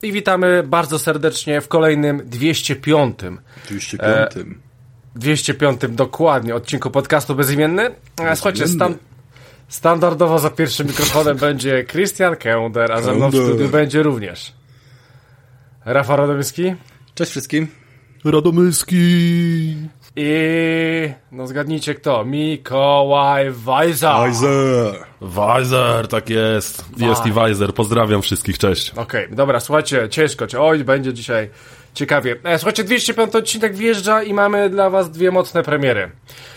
i witamy bardzo serdecznie w kolejnym 205. 205 dokładnie odcinku podcastu Bezimienny. Słuchajcie, standardowo za pierwszym mikrofonem będzie Krystian Kender, a ze mną w studiu będzie również Rafał Radomyski. Cześć wszystkim. Radomyski. I no zgadnijcie kto? Mikołaj Weiser. Weiser, tak jest. Jest i Weiser. Pozdrawiam wszystkich, cześć. Okej, dobra, słuchajcie, ciężko. Oj, będzie dzisiaj ciekawie. Słuchajcie, 205 odcinek wjeżdża i mamy dla was dwie mocne premiery.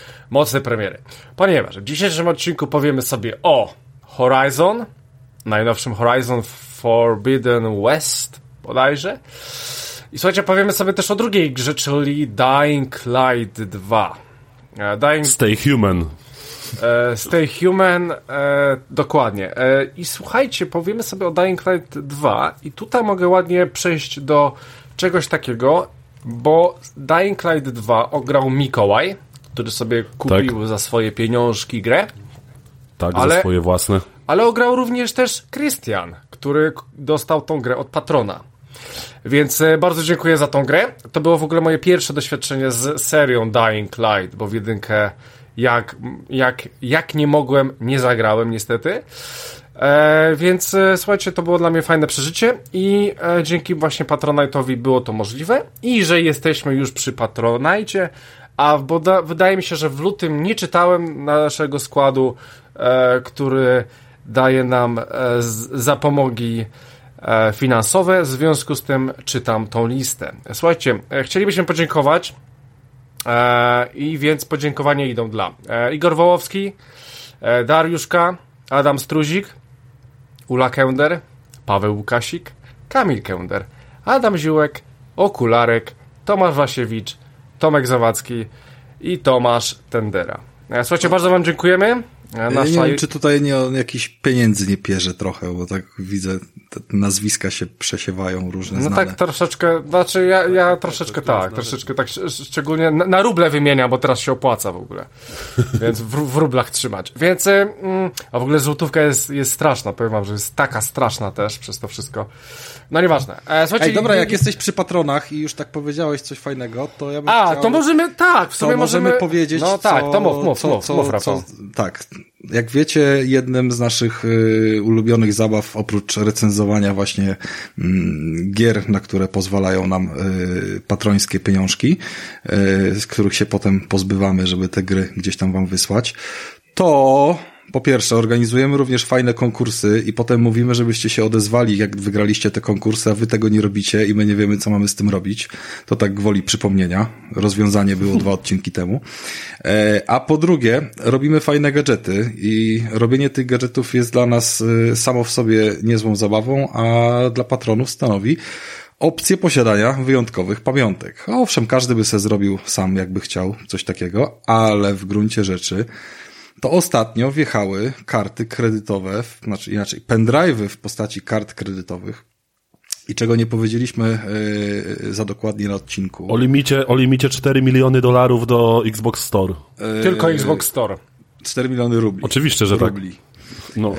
Ponieważ w dzisiejszym odcinku powiemy sobie o Horizon, najnowszym Horizon Forbidden West bodajże. I słuchajcie, powiemy sobie też o drugiej grze, czyli Dying Light 2. Stay Human. Stay Human, dokładnie. I słuchajcie, powiemy sobie o Dying Light 2 i tutaj mogę ładnie przejść do czegoś takiego, bo Dying Light 2 ograł Mikołaj, który sobie kupił za swoje pieniążki grę. Tak, za swoje własne. Ale ograł również też Krystian, który dostał tą grę od patrona. Więc bardzo dziękuję za tą grę. To było w ogóle moje pierwsze doświadczenie z serią Dying Light, bo w jedynkę jak nie mogłem, nie zagrałem niestety. Więc słuchajcie, to było dla mnie fajne przeżycie i dzięki właśnie Patronite'owi było to możliwe i że jesteśmy już przy Patronite, bo wydaje mi się, że w lutym nie czytałem naszego składu, który daje nam zapomogi finansowe, w związku z tym czytam tą listę. Słuchajcie, chcielibyśmy podziękować i więc podziękowania idą dla Igor Wołowski, Dariuszka, Adam Struzik, Ula Kender, Paweł Łukasik, Kamil Kender, Adam Ziółek, Okularek, Tomasz Wasiewicz, Tomek Zawadzki i Tomasz Tendera. Słuchajcie, bardzo wam dziękujemy. Ja nie wiem, czy tutaj nie o jakichś pieniędzy nie pierze trochę, bo tak widzę, te nazwiska się przesiewają różne znane. No tak troszeczkę, znaczy ja troszeczkę tak, szczególnie na ruble wymieniam, bo teraz się opłaca w ogóle, więc w rublach trzymać. Więc, a w ogóle złotówka jest straszna, powiem wam, że jest taka straszna też przez to wszystko. No nieważne. Słuchajcie, dobra, jak jesteś przy patronach i już tak powiedziałeś coś fajnego, to ja bym chciał... to możemy, tak, w sumie możemy powiedzieć, no tak, to mów, Rafał. Tak, jak wiecie, jednym z naszych ulubionych zabaw, oprócz recenzowania właśnie gier, na które pozwalają nam patrońskie pieniążki, z których się potem pozbywamy, żeby te gry gdzieś tam wam wysłać, to po pierwsze organizujemy również fajne konkursy i potem mówimy, żebyście się odezwali, jak wygraliście te konkursy, a wy tego nie robicie i my nie wiemy, co mamy z tym robić. To tak gwoli przypomnienia. Rozwiązanie było 2 odcinki temu. A po drugie, robimy fajne gadżety i robienie tych gadżetów jest dla nas samo w sobie niezłą zabawą, a dla patronów stanowi opcję posiadania wyjątkowych pamiątek. Owszem, każdy by sobie zrobił sam, jakby chciał coś takiego, ale w gruncie rzeczy to ostatnio wjechały karty kredytowe, znaczy inaczej, pendrive'y w postaci kart kredytowych i czego nie powiedzieliśmy za dokładnie na odcinku. O limicie $4 miliony do Xbox Store. Tylko Xbox Store. 4 miliony rubli. Oczywiście, że rubli. Tak. No.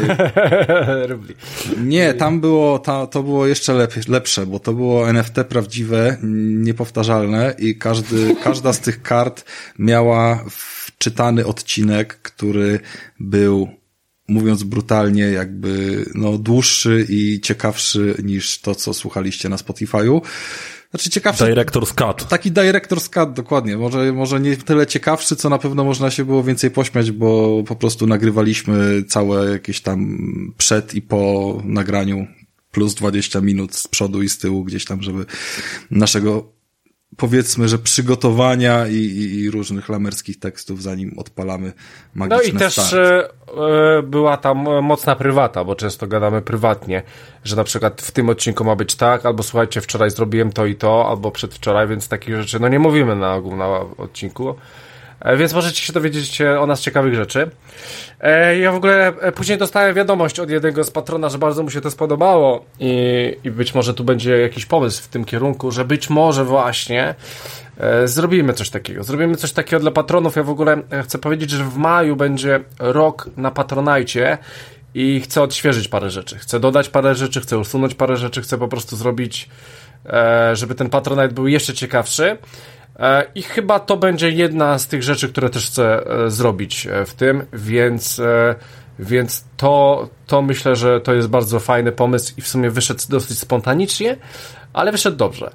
Rubli. Nie, to było jeszcze lepsze, bo to było NFT prawdziwe, niepowtarzalne i każda z tych kart miała wczytany odcinek, który był, mówiąc brutalnie, jakby dłuższy i ciekawszy niż to, co słuchaliście na Spotify'u. Znaczy ciekawszy... Director's Cut. Taki Director's Cut, dokładnie. Może nie tyle ciekawszy, co na pewno można się było więcej pośmiać, bo po prostu nagrywaliśmy całe jakieś tam przed i po nagraniu plus 20 minut z przodu i z tyłu gdzieś tam, żeby naszego, powiedzmy, że przygotowania i różnych lamerskich tekstów, zanim odpalamy magiczny No i start. też była tam mocna prywata, bo często gadamy prywatnie, że na przykład w tym odcinku ma być tak, albo słuchajcie, wczoraj zrobiłem to i to, albo przedwczoraj, więc takich rzeczy nie mówimy na ogół na odcinku. Więc możecie się dowiedzieć o nas ciekawych rzeczy. Ja w ogóle później dostałem wiadomość od jednego z patrona, że bardzo mu się to spodobało i być może tu będzie jakiś pomysł w tym kierunku, że być może właśnie zrobimy coś takiego. Zrobimy coś takiego dla patronów. Ja w ogóle chcę powiedzieć, że w maju będzie rok na Patronajcie i chcę odświeżyć parę rzeczy. Chcę dodać parę rzeczy, chcę usunąć parę rzeczy, chcę po prostu zrobić, żeby ten Patronite był jeszcze ciekawszy. I chyba to będzie jedna z tych rzeczy, które też chcę zrobić w tym, więc to myślę, że to jest bardzo fajny pomysł i w sumie wyszedł dosyć spontanicznie, ale wyszedł dobrze.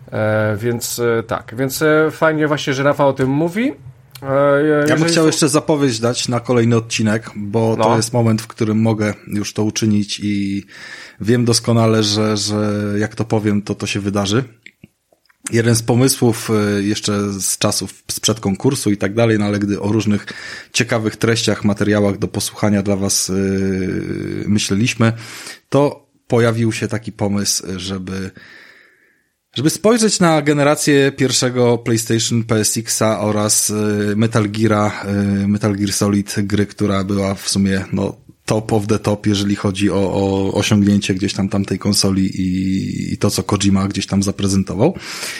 Więc fajnie właśnie, że Rafał o tym mówi. Ja bym chciał jeszcze zapowiedź dać na kolejny odcinek, bo to jest moment, w którym mogę już to uczynić i wiem doskonale, że jak to powiem, to się wydarzy. Jeden z pomysłów jeszcze z czasów sprzed konkursu i tak dalej, no ale gdy o różnych ciekawych treściach, materiałach do posłuchania dla was myśleliśmy, to pojawił się taki pomysł, żeby spojrzeć na generację pierwszego PlayStation, PSX-a oraz Metal Gear Solid, gry, która była w sumie top of the top, jeżeli chodzi o osiągnięcie gdzieś tam tamtej konsoli i to, co Kojima gdzieś tam zaprezentował.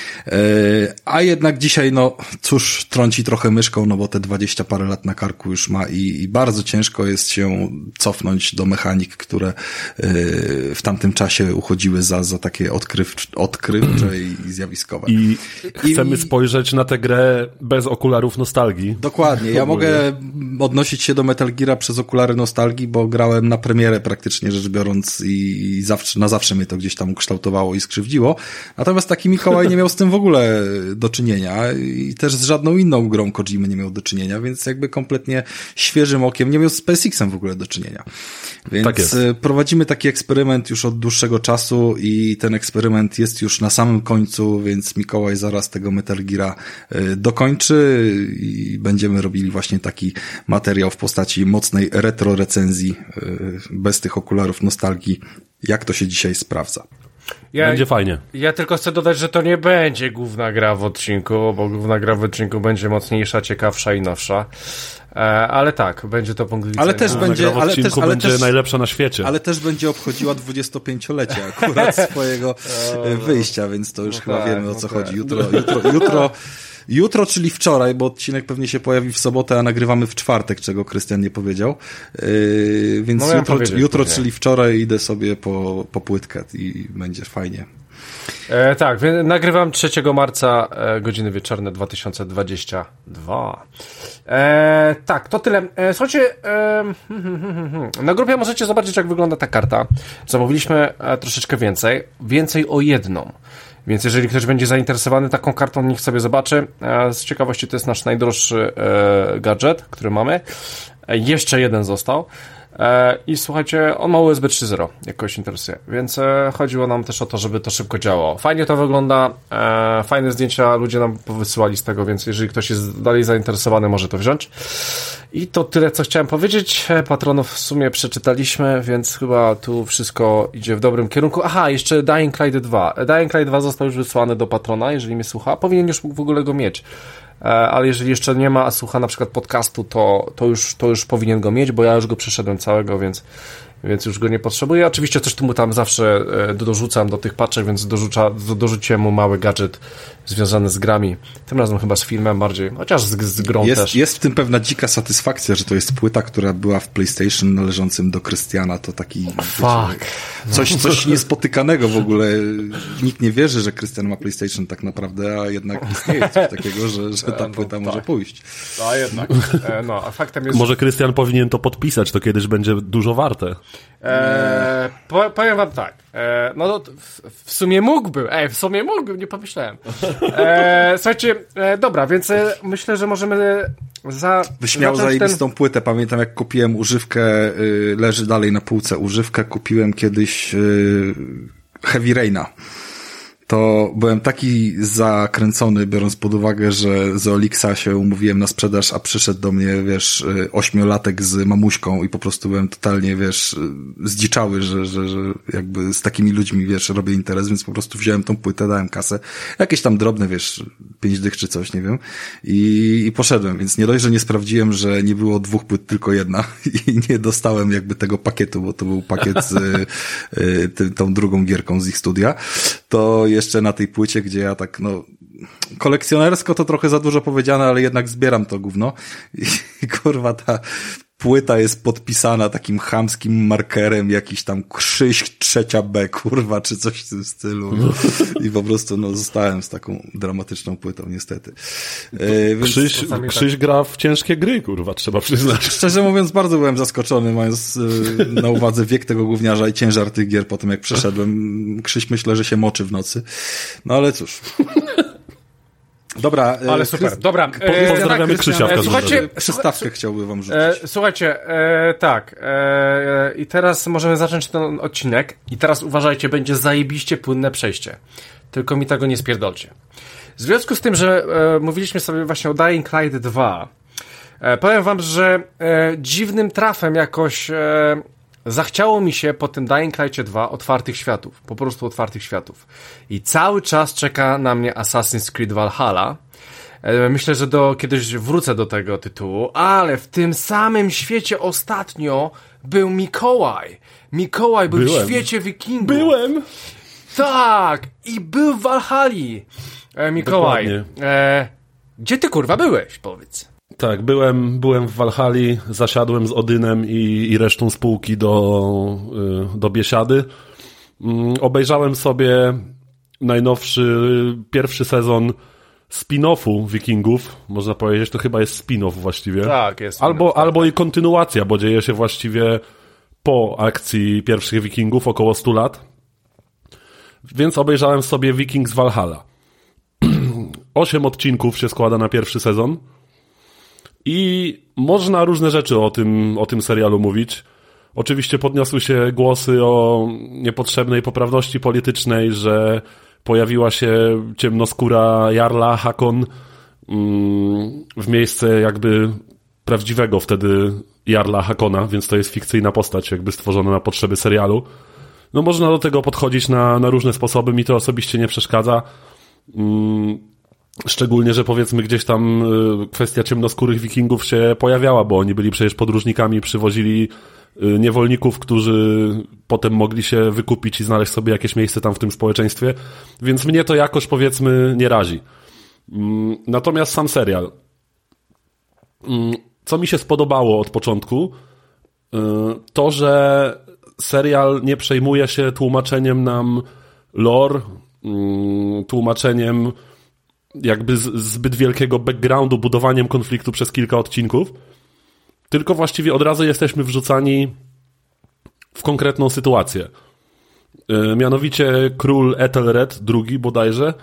A jednak dzisiaj, cóż, trąci trochę myszką, bo te 20 parę lat na karku już ma i bardzo ciężko jest się cofnąć do mechanik, które w tamtym czasie uchodziły za takie odkrywcze i zjawiskowe. I chcemy spojrzeć na tę grę bez okularów nostalgii. Dokładnie. Ja mogę odnosić się do Metal Geara przez okulary nostalgii, bo grałem na premierę praktycznie rzecz biorąc i na zawsze mnie to gdzieś tam ukształtowało i skrzywdziło. Natomiast taki Mikołaj nie miał z tym w ogóle do czynienia i też z żadną inną grą Kojimy nie miał do czynienia, więc jakby kompletnie świeżym okiem nie miał z PSX-em w ogóle do czynienia. Więc tak prowadzimy taki eksperyment już od dłuższego czasu i ten eksperyment jest już na samym końcu, więc Mikołaj zaraz tego Metal Geara dokończy i będziemy robili właśnie taki materiał w postaci mocnej retro recenzji bez tych okularów nostalgii, jak to się dzisiaj sprawdza. Będzie fajnie. Ja tylko chcę dodać, że to nie będzie główna gra w odcinku, bo główna gra w odcinku będzie mocniejsza, ciekawsza i nowsza. Ale tak, będzie to punkt widzenia. Ale też będzie najlepsza na świecie. Ale też będzie obchodziła 25-lecie akurat swojego wyjścia, więc to już chyba wiemy, o co chodzi. Jutro, czyli wczoraj, bo odcinek pewnie się pojawi w sobotę, a nagrywamy w czwartek, czego Krystian nie powiedział. Więc jutro, czyli wczoraj, idę sobie po płytkę i będzie fajnie. Tak, nagrywam 3 marca, godziny wieczorne 2022. Tak, to tyle. Słuchajcie, na grupie możecie zobaczyć, jak wygląda ta karta. Zamówiliśmy troszeczkę więcej o jedną. Więc jeżeli ktoś będzie zainteresowany taką kartą, niech sobie zobaczy. Z ciekawości to jest nasz najdroższy gadżet, który mamy. Jeszcze jeden został. I słuchajcie, on ma USB 3.0, jak kogoś interesuje. Więc chodziło nam też o to, żeby to szybko działało. Fajnie to wygląda, fajne zdjęcia ludzie nam powysyłali z tego, więc jeżeli ktoś jest dalej zainteresowany, może to wziąć. I to tyle, co chciałem powiedzieć. Patronów w sumie przeczytaliśmy, więc chyba tu wszystko idzie w dobrym kierunku. Aha, jeszcze Dying Light 2. Dying Light 2 został już wysłany do patrona, jeżeli mnie słucha. Powinien już w ogóle go mieć. Ale jeżeli jeszcze nie ma, a słucha na przykład podcastu, to już powinien go mieć, bo ja już go przeszedłem całego, więc już go nie potrzebuję. Oczywiście coś tu mu tam zawsze dorzucam do tych patchek, więc dorzuciłem mu mały gadżet związany z grami. Tym razem chyba z filmem bardziej, chociaż z grą też. Jest w tym pewna dzika satysfakcja, że to jest płyta, która była w PlayStation należącym do Krystiana. To taki coś niespotykanego w ogóle. Nikt nie wierzy, że Krystian ma PlayStation tak naprawdę, a jednak istnieje coś takiego, że ta płyta może pójść. A jednak. A faktem jest... Może Krystian powinien to podpisać, to kiedyś będzie dużo warte. Powiem wam tak. W sumie mógłbym, nie pomyślałem. Słuchajcie, dobra, więc myślę, że możemy Byś miał zajebistą płytę. Pamiętam, jak kupiłem używkę, leży dalej na półce używkę, kupiłem kiedyś Heavy Raina. To byłem taki zakręcony, biorąc pod uwagę, że z Olixa się umówiłem na sprzedaż, a przyszedł do mnie, 8-latek z mamuśką i po prostu byłem totalnie, zdziczały, że jakby z takimi ludźmi, robię interes, więc po prostu wziąłem tą płytę, dałem kasę, jakieś tam drobne, 5 dych czy coś, nie wiem, i poszedłem, więc nie dość, że nie sprawdziłem, że nie było 2 płyt, tylko jedna i nie dostałem jakby tego pakietu, bo to był pakiet z tą drugą gierką z ich studia, to jeszcze na tej płycie, gdzie ja tak, kolekcjonersko to trochę za dużo powiedziane, ale jednak zbieram to gówno i kurwa ta płyta jest podpisana takim chamskim markerem, jakiś tam Krzyś 3B, kurwa, czy coś w tym stylu. I po prostu, no, zostałem z taką dramatyczną płytą, niestety. Krzyś gra w ciężkie gry, kurwa, trzeba przyznać. Szczerze mówiąc, bardzo byłem zaskoczony, mając na uwadze wiek tego gówniarza i ciężar tych gier po tym, jak przeszedłem. Krzyś myślę, że się moczy w nocy. No ale cóż. Dobra. Ale super. Dobra. Pozdrawiamy Krzysia w każdym razie. Słuchajcie, przystawkę chciałby wam rzucić. Słuchajcie, tak. I teraz możemy zacząć ten odcinek. I teraz uważajcie, będzie zajebiście płynne przejście. Tylko mi tego nie spierdolcie. W związku z tym, że mówiliśmy sobie właśnie o Dying Light 2, powiem wam, że dziwnym trafem jakoś zachciało mi się po tym Dying Lightie 2 otwartych światów. Po prostu otwartych światów. I cały czas czeka na mnie Assassin's Creed Valhalla. Myślę, że kiedyś wrócę do tego tytułu, ale w tym samym świecie ostatnio był Mikołaj. Mikołaj był w świecie wikingów. Byłem! Tak! I był w Valhalli. Mikołaj, gdzie ty kurwa byłeś, powiedz? Tak, byłem w Walhalli, zasiadłem z Odynem i resztą spółki do biesiady. Obejrzałem sobie pierwszy sezon spin-offu Wikingów, można powiedzieć, to chyba jest spin-off właściwie. Tak, jest. Albo i kontynuacja, bo dzieje się właściwie po akcji pierwszych Wikingów, około 100 lat. Więc obejrzałem sobie Vikings Valhalla. 8 odcinków się składa na pierwszy sezon. I można różne rzeczy o tym serialu mówić. Oczywiście podniosły się głosy o niepotrzebnej poprawności politycznej, że pojawiła się ciemnoskóra Jarla Hakon w miejsce jakby prawdziwego wtedy Jarla Hakona, więc to jest fikcyjna postać jakby stworzona na potrzeby serialu. No można do tego podchodzić na różne sposoby, mi to osobiście nie przeszkadza. Szczególnie, że powiedzmy gdzieś tam kwestia ciemnoskórych wikingów się pojawiała, bo oni byli przecież podróżnikami, przywozili niewolników, którzy potem mogli się wykupić i znaleźć sobie jakieś miejsce tam w tym społeczeństwie, więc mnie to jakoś powiedzmy nie razi. Natomiast sam serial. Co mi się spodobało od początku, to, że serial nie przejmuje się tłumaczeniem nam lore, tłumaczeniem jakby zbyt wielkiego backgroundu, budowaniem konfliktu przez kilka odcinków, tylko właściwie od razu jesteśmy wrzucani w konkretną sytuację. Mianowicie król Ethelred II bodajże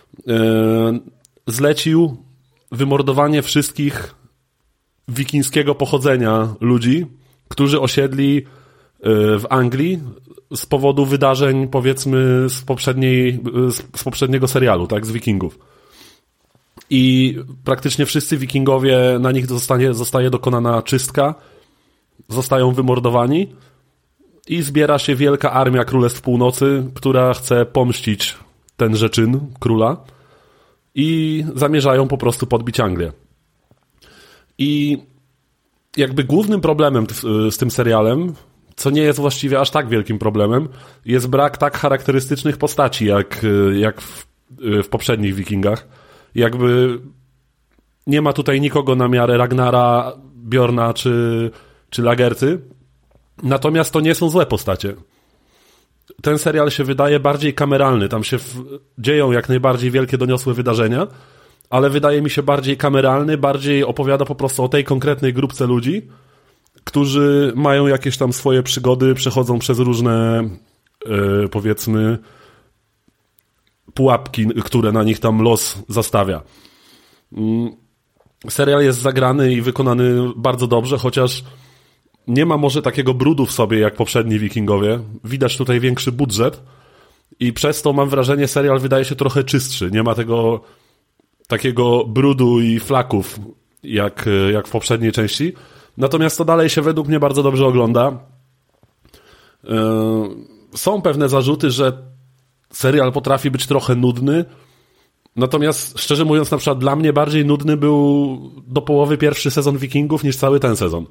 zlecił wymordowanie wszystkich wikińskiego pochodzenia ludzi, którzy osiedli w Anglii z powodu wydarzeń, powiedzmy, z poprzedniego serialu, tak, z Wikingów. I praktycznie wszyscy wikingowie, na nich zostaje dokonana czystka, zostają wymordowani i zbiera się wielka armia Królestw Północy, która chce pomścić tenże czyn króla i zamierzają po prostu podbić Anglię. I jakby głównym problemem z tym serialem, co nie jest właściwie aż tak wielkim problemem, jest brak tak charakterystycznych postaci jak w poprzednich Wikingach. Jakby nie ma tutaj nikogo na miarę Ragnara, Bjorna czy Lagerty. Natomiast to nie są złe postacie. Ten serial się wydaje bardziej kameralny. Tam się dzieją jak najbardziej wielkie, doniosłe wydarzenia, ale wydaje mi się bardziej kameralny, bardziej opowiada po prostu o tej konkretnej grupce ludzi, którzy mają jakieś tam swoje przygody, przechodzą przez różne powiedzmy pułapki, które na nich tam los zastawia. Serial jest zagrany i wykonany bardzo dobrze, chociaż nie ma może takiego brudu w sobie jak poprzedni Wikingowie. Widać tutaj większy budżet i przez to mam wrażenie, serial wydaje się trochę czystszy. Nie ma tego takiego brudu i flaków jak w poprzedniej części. Natomiast to dalej się według mnie bardzo dobrze ogląda. Są pewne zarzuty, że serial potrafi być trochę nudny, natomiast szczerze mówiąc na przykład dla mnie bardziej nudny był do połowy pierwszy sezon Wikingów niż cały ten sezon.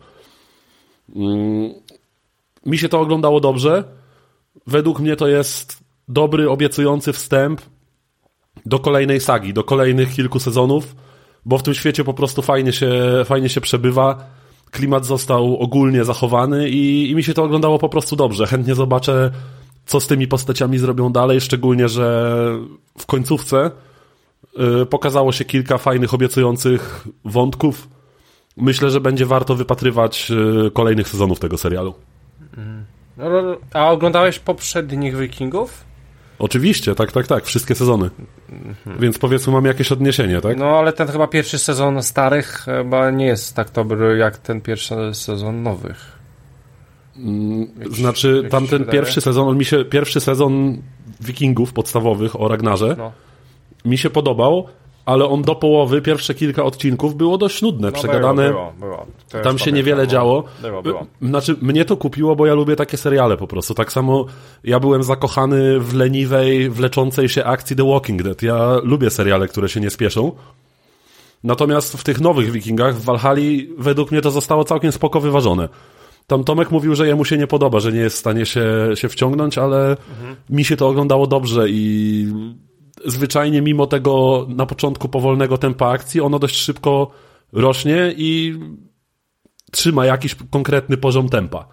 Mi się to oglądało dobrze. Według mnie to jest dobry, obiecujący wstęp do kolejnej sagi, do kolejnych kilku sezonów, bo w tym świecie po prostu fajnie się przebywa. klimat został ogólnie zachowany i mi się to oglądało po prostu dobrze. Chętnie zobaczę, co z tymi postaciami zrobią dalej, szczególnie, że w końcówce pokazało się kilka fajnych, obiecujących wątków. Myślę, że będzie warto wypatrywać kolejnych sezonów tego serialu. A oglądałeś poprzednich Wikingów? Oczywiście, tak, wszystkie sezony. Więc powiedzmy, mamy jakieś odniesienie, tak? No, ale ten chyba pierwszy sezon starych chyba nie jest tak dobry jak ten pierwszy sezon nowych. Znaczy, tamten pierwszy sezon Wikingów podstawowych o Ragnarze mi się podobał, ale on do połowy, pierwsze kilka odcinków było dość nudne, przegadane. Było. Tam się niewiele działo. Było. Znaczy, mnie to kupiło, bo ja lubię takie seriale po prostu. Tak samo ja byłem zakochany w leniwej, wleczącej się akcji The Walking Dead. Ja lubię seriale, które się nie spieszą. Natomiast w tych nowych Wikingach, w Valhalli, według mnie to zostało całkiem spoko wyważone. Tam Tomek mówił, że jemu się nie podoba, że nie jest w stanie się wciągnąć, ale mi się to oglądało dobrze i zwyczajnie mimo tego na początku powolnego tempa akcji, ono dość szybko rośnie i trzyma jakiś konkretny poziom tempa.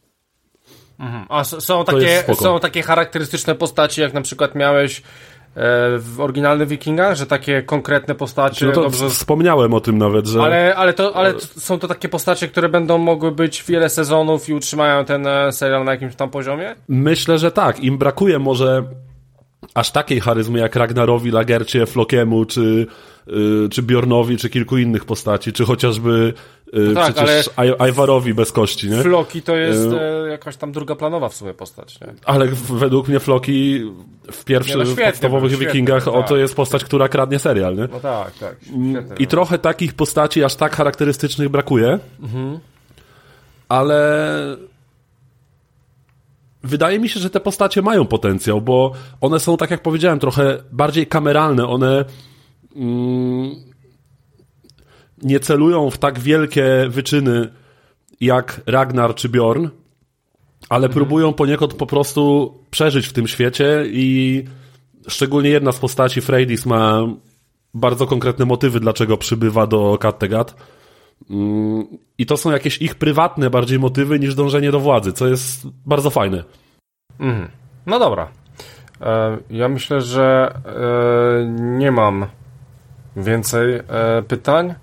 A są takie charakterystyczne postaci, jak na przykład miałeś w oryginalnych Wikingach, że takie konkretne postacie... No to wspomniałem o tym nawet, że... Ale są to takie postacie, które będą mogły być wiele sezonów i utrzymają ten serial na jakimś tam poziomie? Myślę, że tak. Im brakuje może aż takiej charyzmy jak Ragnarowi, Lagercie, Flokiemu, czy Bjornowi, czy kilku innych postaci, czy chociażby przecież Ivarowi bez kości, nie? Floki to jest jakaś tam drugoplanowa w sumie postać, nie? Ale według mnie Floki w podstawowych Wikingach to jest postać, która kradnie serial, nie? No tak. I trochę takich postaci aż tak charakterystycznych brakuje, ale wydaje mi się, że te postacie mają potencjał, bo one są, tak jak powiedziałem, trochę bardziej kameralne, one nie celują w tak wielkie wyczyny jak Ragnar czy Bjorn, ale próbują poniekąd po prostu przeżyć w tym świecie i szczególnie jedna z postaci, Freydis, ma bardzo konkretne motywy, dlaczego przybywa do Kattegat. I to są jakieś ich prywatne bardziej motywy niż dążenie do władzy, co jest bardzo fajne. No dobra. Ja myślę, że nie mam więcej pytań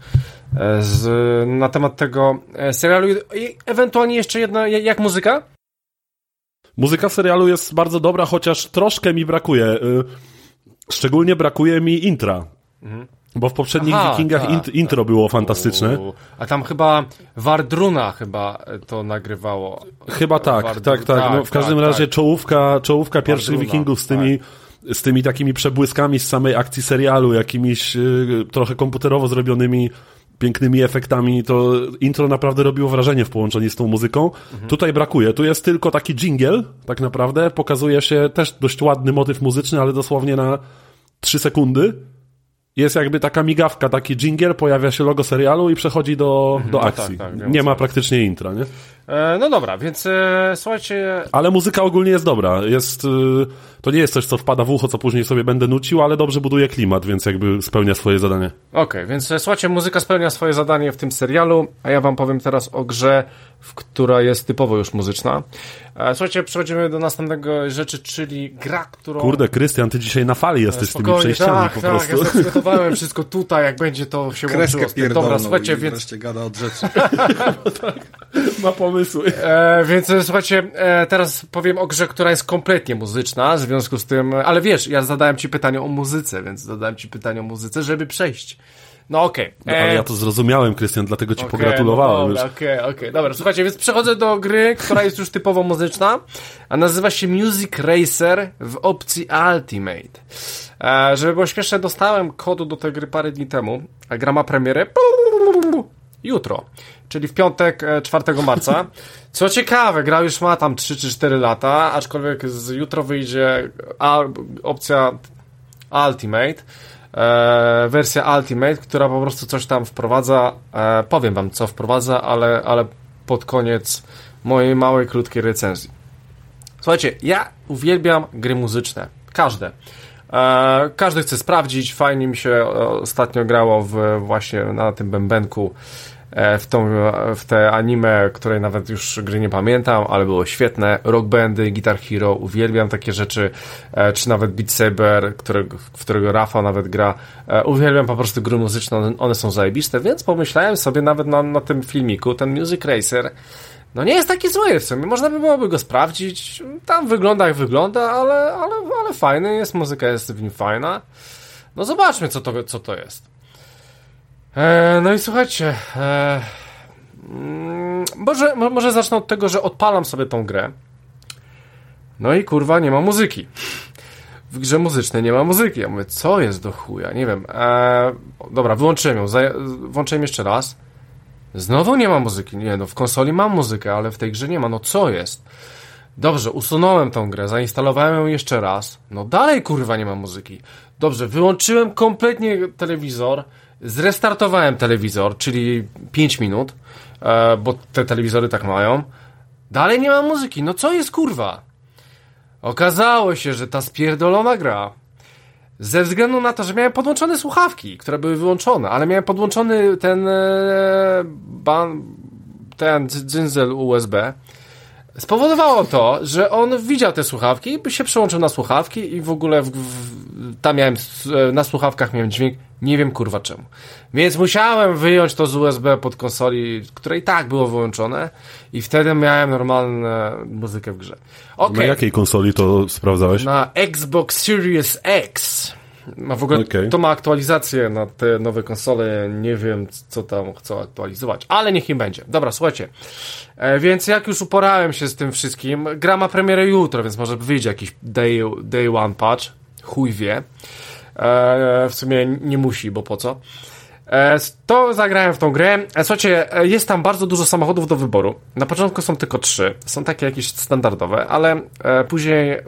na temat tego serialu. Ewentualnie jeszcze jedno, jak muzyka? Muzyka w serialu jest bardzo dobra, chociaż troszkę mi brakuje. Szczególnie brakuje mi intra. Bo w poprzednich Wikingach intro było fantastyczne. A tam chyba Wardruna to nagrywało. Chyba tak. No, w każdym razie czołówka pierwszych Wikingów z tymi takimi przebłyskami z samej akcji serialu, jakimiś trochę komputerowo zrobionymi pięknymi efektami, to intro naprawdę robiło wrażenie w połączeniu z tą muzyką. Tutaj brakuje. Tu jest tylko taki dżingiel, tak naprawdę. Pokazuje się też dość ładny motyw muzyczny, ale dosłownie na 3 sekundy. Jest jakby taka migawka, taki dżingiel, pojawia się logo serialu i przechodzi do akcji. Nie ma praktycznie intra, nie? No dobra, więc słuchajcie... Ale muzyka ogólnie jest dobra. To nie jest coś, co wpada w ucho, co później sobie będę nucił, ale dobrze buduje klimat, więc jakby spełnia swoje zadanie. Okej, więc słuchajcie, muzyka spełnia swoje zadanie w tym serialu, a ja wam powiem teraz o grze, która jest typowo już muzyczna. Słuchajcie, przechodzimy do następnego rzeczy, czyli gra, którą... Kurde, Krystian, ty dzisiaj na fali jesteś z tymi przejściami po prostu. Ja przygotowałem wszystko tutaj, jak będzie to się łączyło. Dobra, słuchajcie, więc... wreszcie gada od rzeczy. No tak, ma pomysły. Więc słuchajcie, teraz powiem o grze, która jest kompletnie muzyczna, w związku z tym, ale wiesz, ja zadałem ci pytanie o muzyce, więc zadałem ci pytanie o muzyce, żeby przejść. No okej. Ale ja to zrozumiałem, Krystian, dlatego ci pogratulowałem. No okej. Dobra, słuchajcie, więc przechodzę do gry, która jest już typowo muzyczna, a nazywa się Music Racer w opcji Ultimate. Żeby było śmieszne, dostałem kodu do tej gry parę dni temu, a gra ma premierę jutro, czyli w piątek 4 marca. Co ciekawe, gra już ma tam 3 czy 4 lata, aczkolwiek jutro wyjdzie opcja Ultimate, wersja Ultimate, która po prostu coś tam wprowadza. Powiem wam, co wprowadza, ale pod koniec mojej małej, krótkiej recenzji. Słuchajcie, ja uwielbiam gry muzyczne. Każdy chce sprawdzić. Fajnie mi się ostatnio grało właśnie na tym bębenku w te anime, której nawet już gry nie pamiętam, ale było świetne. Rock Bandy, Guitar Hero, uwielbiam takie rzeczy, czy nawet Beat Saber, w którego Rafał nawet gra. Uwielbiam po prostu gry muzyczne, one są zajebiste, więc pomyślałem sobie nawet na tym filmiku, ten Music Racer, no nie jest taki zły w sumie, można by byłoby go sprawdzić, tam wygląda jak wygląda, ale fajny jest, muzyka jest w nim fajna. No zobaczmy, co to jest. No i słuchajcie, może zacznę od tego, że odpalam sobie tą grę. No i kurwa, nie ma muzyki. W grze muzycznej nie ma muzyki. Ja mówię, co jest do chuja? Nie wiem. Dobra, wyłączyłem ją. Włączyłem jeszcze raz. Znowu nie ma muzyki. Nie, no w konsoli mam muzykę, ale w tej grze nie ma. No co jest? Dobrze, usunąłem tą grę, zainstalowałem ją jeszcze raz. No dalej kurwa nie ma muzyki. Dobrze, wyłączyłem kompletnie telewizor, zrestartowałem telewizor, czyli 5 minut, bo te telewizory tak mają. Dalej nie ma muzyki. No co jest kurwa? Okazało się, że ta spierdolona gra, ze względu na to, że miałem podłączone słuchawki, które były wyłączone, ale miałem podłączony ten dzyndzel USB, spowodowało to, że on widział te słuchawki, by się przełączył na słuchawki i w ogóle tam miałem, na słuchawkach miałem dźwięk, nie wiem kurwa czemu. Więc musiałem wyjąć to z USB pod konsoli, które i tak było wyłączone i wtedy miałem normalną muzykę w grze. Okay. Na jakiej konsoli to sprawdzałeś? Na Xbox Series X. W ogóle to ma aktualizację na te nowe konsole, nie wiem co tam chcą aktualizować, ale niech im będzie. Dobra, słuchajcie, więc jak już uporałem się z tym wszystkim, gra ma premierę jutro, więc może wyjdzie jakiś day one patch, chuj wie, w sumie nie musi, bo po co. To zagrałem w tą grę. Słuchajcie, jest tam bardzo dużo samochodów do wyboru. Na początku są tylko 3, są takie jakieś standardowe, ale później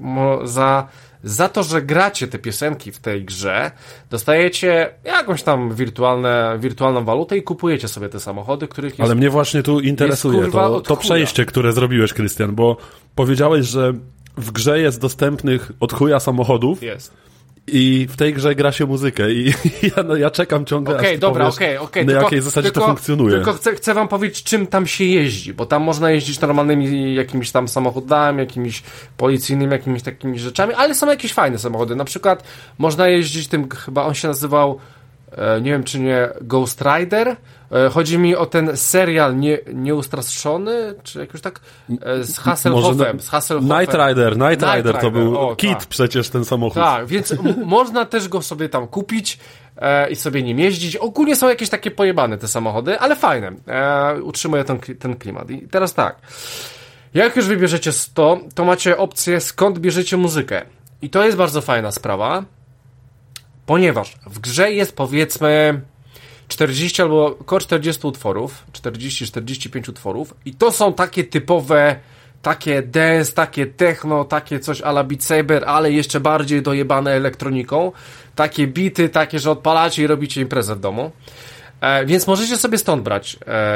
za to, że gracie te piosenki w tej grze, dostajecie jakąś tam wirtualną walutę i kupujecie sobie te samochody, których jest... Ale mnie właśnie tu interesuje to przejście, które zrobiłeś, Krystian, bo powiedziałeś, że w grze jest dostępnych od chuja samochodów. Jest. I w tej grze gra się muzykę i ja czekam ciągle, aż ty na jakiej zasadzie to funkcjonuje. Tylko chcę wam powiedzieć, czym tam się jeździ, bo tam można jeździć normalnymi jakimiś tam samochodami, jakimiś policyjnymi, jakimiś takimi rzeczami, ale są jakieś fajne samochody. Na przykład można jeździć tym, chyba on się nazywał, nie wiem czy nie, Ghost Rider. Chodzi mi o ten serial Nieustraszony, czy jakoś tak, z Hasselhoffem. Knight Rider to był Kit tak. Przecież ten samochód. Tak, więc można też go sobie tam kupić i sobie nim jeździć. Ogólnie są jakieś takie pojebane te samochody, ale fajne. Utrzymuję ten klimat. I teraz tak, jak już wybierzecie 100, to macie opcję, skąd bierzecie muzykę. I to jest bardzo fajna sprawa, ponieważ w grze jest powiedzmy 40 albo około 40 utworów, 40-45 utworów i to są takie typowe, takie dance, takie techno, takie coś a la Beat Saber, ale jeszcze bardziej dojebane elektroniką, takie bity, takie, że odpalacie i robicie imprezę w domu, więc możecie sobie stąd brać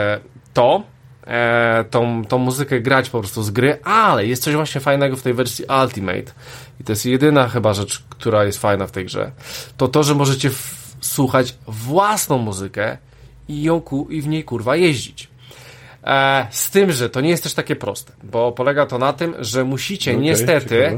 tą muzykę, grać po prostu z gry, ale jest coś właśnie fajnego w tej wersji Ultimate i to jest jedyna chyba rzecz, która jest fajna w tej grze, to, że możecie słuchać własną muzykę i w niej kurwa jeździć. Z tym, że to nie jest też takie proste, bo polega to na tym, że musicie niestety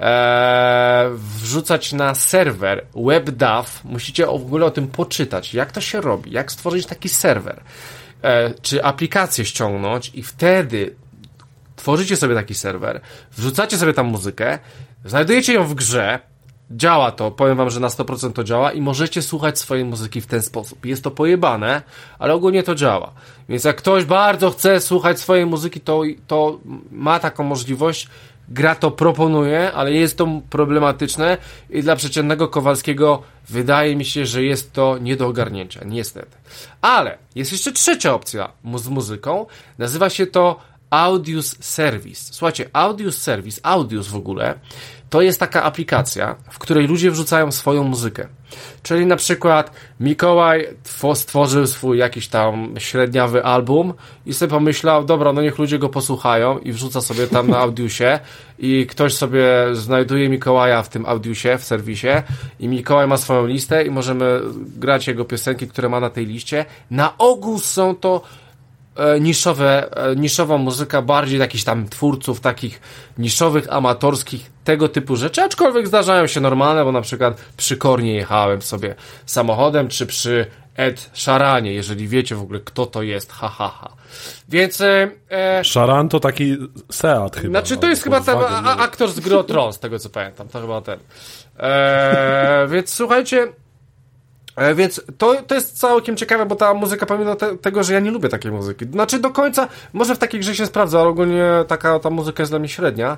wrzucać na serwer WebDAV, musicie w ogóle o tym poczytać, jak to się robi, jak stworzyć taki serwer, czy aplikację ściągnąć i wtedy tworzycie sobie taki serwer, wrzucacie sobie tam muzykę, znajdujecie ją w grze, działa to, powiem wam, że na 100% to działa i możecie słuchać swojej muzyki w ten sposób. Jest to pojebane, ale ogólnie to działa. Więc jak ktoś bardzo chce słuchać swojej muzyki, to ma taką możliwość, gra to proponuje, ale jest to problematyczne i dla przeciętnego Kowalskiego wydaje mi się, że jest to nie do ogarnięcia, niestety. Ale jest jeszcze trzecia opcja z muzyką, nazywa się to Audius Service. Słuchajcie, Audius Service, Audius w ogóle, to jest taka aplikacja, w której ludzie wrzucają swoją muzykę. Czyli na przykład Mikołaj stworzył swój jakiś tam średniawy album i sobie pomyślał, dobra, no niech ludzie go posłuchają i wrzuca sobie tam na Audiusie i ktoś sobie znajduje Mikołaja w tym Audiusie, w serwisie i Mikołaj ma swoją listę i możemy grać jego piosenki, które ma na tej liście. Na ogół są to niszowa muzyka, bardziej jakichś tam twórców takich niszowych, amatorskich, tego typu rzeczy, aczkolwiek zdarzają się normalne, bo na przykład przy Kornie jechałem sobie samochodem, czy przy Ed Sheeranie, jeżeli wiecie w ogóle kto to jest, Więc Sheeran to taki Seat chyba. Znaczy to jest chyba ten aktor z Gry o Tron, z tego co pamiętam, to chyba ten. Więc słuchajcie, więc to jest całkiem ciekawe, bo ta muzyka, pomimo tego, że ja nie lubię takiej muzyki, znaczy do końca, może w takiej grze się sprawdza, ale ogólnie ta muzyka jest dla mnie średnia,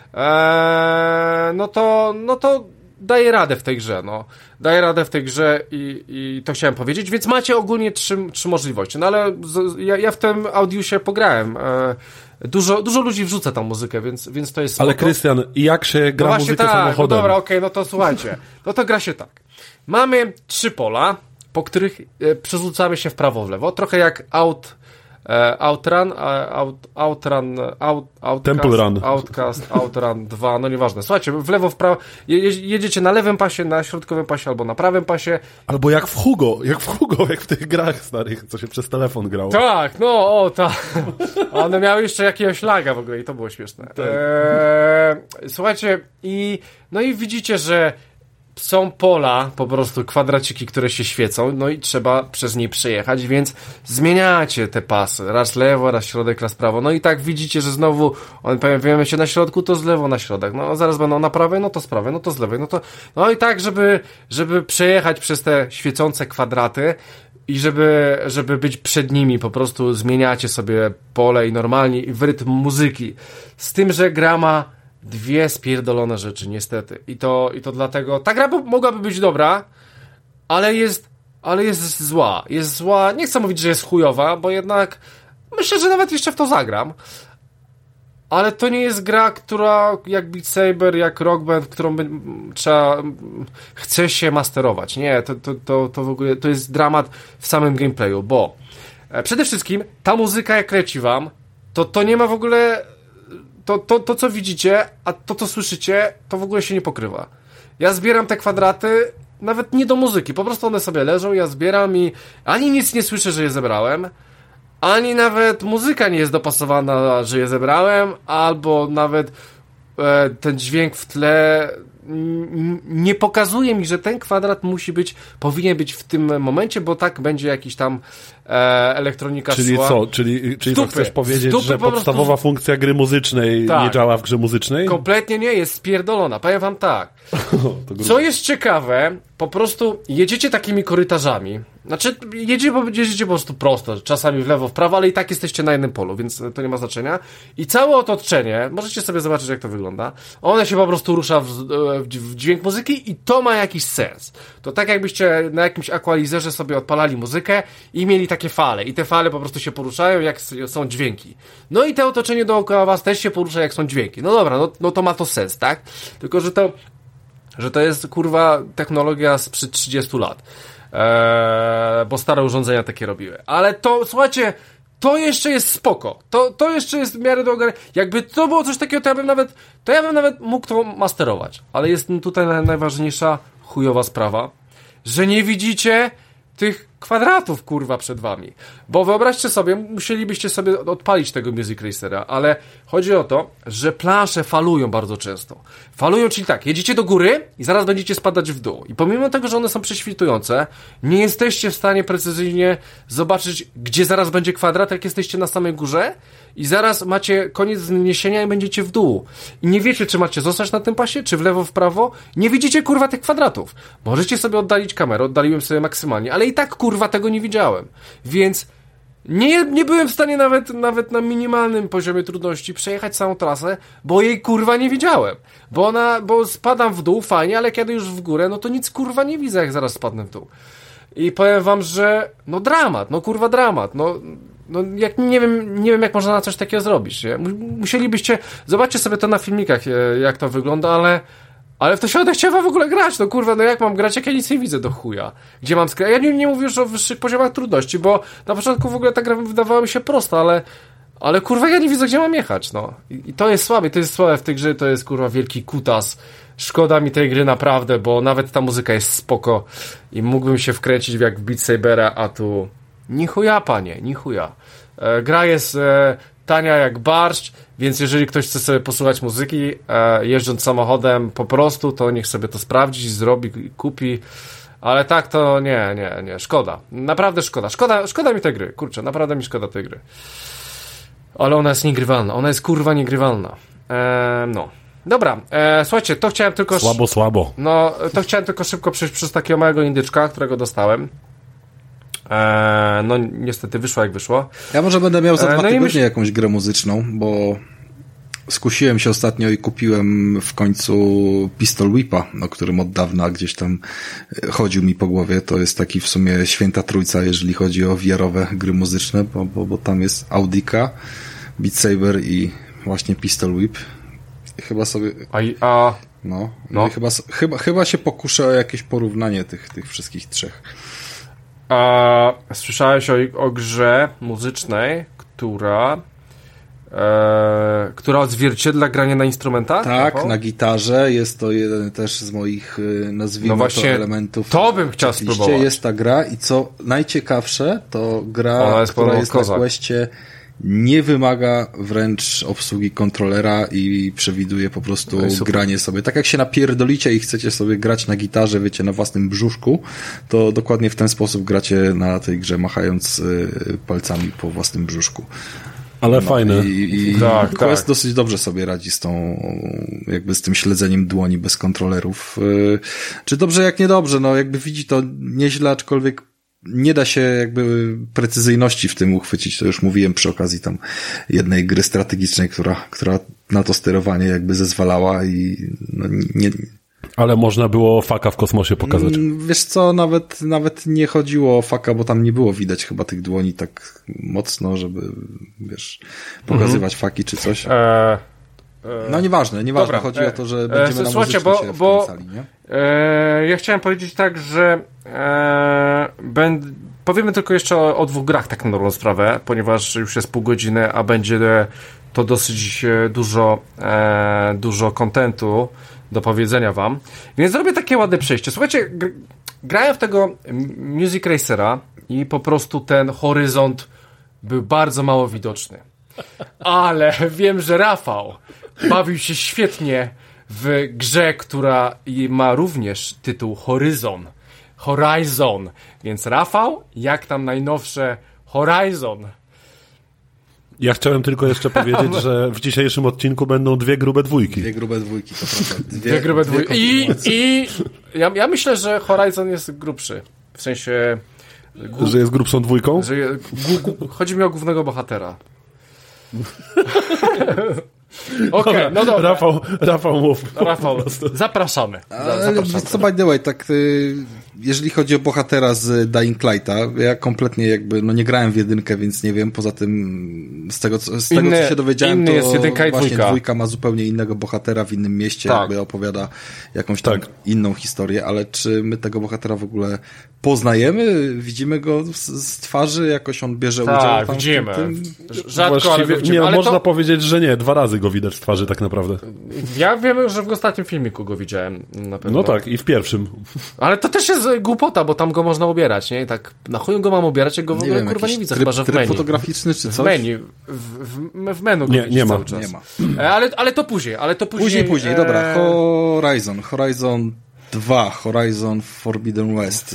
no to daje radę w tej grze, daje radę w tej grze i to chciałem powiedzieć, więc macie ogólnie trzy możliwości, no ale ja w tym Audiusie pograłem, Dużo ludzi wrzuca tam muzykę, więc to jest spoko. Ale Krystian, jak się gra muzykę samochodem? No dobra, okej, no to słuchajcie, no to gra się tak. Mamy 3 pola, po których przerzucamy się w prawo, w lewo. Trochę jak Outrun 2, no nieważne. Słuchajcie, w lewo, w prawo, jedziecie na lewym pasie, na środkowym pasie albo na prawym pasie. Albo jak w Hugo, jak w tych grach starych, co się przez telefon grało. Tak, tak. One miały jeszcze jakiegoś laga w ogóle i to było śmieszne. Tak. Słuchajcie, i widzicie, że są pola, po prostu kwadraciki, które się świecą, no i trzeba przez nie przejechać, więc zmieniacie te pasy, raz lewo, raz środek, raz prawo, no i tak widzicie, że znowu one pojawiają się na środku, to z lewo na środek, no zaraz będą na prawej, no to z prawej, no to z lewej, no i tak, żeby przejechać przez te świecące kwadraty i żeby być przed nimi, po prostu zmieniacie sobie pole i normalnie w rytm muzyki, z tym, że gra ma 2 spierdolone rzeczy, niestety. I to dlatego... Ta gra mogłaby być dobra, ale jest zła. Jest zła. Nie chcę mówić, że jest chujowa, bo jednak myślę, że nawet jeszcze w to zagram. Ale to nie jest gra, która jak Beat Saber, jak Rock Band, którą chce się masterować. Nie, to w ogóle to jest dramat w samym gameplayu, bo przede wszystkim ta muzyka, jak leci wam, to nie ma w ogóle... To, co widzicie, a to, co słyszycie, to w ogóle się nie pokrywa. Ja zbieram te kwadraty, nawet nie do muzyki, po prostu one sobie leżą, ja zbieram i ani nic nie słyszę, że je zebrałem, ani nawet muzyka nie jest dopasowana, że je zebrałem, albo nawet ten dźwięk w tle nie pokazuje mi, że ten kwadrat powinien być w tym momencie, bo tak będzie jakiś tam elektronika Czyli szła. co? Czyli to chcesz powiedzieć, że podstawowa funkcja gry muzycznej nie działa w grze muzycznej? Kompletnie nie, jest spierdolona. Powiem wam tak. Co jest ciekawe, po prostu jedziecie takimi korytarzami. Znaczy, jedziecie po prostu prosto, czasami w lewo, w prawo, ale i tak jesteście na jednym polu, więc to nie ma znaczenia. I całe otoczenie, możecie sobie zobaczyć, jak to wygląda, one się po prostu rusza w dźwięk muzyki i to ma jakiś sens. To tak jakbyście na jakimś equalizerze sobie odpalali muzykę i mieli takie fale. I te fale po prostu się poruszają, jak są dźwięki. No i to otoczenie dookoła was też się porusza, jak są dźwięki. No dobra, no to ma to sens, tak? Tylko, że to jest, kurwa, technologia sprzed 30 lat. Bo stare urządzenia takie robiły. Ale to, słuchajcie, to jeszcze jest spoko. To jeszcze jest w miarę do ogarnięcia. Jakby to było coś takiego, to ja bym nawet mógł to masterować. Ale jest tutaj najważniejsza chujowa sprawa, że nie widzicie tych kwadratów, kurwa, przed wami. Bo wyobraźcie sobie, musielibyście sobie odpalić tego Music Racera, ale chodzi o to, że plansze falują bardzo często. Falują, czyli tak, jedziecie do góry i zaraz będziecie spadać w dół. I pomimo tego, że one są prześwitujące, nie jesteście w stanie precyzyjnie zobaczyć, gdzie zaraz będzie kwadrat, jak jesteście na samej górze i zaraz macie koniec zniesienia i będziecie w dół. I nie wiecie, czy macie zostać na tym pasie, czy w lewo, w prawo. Nie widzicie, kurwa, tych kwadratów. Możecie sobie oddalić kamerę, oddaliłem sobie maksymalnie, ale i tak, kurwa, tego nie widziałem. Więc nie byłem w stanie nawet na minimalnym poziomie trudności przejechać całą trasę, bo jej, kurwa, nie widziałem. Bo spadam w dół, fajnie, ale kiedy już w górę, no to nic, kurwa, nie widzę, jak zaraz spadnę w dół. I powiem wam, że dramat, kurwa dramat, no jak nie wiem jak można na coś takiego zrobić, nie? Musielibyście, zobaczcie sobie to na filmikach, jak to wygląda, ale w to się odechciewa w ogóle grać, no kurwa, no jak mam grać, jak ja nic nie widzę do chuja. Gdzie mam skrać? Ja nie mówię już o wyższych poziomach trudności, bo na początku w ogóle ta gra wydawała mi się prosta, ale kurwa ja nie widzę, gdzie mam jechać, no. I to jest słabe w tej grze, to jest kurwa wielki kutas. Szkoda mi tej gry naprawdę, bo nawet ta muzyka jest spoko i mógłbym się wkręcić jak w Beat Sabera, a tu ni chuja, panie, ni chuja. Gra jest tania jak barszcz, więc jeżeli ktoś chce sobie posłuchać muzyki jeżdżąc samochodem po prostu, to niech sobie to sprawdzi, zrobi, kupi, ale tak to nie, szkoda. Naprawdę szkoda mi tej gry, kurczę, naprawdę mi szkoda tej gry. Ale ona jest niegrywalna, ona jest kurwa niegrywalna. No. Dobra, słuchajcie, to chciałem tylko... Słabo. No, to chciałem tylko szybko przejść przez takiego małego indyczka, którego dostałem. No, niestety wyszło jak wyszło. Ja może będę miał za 2 tygodnie jakąś grę muzyczną, bo skusiłem się ostatnio i kupiłem w końcu Pistol Whipa, o którym od dawna gdzieś tam chodził mi po głowie. To jest taki w sumie święta trójca, jeżeli chodzi o VR-owe gry muzyczne, bo tam jest Audica, Beat Saber i właśnie Pistol Whip. Chyba sobie... No. Chyba się pokuszę o jakieś porównanie tych wszystkich trzech. Słyszałeś o grze muzycznej, która odzwierciedla granie na instrumentach? Tak, na gitarze. Jest to jeden też z moich, nazwijmy to, elementów. To bym chciał spróbować. Jest ta gra i co najciekawsze, to gra, która jest na Questie, nie wymaga wręcz obsługi kontrolera i przewiduje po prostu granie sobie. Tak jak się napierdolicie i chcecie sobie grać na gitarze, wiecie, na własnym brzuszku, to dokładnie w ten sposób gracie na tej grze, machając palcami po własnym brzuszku. Ale fajne. I Quest dosyć dobrze sobie radzi z tym śledzeniem dłoni bez kontrolerów. Czy dobrze, jak niedobrze, no jakby widzi to nieźle, aczkolwiek nie da się jakby precyzyjności w tym uchwycić, to już mówiłem przy okazji tam jednej gry strategicznej, która na to sterowanie jakby zezwalała i no nie... Ale można było faka w kosmosie pokazać. Wiesz co, nawet nie chodziło o faka, bo tam nie było widać chyba tych dłoni tak mocno, żeby, wiesz, pokazywać faki czy coś. No nieważne. Dobra, chodzi o to, że będziemy na muzycznie się wkręcali, nie? Ja chciałem powiedzieć tak, że powiemy tylko jeszcze o 2 grach tak na dobrą sprawę, ponieważ już jest pół godziny, a będzie to dosyć dużo kontentu do powiedzenia wam. Więc zrobię takie ładne przejście. Słuchajcie, grałem w tego Music Racera i po prostu ten horyzont był bardzo mało widoczny. Ale wiem, że Rafał bawił się świetnie w grze, która ma również tytuł Horizon. Więc Rafał, jak tam najnowsze Horizon? Ja chciałem tylko jeszcze powiedzieć, że w dzisiejszym odcinku będą 2 grube dwójki. 2 grube dwójki, to prawda. 2 grube dwójki. I ja myślę, że Horizon jest grubszy. W sensie... Że jest grubszą dwójką? Chodzi mi o głównego bohatera. Okej, no dobra. Rafał mów. Rafał, zapraszamy. Co by the way, tak jeżeli chodzi o bohatera z Dying Lighta, ja kompletnie jakby, no nie grałem w 1, więc nie wiem, poza tym z tego co się dowiedziałem, to jest 1 i właśnie 2 ma zupełnie innego bohatera w innym mieście, jakby opowiada jakąś tam inną historię, ale czy my tego bohatera w ogóle poznajemy? Widzimy go z twarzy? Jakoś on bierze udział tam widzimy. w tym? Rzadko, ale widzimy. Nie, ale można powiedzieć, że nie. 2 razy go widać z twarzy tak naprawdę. Ja wiem, że w ostatnim filmiku go widziałem na pewno. No tak, i w pierwszym. Ale to też jest głupota, bo tam go można ubierać, nie? I tak, na chuj go mam ubierać, jak go w ogóle kurwa nie widzę, chyba że w menu. Fotograficzny czy coś? W menu. W menu go nie ma. Cały czas. Nie ma. Ale to później. Później, dobra. Horizon 2, Horizon Forbidden West.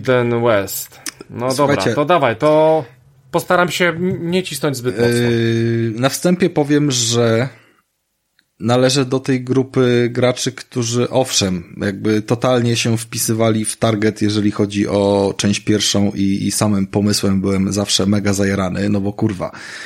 No słuchajcie, dobra, to dawaj, to postaram się nie cisnąć zbyt mocno. Na wstępie powiem, że należę do tej grupy graczy, którzy owszem, jakby totalnie się wpisywali w target, jeżeli chodzi o część pierwszą i samym pomysłem byłem zawsze mega zajarany, no bo kurwa,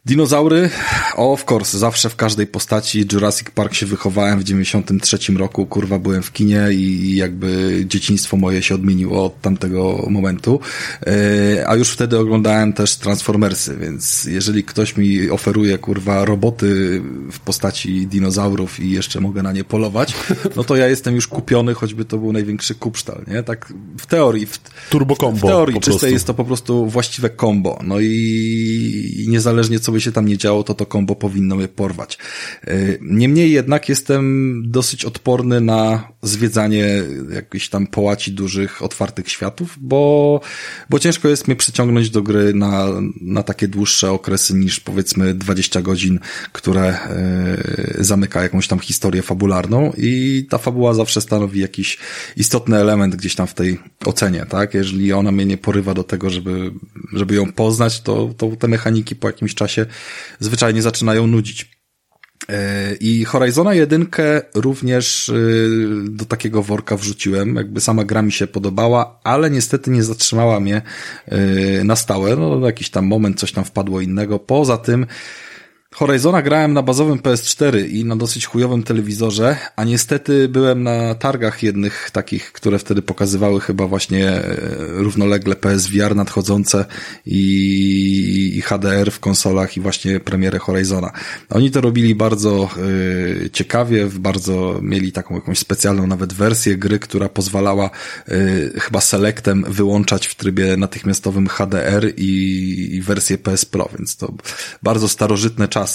Dinozaury, of course, zawsze w każdej postaci. Jurassic Park się wychowałem w 93 roku, kurwa, byłem w kinie i jakby dzieciństwo moje się odmieniło od tamtego momentu. A już wtedy oglądałem też Transformersy, więc jeżeli ktoś mi oferuje, kurwa, roboty w postaci dinozaurów i jeszcze mogę na nie polować, no to ja jestem już kupiony, choćby to był największy kupsztal, nie? Tak w teorii. Turbo combo. W teorii czystej jest to po prostu właściwe combo. No i niezależnie co by się tam nie działo, to combo powinno mnie porwać. Niemniej jednak jestem dosyć odporny na zwiedzanie jakichś tam połaci dużych, otwartych światów, bo ciężko jest mnie przyciągnąć do gry na takie dłuższe okresy niż powiedzmy 20 godzin, które zamyka jakąś tam historię fabularną i ta fabuła zawsze stanowi jakiś istotny element gdzieś tam w tej ocenie, tak? Jeżeli ona mnie nie porywa do tego, żeby ją poznać, to te mechaniki po jakimś czasie zwyczajnie zaczynają nudzić. I Horizona 1 również do takiego worka wrzuciłem, jakby sama gra mi się podobała, ale niestety nie zatrzymała mnie na stałe, no jakiś tam moment, coś tam wpadło innego. Poza tym Horizona grałem na bazowym PS4 i na dosyć chujowym telewizorze, a niestety byłem na targach jednych takich, które wtedy pokazywały chyba właśnie równolegle PSVR nadchodzące i HDR w konsolach i właśnie premierę Horizona. Oni to robili bardzo ciekawie, bardzo mieli taką jakąś specjalną nawet wersję gry, która pozwalała chyba selectem wyłączać w trybie natychmiastowym HDR i wersję PS Pro, więc to bardzo starożytne czasy.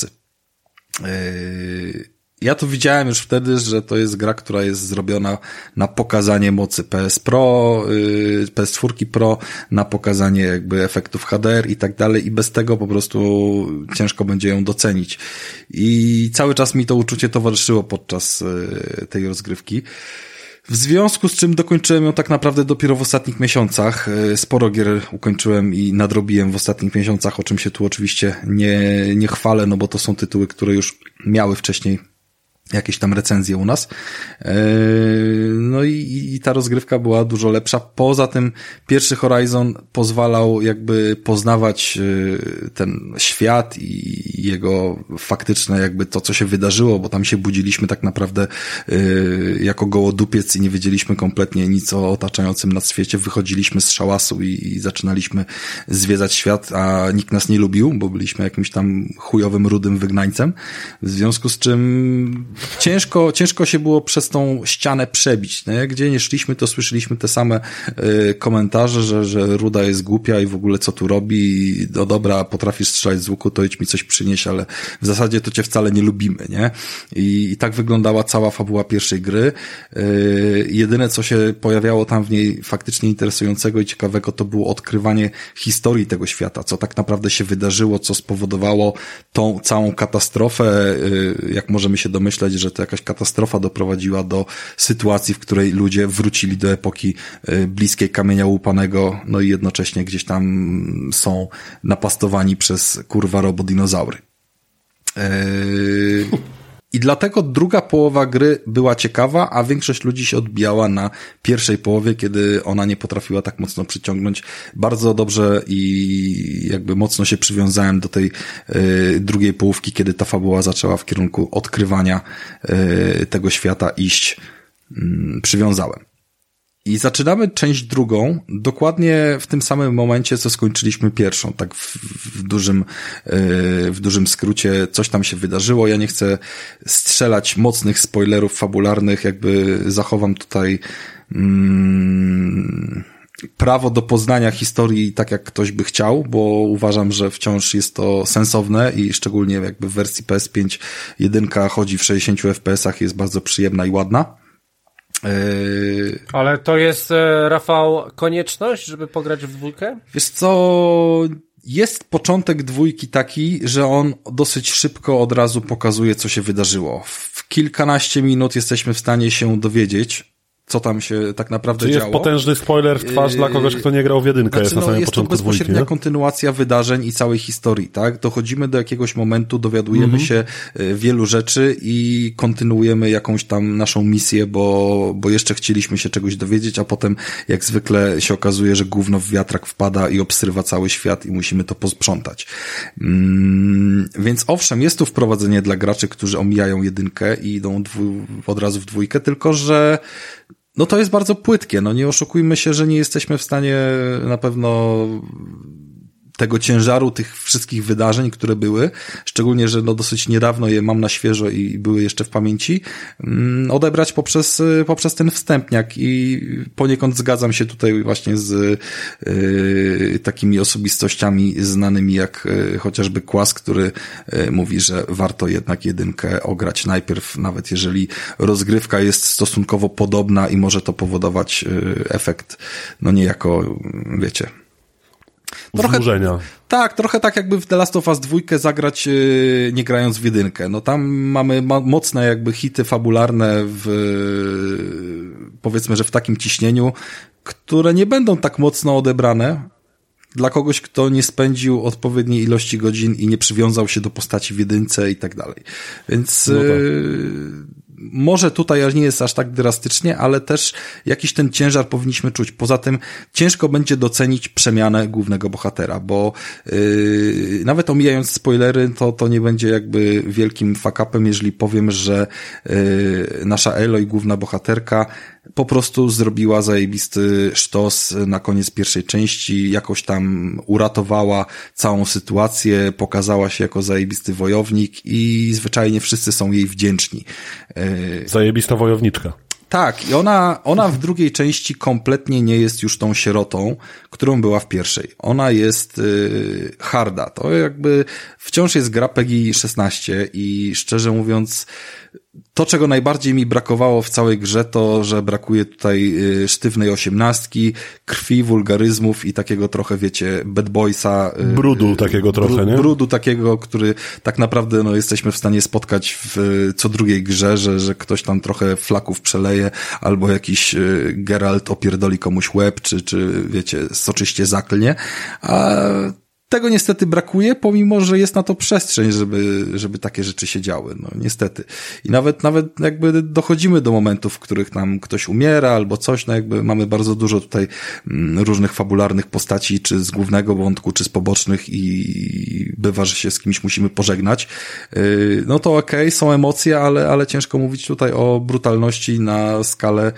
Ja to widziałem już wtedy, że to jest gra, która jest zrobiona na pokazanie mocy PS Pro, PS4 Pro, na pokazanie jakby efektów HDR i tak dalej i bez tego po prostu ciężko będzie ją docenić. I cały czas mi to uczucie towarzyszyło podczas tej rozgrywki. W związku z czym dokończyłem ją tak naprawdę dopiero w ostatnich miesiącach. Sporo gier ukończyłem i nadrobiłem w ostatnich miesiącach, o czym się tu oczywiście nie chwalę, no bo to są tytuły, które już miały wcześniej jakieś tam recenzje u nas. No i ta rozgrywka była dużo lepsza. Poza tym pierwszy Horizon pozwalał jakby poznawać ten świat i jego faktyczne jakby to, co się wydarzyło, bo tam się budziliśmy tak naprawdę jako gołodupiec i nie wiedzieliśmy kompletnie nic o otaczającym nas świecie. Wychodziliśmy z szałasu i zaczynaliśmy zwiedzać świat, a nikt nas nie lubił, bo byliśmy jakimś tam chujowym, rudym wygnańcem. W związku z czym ciężko się było przez tą ścianę przebić, nie? Gdzie nie szliśmy, to słyszeliśmy te same komentarze, że Ruda jest głupia i w ogóle co tu robi, no dobra, potrafisz strzelać z łuku, to idź mi coś przynieść, ale w zasadzie to cię wcale nie lubimy, nie? I tak wyglądała cała fabuła pierwszej gry. Jedyne, co się pojawiało tam w niej faktycznie interesującego i ciekawego, to było odkrywanie historii tego świata, co tak naprawdę się wydarzyło, co spowodowało tą całą katastrofę, jak możemy się domyśleć, że to jakaś katastrofa doprowadziła do sytuacji, w której ludzie wrócili do epoki bliskiej kamienia łupanego, no i jednocześnie gdzieś tam są napastowani przez kurwa robodinozaury. I dlatego druga połowa gry była ciekawa, a większość ludzi się odbijała na pierwszej połowie, kiedy ona nie potrafiła tak mocno przyciągnąć. Bardzo dobrze i jakby mocno się przywiązałem do tej drugiej połówki, kiedy ta fabuła zaczęła w kierunku odkrywania tego świata iść. Przywiązałem. I zaczynamy część drugą dokładnie w tym samym momencie, co skończyliśmy pierwszą. Tak w dużym skrócie coś tam się wydarzyło. Ja nie chcę strzelać mocnych spoilerów fabularnych, jakby zachowam tutaj prawo do poznania historii tak, jak ktoś by chciał, bo uważam, że wciąż jest to sensowne i szczególnie jakby w wersji PS5 jedynka chodzi w 60 FPS-ach, jest bardzo przyjemna i ładna. Ale to jest, Rafał, konieczność, żeby pograć w dwójkę? Wiesz co, jest początek dwójki taki, że on dosyć szybko od razu pokazuje, co się wydarzyło. W kilkanaście minut jesteśmy w stanie się dowiedzieć, co tam się tak naprawdę działo. Jest potężny spoiler w twarz dla kogoś, kto nie grał w jedynkę, jest na samym początku dwójki. Jest to bezpośrednia kontynuacja wydarzeń i całej historii, tak? Dochodzimy do jakiegoś momentu, dowiadujemy się wielu rzeczy i kontynuujemy jakąś tam naszą misję, bo jeszcze chcieliśmy się czegoś dowiedzieć, a potem jak zwykle się okazuje, że gówno w wiatrak wpada i obsrywa cały świat i musimy to posprzątać. Więc owszem, jest tu wprowadzenie dla graczy, którzy omijają jedynkę i idą od razu w dwójkę, tylko że no to jest bardzo płytkie, no nie oszukujmy się, że nie jesteśmy w stanie na pewno tego ciężaru tych wszystkich wydarzeń, które były, szczególnie, że no dosyć niedawno je mam na świeżo i były jeszcze w pamięci, odebrać poprzez ten wstępniak i poniekąd zgadzam się tutaj właśnie z takimi osobistościami znanymi jak chociażby Kłas, który mówi, że warto jednak jedynkę ograć najpierw, nawet jeżeli rozgrywka jest stosunkowo podobna i może to powodować efekt, no niejako, wiecie, wzburzenia. Trochę tak jakby w The Last of Us 2 zagrać nie grając w jedynkę. No tam mamy mocne jakby hity fabularne powiedzmy, że w takim ciśnieniu, które nie będą tak mocno odebrane dla kogoś, kto nie spędził odpowiedniej ilości godzin i nie przywiązał się do postaci w jedynce i tak dalej. Więc no tak. Może tutaj nie jest aż tak drastycznie, ale też jakiś ten ciężar powinniśmy czuć. Poza tym ciężko będzie docenić przemianę głównego bohatera, bo nawet omijając spoilery, to nie będzie jakby wielkim fuck-upem, jeżeli powiem, że nasza Aloy, główna bohaterka, po prostu zrobiła zajebisty sztos na koniec pierwszej części, jakoś tam uratowała całą sytuację, pokazała się jako zajebisty wojownik i zwyczajnie wszyscy są jej wdzięczni. Zajebista wojowniczka. Tak, i ona w drugiej części kompletnie nie jest już tą sierotą, którą była w pierwszej. Ona jest harda. To jakby wciąż jest gra PEGI 16 i szczerze mówiąc, to, czego najbardziej mi brakowało w całej grze, to, że brakuje tutaj sztywnej 18, krwi, wulgaryzmów i takiego trochę, wiecie, bad boysa. Brudu takiego trochę, nie? Brudu takiego, który tak naprawdę, no, jesteśmy w stanie spotkać w co drugiej grze, że ktoś tam trochę flaków przeleje, albo jakiś Geralt opierdoli komuś łeb, czy wiecie, soczyście zaklnie, a tego niestety brakuje, pomimo że jest na to przestrzeń, żeby takie rzeczy się działy. No niestety. I nawet jakby dochodzimy do momentów, w których nam ktoś umiera albo coś, no jakby mamy bardzo dużo tutaj różnych fabularnych postaci, czy z głównego wątku, czy z pobocznych i bywa, że się z kimś musimy pożegnać. No to okej, są emocje, ale ciężko mówić tutaj o brutalności na skalę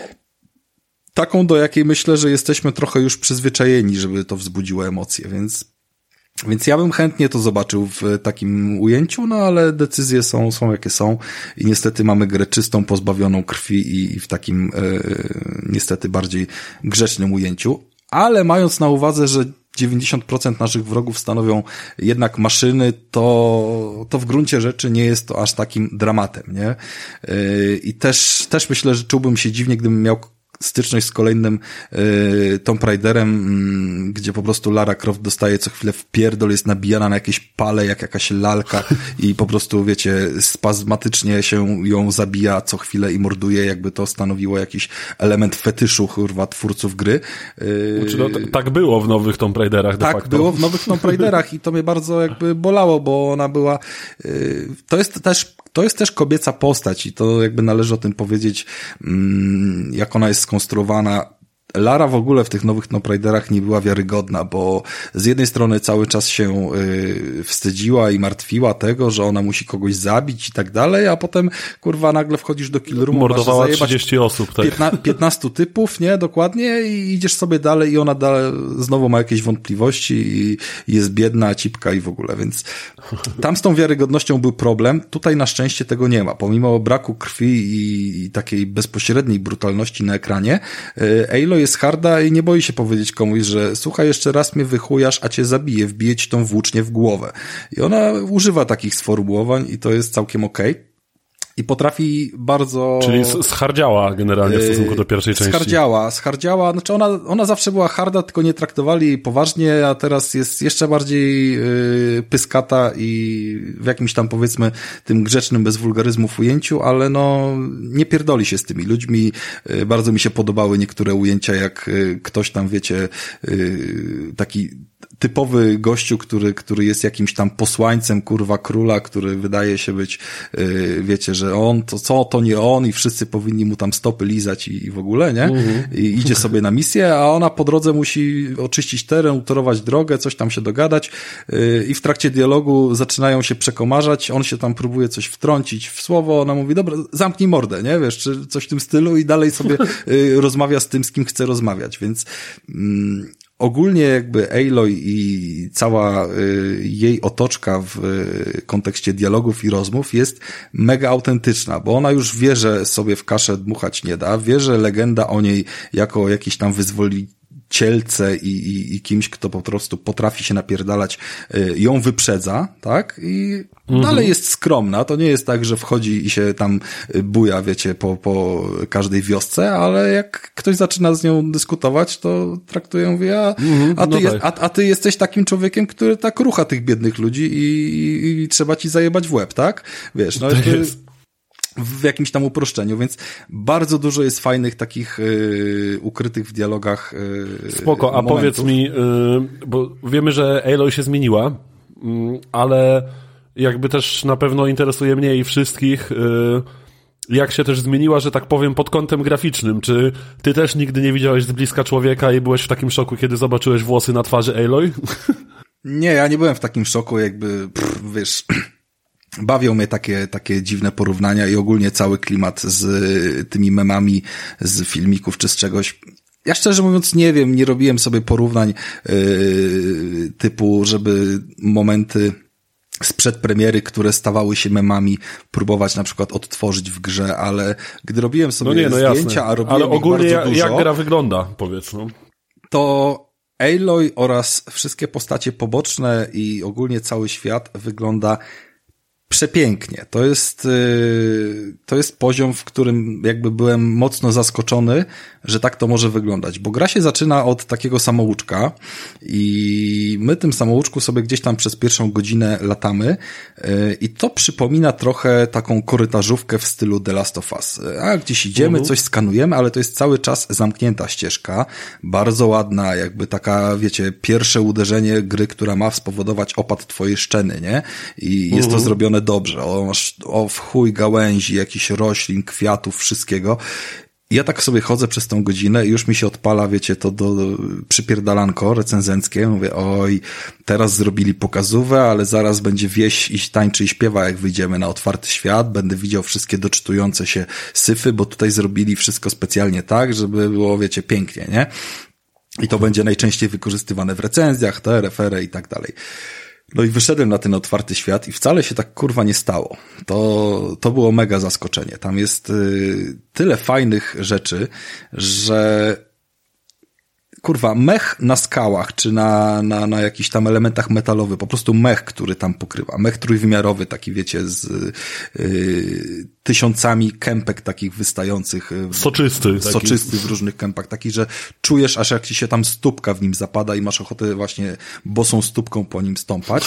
taką, do jakiej myślę, że jesteśmy trochę już przyzwyczajeni, żeby to wzbudziło emocje, więc ja bym chętnie to zobaczył w takim ujęciu, no ale decyzje są jakie są i niestety mamy grę czystą, pozbawioną krwi i w takim niestety bardziej grzecznym ujęciu, ale mając na uwadze, że 90% naszych wrogów stanowią jednak maszyny, to w gruncie rzeczy nie jest to aż takim dramatem, nie? I też myślę, że czułbym się dziwnie, gdybym miał styczność z kolejnym Tomb Raiderem, gdzie po prostu Lara Croft dostaje co chwilę wpierdol, jest nabijana na jakieś pale, jak jakaś lalka i po prostu, wiecie, spazmatycznie się ją zabija co chwilę i morduje, jakby to stanowiło jakiś element fetyszu, kurwa, twórców gry. Znaczy, no, tak było w nowych Tomb Raiderach de facto. Tak było w nowych Tomb Raiderach i to mnie bardzo jakby bolało, bo ona była... To jest też kobieca postać i to jakby należy o tym powiedzieć, jak ona jest skonstruowana. Lara w ogóle w tych nowych Tomb Raiderach nie była wiarygodna, bo z jednej strony cały czas się wstydziła i martwiła tego, że ona musi kogoś zabić i tak dalej, a potem, kurwa, nagle wchodzisz do kill roomu, mordowała 30 osób, tak. 15 typów, nie? Dokładnie i idziesz sobie dalej i ona znowu ma jakieś wątpliwości i jest biedna, cipka i w ogóle, więc tam z tą wiarygodnością był problem. Tutaj na szczęście tego nie ma. Pomimo braku krwi i takiej bezpośredniej brutalności na ekranie, Aloy jest harda i nie boi się powiedzieć komuś, że słuchaj, jeszcze raz mnie wychujasz, a cię zabiję, wbiję ci tą włócznię w głowę. I ona używa takich sformułowań i to jest całkiem okej. I potrafi bardzo... Czyli schardziała generalnie w stosunku do pierwszej części. Schardziała, znaczy ona zawsze była harda, tylko nie traktowali jej poważnie, a teraz jest jeszcze bardziej pyskata i w jakimś tam, powiedzmy, tym grzecznym, bez wulgaryzmów ujęciu, ale no nie pierdoli się z tymi ludźmi. Bardzo mi się podobały niektóre ujęcia, jak ktoś tam, wiecie, taki typowy gościu, który jest jakimś tam posłańcem, kurwa, króla, który wydaje się być, wiecie, że on, to co, to nie on i wszyscy powinni mu tam stopy lizać i w ogóle, nie? I idzie sobie na misję, a ona po drodze musi oczyścić teren, utorować drogę, coś tam się dogadać i w trakcie dialogu zaczynają się przekomarzać, on się tam próbuje coś wtrącić w słowo, ona mówi, dobra, zamknij mordę, nie? Wiesz, czy coś w tym stylu i dalej sobie rozmawia z tym, z kim chce rozmawiać, więc ogólnie jakby Aloy i cała jej otoczka w kontekście dialogów i rozmów jest mega autentyczna, bo ona już wie, że sobie w kaszę dmuchać nie da, wie, że legenda o niej jako jakiś tam wyzwolicielce i kimś, kto po prostu potrafi się napierdalać, ją wyprzedza, tak? I dalej jest skromna, to nie jest tak, że wchodzi i się tam buja, wiecie, po każdej wiosce, ale jak ktoś zaczyna z nią dyskutować, to traktuje ją, mówi, a ty jesteś takim człowiekiem, który tak rucha tych biednych ludzi i trzeba ci zajebać w łeb, tak? Wiesz, no jest w jakimś tam uproszczeniu, więc bardzo dużo jest fajnych takich ukrytych w dialogach Spoko, a momentów. powiedz mi, bo wiemy, że Aloy się zmieniła, ale jakby też na pewno interesuje mnie i wszystkich, jak się też zmieniła, że tak powiem, pod kątem graficznym. Czy ty też nigdy nie widziałeś z bliska człowieka i byłeś w takim szoku, kiedy zobaczyłeś włosy na twarzy Aloy? Nie, ja nie byłem w takim szoku, jakby, wiesz, bawią mnie takie dziwne porównania i ogólnie cały klimat z tymi memami z filmików czy z czegoś. Ja szczerze mówiąc nie wiem, nie robiłem sobie porównań typu, żeby momenty sprzed premiery, które stawały się memami, próbować na przykład odtworzyć w grze, ale gdy robiłem sobie zdjęcia, a robiłem ale ogólnie bardzo dużo, jak gra wygląda, powiedz, no. To Aloy oraz wszystkie postacie poboczne i ogólnie cały świat wygląda przepięknie. To jest poziom, w którym jakby byłem mocno zaskoczony, że tak to może wyglądać, bo gra się zaczyna od takiego samouczka i my tym samouczku sobie gdzieś tam przez pierwszą godzinę latamy i to przypomina trochę taką korytarzówkę w stylu The Last of Us. A gdzieś idziemy, coś skanujemy, ale to jest cały czas zamknięta ścieżka, bardzo ładna, jakby taka, wiecie, pierwsze uderzenie gry, która ma spowodować opad twojej szczeny, nie? I jest to zrobione dobrze. O w chuj gałęzi, jakichś roślin, kwiatów, wszystkiego. Ja tak sobie chodzę przez tą godzinę i już mi się odpala, wiecie, to do przypierdalanko recenzenckie. Mówię, oj, teraz zrobili pokazówę, ale zaraz będzie wieś i tańczy i śpiewa, jak wyjdziemy na otwarty świat. Będę widział wszystkie doczytujące się syfy, bo tutaj zrobili wszystko specjalnie tak, żeby było, wiecie, pięknie, nie? I to będzie najczęściej wykorzystywane w recenzjach, TRFR i tak dalej. No i wyszedłem na ten otwarty świat i wcale się tak kurwa nie stało. To było mega zaskoczenie. Tam jest tyle fajnych rzeczy, że kurwa, mech na skałach, czy na jakichś tam elementach metalowych, po prostu mech, który tam pokrywa. Mech trójwymiarowy, taki wiecie, z tysiącami kępek takich wystających. Soczysty w różnych kępach. Taki, że czujesz, aż jak ci się tam stópka w nim zapada i masz ochotę właśnie bosą stópką po nim stąpać.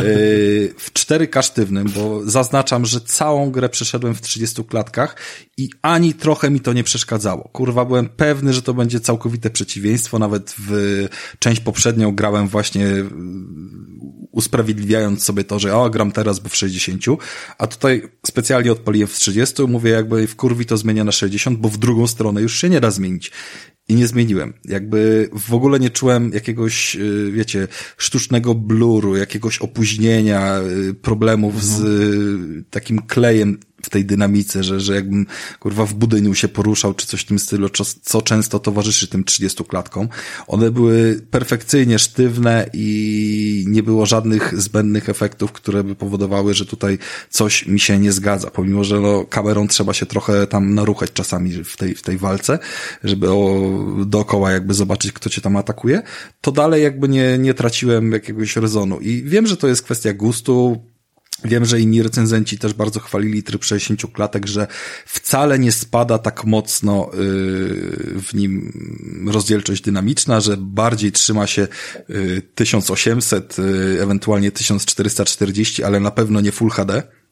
W 4K sztywnym, bo zaznaczam, że całą grę przeszedłem w 30 klatkach i ani trochę mi to nie przeszkadzało. Kurwa, byłem pewny, że to będzie całkowite przeciwieństwo. Nawet w część poprzednią grałem właśnie usprawiedliwiając sobie to, że gram teraz, bo w 60, a tutaj specjalnie odpaliłem w 30, mówię jakby w kurwi to zmienia na 60, bo w drugą stronę już się nie da zmienić. I nie zmieniłem. Jakby w ogóle nie czułem jakiegoś, wiecie, sztucznego bluru, jakiegoś opóźnienia, problemów z takim klejem w tej dynamice, że jakbym, kurwa, w budyniu się poruszał, czy coś w tym stylu, co często towarzyszy tym 30 klatkom. One były perfekcyjnie sztywne i nie było żadnych zbędnych efektów, które by powodowały, że tutaj coś mi się nie zgadza, pomimo, że no, kamerą trzeba się trochę tam naruchać czasami w tej walce, żeby dookoła jakby zobaczyć, kto cię tam atakuje, to dalej jakby nie traciłem jakiegoś rezonu. I wiem, że to jest kwestia gustu. Wiem, że inni recenzenci też bardzo chwalili tryb 60 klatek, że wcale nie spada tak mocno w nim rozdzielczość dynamiczna, że bardziej trzyma się 1800, ewentualnie 1440, ale na pewno nie Full HD.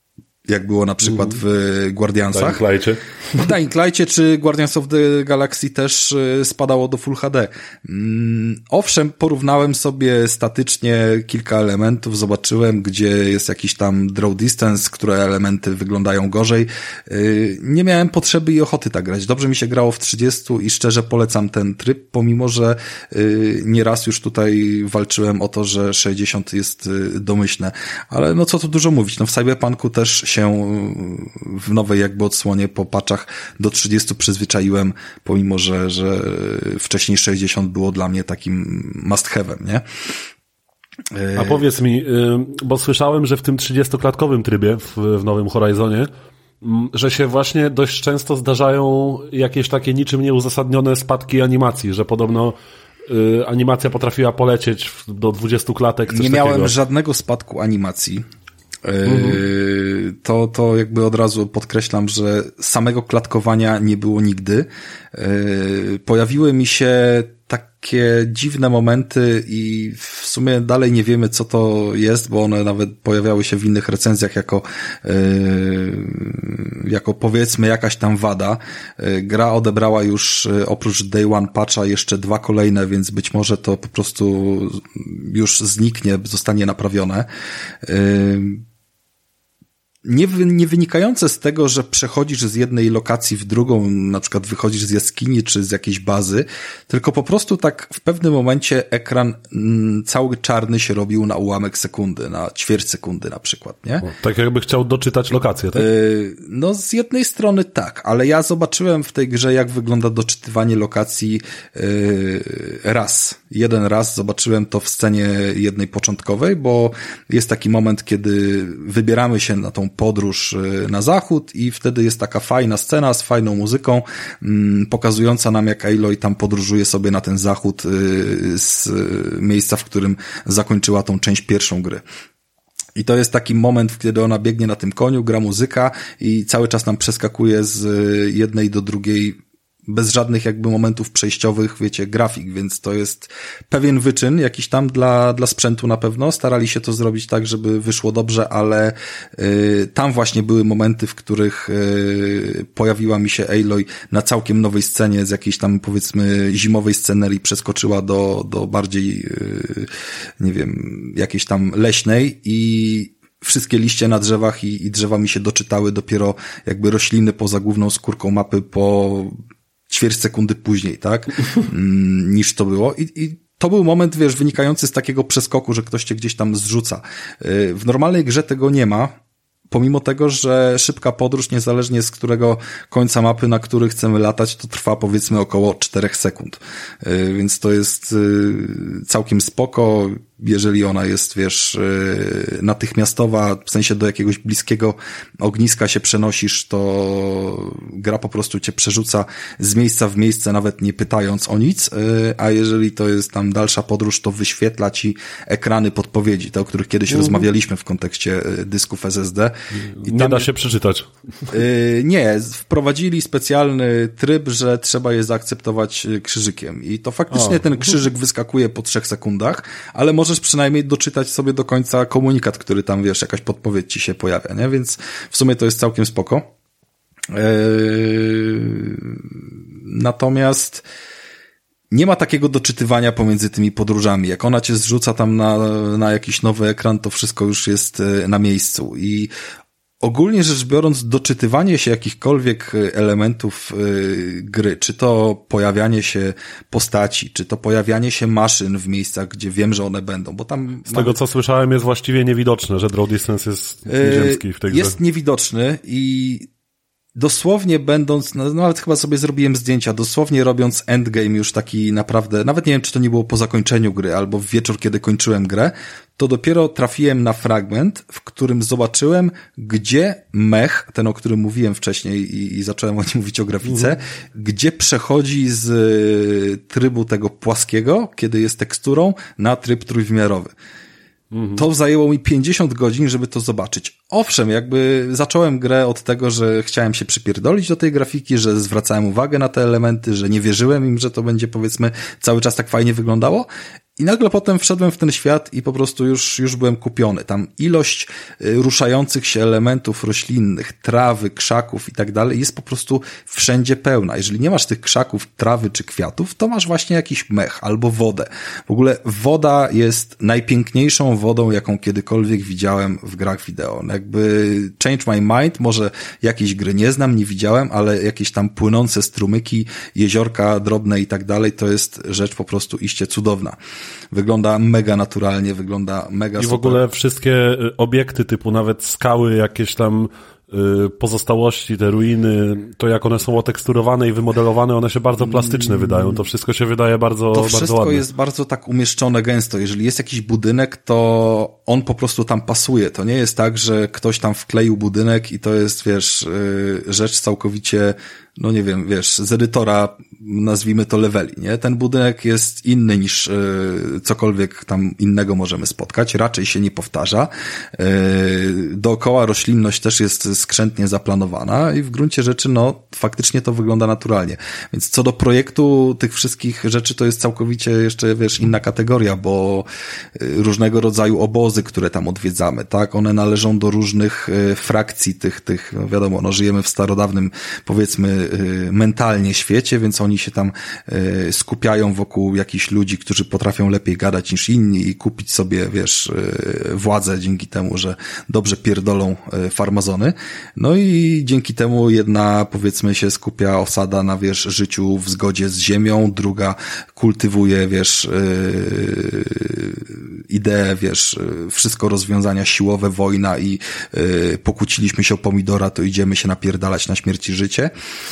jak było na przykład w Guardiansach. W Dying Light'cie czy Guardians of the Galaxy też spadało do Full HD. Owszem, porównałem sobie statycznie kilka elementów, zobaczyłem, gdzie jest jakiś tam draw distance, które elementy wyglądają gorzej. Nie miałem potrzeby i ochoty tak grać. Dobrze mi się grało w 30 i szczerze polecam ten tryb, pomimo że nieraz już tutaj walczyłem o to, że 60 jest domyślne. Ale no co tu dużo mówić, no w Cyberpunku też się w nowej jakby odsłonie po patchach do 30 przyzwyczaiłem, pomimo że wcześniej 60 było dla mnie takim must have'em, nie? A powiedz mi, bo słyszałem, że w tym 30-klatkowym trybie w nowym Horizonie, że się właśnie dość często zdarzają jakieś takie niczym nieuzasadnione spadki animacji, że podobno animacja potrafiła polecieć do 20 klatek, coś Nie miałem takiego. żadnego spadku animacji. To jakby od razu podkreślam, że samego klatkowania nie było nigdy. Pojawiły mi się takie dziwne momenty i w sumie dalej nie wiemy, co to jest, bo one nawet pojawiały się w innych recenzjach jako powiedzmy jakaś tam wada. Gra odebrała już oprócz Day One patcha jeszcze 2 kolejne, więc być może to po prostu już zniknie, zostanie naprawione. Nie wynikające z tego, że przechodzisz z jednej lokacji w drugą, na przykład wychodzisz z jaskini czy z jakiejś bazy, tylko po prostu tak w pewnym momencie ekran cały czarny się robił na ułamek sekundy, na ćwierć sekundy na przykład, nie? Tak jakby chciał doczytać lokację, tak? No z jednej strony tak, ale ja zobaczyłem w tej grze, jak wygląda doczytywanie lokacji jeden raz zobaczyłem to w scenie jednej początkowej, bo jest taki moment, kiedy wybieramy się na tą podróż na zachód i wtedy jest taka fajna scena z fajną muzyką, pokazująca nam, jak Aloy tam podróżuje sobie na ten zachód z miejsca, w którym zakończyła tą część pierwszą gry. I to jest taki moment, kiedy ona biegnie na tym koniu, gra muzyka i cały czas nam przeskakuje z jednej do drugiej bez żadnych jakby momentów przejściowych, wiecie, grafik, więc to jest pewien wyczyn jakiś tam dla sprzętu na pewno. Starali się to zrobić tak, żeby wyszło dobrze, ale tam właśnie były momenty, w których pojawiła mi się Aloy na całkiem nowej scenie z jakiejś tam powiedzmy zimowej scenerii, przeskoczyła do bardziej nie wiem, jakiejś tam leśnej i wszystkie liście na drzewach i drzewa mi się doczytały dopiero jakby rośliny poza główną skórką mapy po ćwierć sekundy później, tak? Niż to było. I to był moment, wiesz, wynikający z takiego przeskoku, że ktoś cię gdzieś tam zrzuca. W normalnej grze tego nie ma. Pomimo tego, że szybka podróż, niezależnie z którego końca mapy, na który chcemy latać, to trwa powiedzmy około 4 sekund. Więc to jest całkiem spoko, jeżeli ona jest, wiesz, natychmiastowa, w sensie do jakiegoś bliskiego ogniska się przenosisz, to gra po prostu cię przerzuca z miejsca w miejsce, nawet nie pytając o nic, a jeżeli to jest tam dalsza podróż, to wyświetla ci ekrany podpowiedzi, te, o których kiedyś rozmawialiśmy w kontekście dysków SSD. I nie da się przeczytać. Nie, wprowadzili specjalny tryb, że trzeba je zaakceptować krzyżykiem i to faktycznie ten krzyżyk wyskakuje po 3 sekundach, ale możesz przynajmniej doczytać sobie do końca komunikat, który tam, wiesz, jakaś podpowiedź ci się pojawia, nie? Więc w sumie to jest całkiem spoko. Natomiast nie ma takiego doczytywania pomiędzy tymi podróżami. Jak ona cię zrzuca tam na jakiś nowy ekran, to wszystko już jest na miejscu i ogólnie rzecz biorąc, doczytywanie się jakichkolwiek elementów gry, czy to pojawianie się postaci, czy to pojawianie się maszyn w miejscach, gdzie wiem, że one będą, bo tam... Z tego, co słyszałem, jest właściwie niewidoczne, że draw distance jest nieziemski w tej grze. Jest niewidoczny i dosłownie będąc, no nawet chyba sobie zrobiłem zdjęcia, dosłownie robiąc endgame już taki naprawdę, nawet nie wiem, czy to nie było po zakończeniu gry, albo w wieczór, kiedy kończyłem grę, to dopiero trafiłem na fragment, w którym zobaczyłem, gdzie mech, ten, o którym mówiłem wcześniej i zacząłem o nim mówić o grafice, gdzie przechodzi z trybu tego płaskiego, kiedy jest teksturą, na tryb trójwymiarowy. To zajęło mi 50 godzin, żeby to zobaczyć. Owszem, jakby zacząłem grę od tego, że chciałem się przypierdolić do tej grafiki, że zwracałem uwagę na te elementy, że nie wierzyłem im, że to będzie, powiedzmy, cały czas tak fajnie wyglądało I nagle potem wszedłem w ten świat i po prostu już byłem kupiony. Tam ilość ruszających się elementów roślinnych, trawy, krzaków i tak dalej jest po prostu wszędzie pełna. Jeżeli nie masz tych krzaków, trawy czy kwiatów, to masz właśnie jakiś mech albo wodę. W ogóle woda jest najpiękniejszą wodą, jaką kiedykolwiek widziałem w grach wideo. Jakby change my mind, może jakieś gry nie znam, nie widziałem, ale jakieś tam płynące strumyki, jeziorka drobne i tak dalej, to jest rzecz po prostu iście cudowna. Wygląda mega naturalnie, wygląda mega super. I w ogóle wszystkie obiekty typu nawet skały, jakieś tam pozostałości, te ruiny, to jak one są oteksturowane i wymodelowane, one się bardzo plastyczne wydają. To wszystko się wydaje bardzo ładne. To wszystko jest bardzo tak umieszczone gęsto. Jeżeli jest jakiś budynek, to on po prostu tam pasuje. To nie jest tak, że ktoś tam wkleił budynek i to jest, wiesz, rzecz całkowicie, no nie wiem, wiesz, z edytora, nazwijmy to leveli, nie? Ten budynek jest inny niż cokolwiek tam innego możemy spotkać, raczej się nie powtarza. Dookoła roślinność też jest skrzętnie zaplanowana i w gruncie rzeczy, no, faktycznie to wygląda naturalnie. Więc co do projektu tych wszystkich rzeczy, to jest całkowicie jeszcze, wiesz, inna kategoria, bo różnego rodzaju obozy, które tam odwiedzamy, tak? One należą do różnych frakcji tych, no wiadomo, no, żyjemy w starodawnym, powiedzmy, mentalnie świecie, więc oni się tam skupiają wokół jakichś ludzi, którzy potrafią lepiej gadać niż inni i kupić sobie, wiesz, władzę dzięki temu, że dobrze pierdolą farmazony. No i dzięki temu jedna, powiedzmy, się skupia osada na, wiesz, życiu w zgodzie z ziemią, druga kultywuje, wiesz, ideę, wiesz, wszystko rozwiązania siłowe, wojna i pokłóciliśmy się o pomidora, to idziemy się napierdalać na śmierć i życie.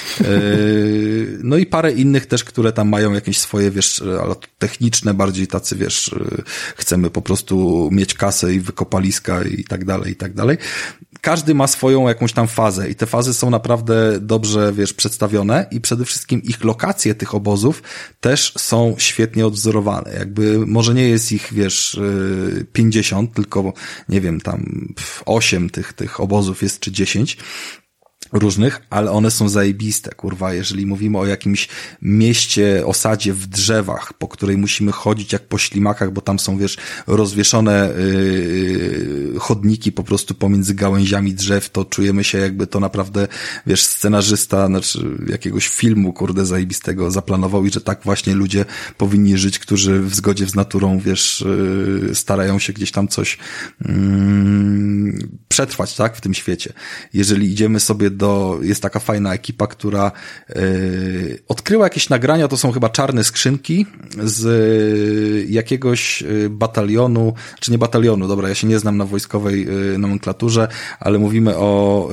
No i parę innych też, które tam mają jakieś swoje, wiesz, ale techniczne, bardziej tacy, wiesz, chcemy po prostu mieć kasę i wykopaliska i tak dalej, i tak dalej. Każdy ma swoją jakąś tam fazę i te fazy są naprawdę dobrze, wiesz, przedstawione i przede wszystkim ich lokacje tych obozów też są świetnie odwzorowane. Jakby może nie jest ich, wiesz, 50, tylko nie wiem, tam 8 tych obozów jest, czy 10 różnych, ale one są zajebiste, kurwa, jeżeli mówimy o jakimś mieście, osadzie w drzewach, po której musimy chodzić jak po ślimakach, bo tam są, wiesz, rozwieszone chodniki po prostu pomiędzy gałęziami drzew, to czujemy się jakby to naprawdę, wiesz, scenarzysta, znaczy jakiegoś filmu, kurde, zajebistego zaplanował i że tak właśnie ludzie powinni żyć, którzy w zgodzie z naturą, wiesz, starają się gdzieś tam coś przetrwać, tak, w tym świecie. Jeżeli idziemy sobie jest taka fajna ekipa, która odkryła jakieś nagrania, to są chyba czarne skrzynki z jakiegoś batalionu, czy nie batalionu, dobra, ja się nie znam na wojskowej nomenklaturze, ale mówimy o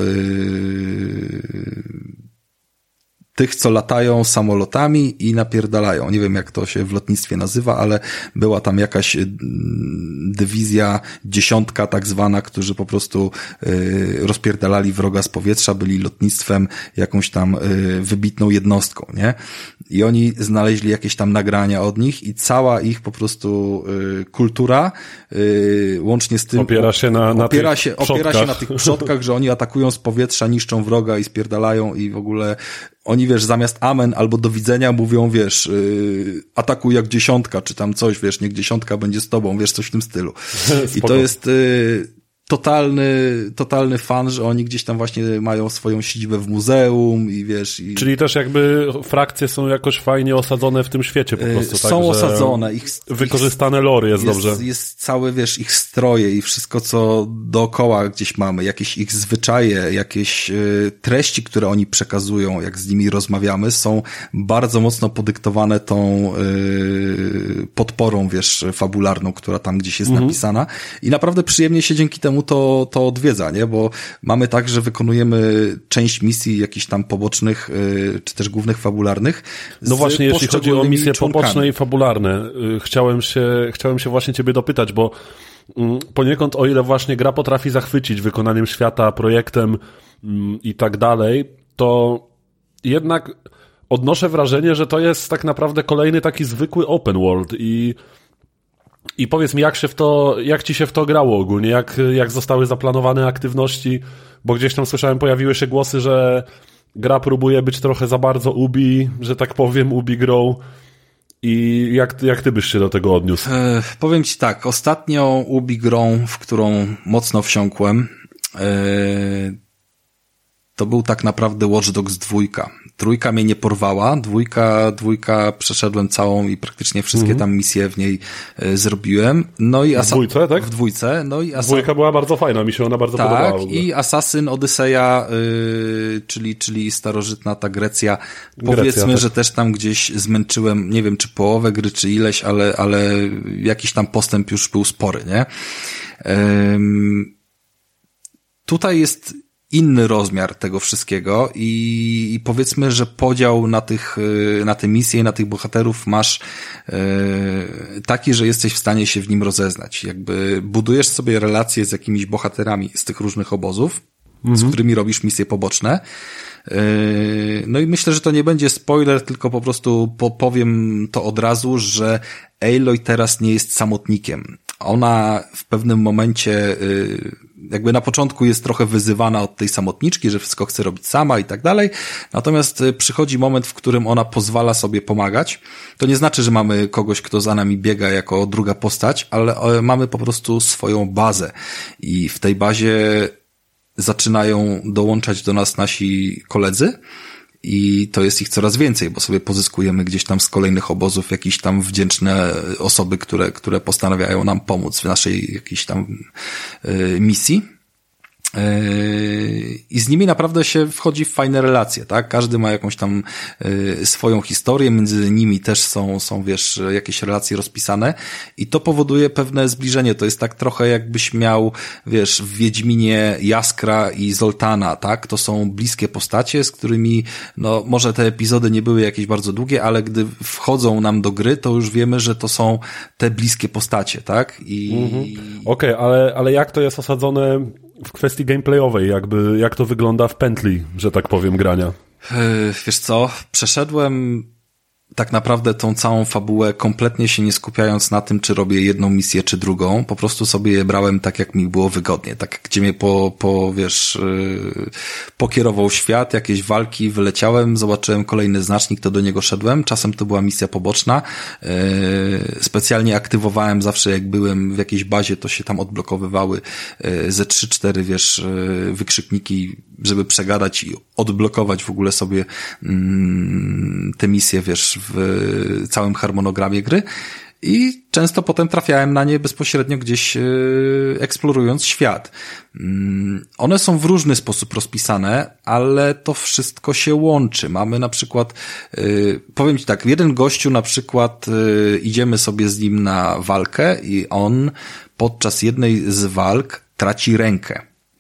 tych, co latają samolotami i napierdalają. Nie wiem, jak to się w lotnictwie nazywa, ale była tam jakaś dywizja, 10 tak zwana, którzy po prostu rozpierdalali wroga z powietrza, byli lotnictwem, jakąś tam wybitną jednostką, nie? I oni znaleźli jakieś tam nagrania od nich i cała ich po prostu kultura, łącznie z tym... Opiera się na tych przodkach, że oni atakują z powietrza, niszczą wroga i spierdalają i w ogóle oni, wiesz, zamiast amen albo do widzenia mówią, wiesz, atakuj jak 10, czy tam coś, wiesz, niech 10 będzie z tobą, wiesz, coś w tym stylu. I to jest totalny fan, że oni gdzieś tam właśnie mają swoją siedzibę w muzeum i wiesz... Czyli też jakby frakcje są jakoś fajnie osadzone w tym świecie po prostu, tak? Są osadzone. Wykorzystane lore jest dobrze. Jest całe, wiesz, ich stroje i wszystko, co dookoła gdzieś mamy, jakieś ich zwyczaje, jakieś treści, które oni przekazują, jak z nimi rozmawiamy, są bardzo mocno podyktowane tą podporą, wiesz, fabularną, która tam gdzieś jest napisana i naprawdę przyjemnie się dzięki temu to odwiedza, nie? Bo mamy tak, że wykonujemy część misji jakichś tam pobocznych, czy też głównych fabularnych. No właśnie, jeśli chodzi o misje poboczne i fabularne, chciałem się właśnie ciebie dopytać, bo poniekąd, o ile właśnie gra potrafi zachwycić wykonaniem świata, projektem i tak dalej, to jednak odnoszę wrażenie, że to jest tak naprawdę kolejny taki zwykły open world i powiedz mi, jak ci się w to grało ogólnie, jak zostały zaplanowane aktywności, bo gdzieś tam słyszałem, pojawiły się głosy, że gra próbuje być trochę za bardzo Ubi, że tak powiem, Ubi grą. I jak ty byś się do tego odniósł? Powiem ci tak, ostatnią Ubi grą, w którą mocno wsiąkłem, to był tak naprawdę Watch Dogs 2. 3 mnie nie porwała, dwójka przeszedłem całą i praktycznie wszystkie tam misje w niej zrobiłem. No i w dwójce, tak? W dwójce. No i dwójka była bardzo fajna, mi się ona bardzo podobała. Tak, i Assassin Odyseja, czyli starożytna ta Grecja. Powiedzmy, tak, że też tam gdzieś zmęczyłem, nie wiem czy połowę gry, czy ileś, ale jakiś tam postęp już był spory, nie? Tutaj jest inny rozmiar tego wszystkiego i powiedzmy, że podział na te misje i na tych bohaterów masz taki, że jesteś w stanie się w nim rozeznać. Jakby budujesz sobie relacje z jakimiś bohaterami z tych różnych obozów, z którymi robisz misje poboczne. No i myślę, że to nie będzie spoiler, tylko po prostu powiem to od razu, że Aloy teraz nie jest samotnikiem. Ona w pewnym momencie jakby na początku jest trochę wyzywana od tej samotniczki, że wszystko chce robić sama i tak dalej. Natomiast przychodzi moment, w którym ona pozwala sobie pomagać. To nie znaczy, że mamy kogoś, kto za nami biega jako druga postać, ale mamy po prostu swoją bazę. I w tej bazie zaczynają dołączać do nas nasi koledzy. I to jest ich coraz więcej, bo sobie pozyskujemy gdzieś tam z kolejnych obozów jakieś tam wdzięczne osoby, które postanawiają nam pomóc w naszej jakiejś tam misji. I z nimi naprawdę się wchodzi w fajne relacje, tak? Każdy ma jakąś tam swoją historię, między nimi też są wiesz, jakieś relacje rozpisane i to powoduje pewne zbliżenie. To jest tak trochę jakbyś miał, wiesz, w Wiedźminie Jaskra i Zoltana, tak? To są bliskie postacie, z którymi, no, może te epizody nie były jakieś bardzo długie, ale gdy wchodzą nam do gry, to już wiemy, że to są te bliskie postacie, tak? Okej, ale jak to jest osadzone w kwestii gameplayowej, jakby jak to wygląda w pętli, że tak powiem, grania? Wiesz co, przeszedłem tak naprawdę tą całą fabułę kompletnie się nie skupiając na tym, czy robię jedną misję, czy drugą. Po prostu sobie je brałem tak, jak mi było wygodnie. Tak, gdzie mnie pokierował świat, jakieś walki, wyleciałem, zobaczyłem kolejny znacznik, to do niego szedłem. Czasem to była misja poboczna. Specjalnie aktywowałem zawsze, jak byłem w jakiejś bazie, to się tam odblokowywały ze 3-4, wiesz, wykrzykniki, żeby przegadać i odblokować w ogóle sobie te misje, wiesz, w całym harmonogramie gry i często potem trafiałem na nie bezpośrednio gdzieś eksplorując świat. One są w różny sposób rozpisane, ale to wszystko się łączy. Mamy na przykład, powiem ci tak, jeden gościu na przykład, idziemy sobie z nim na walkę i on podczas jednej z walk traci rękę.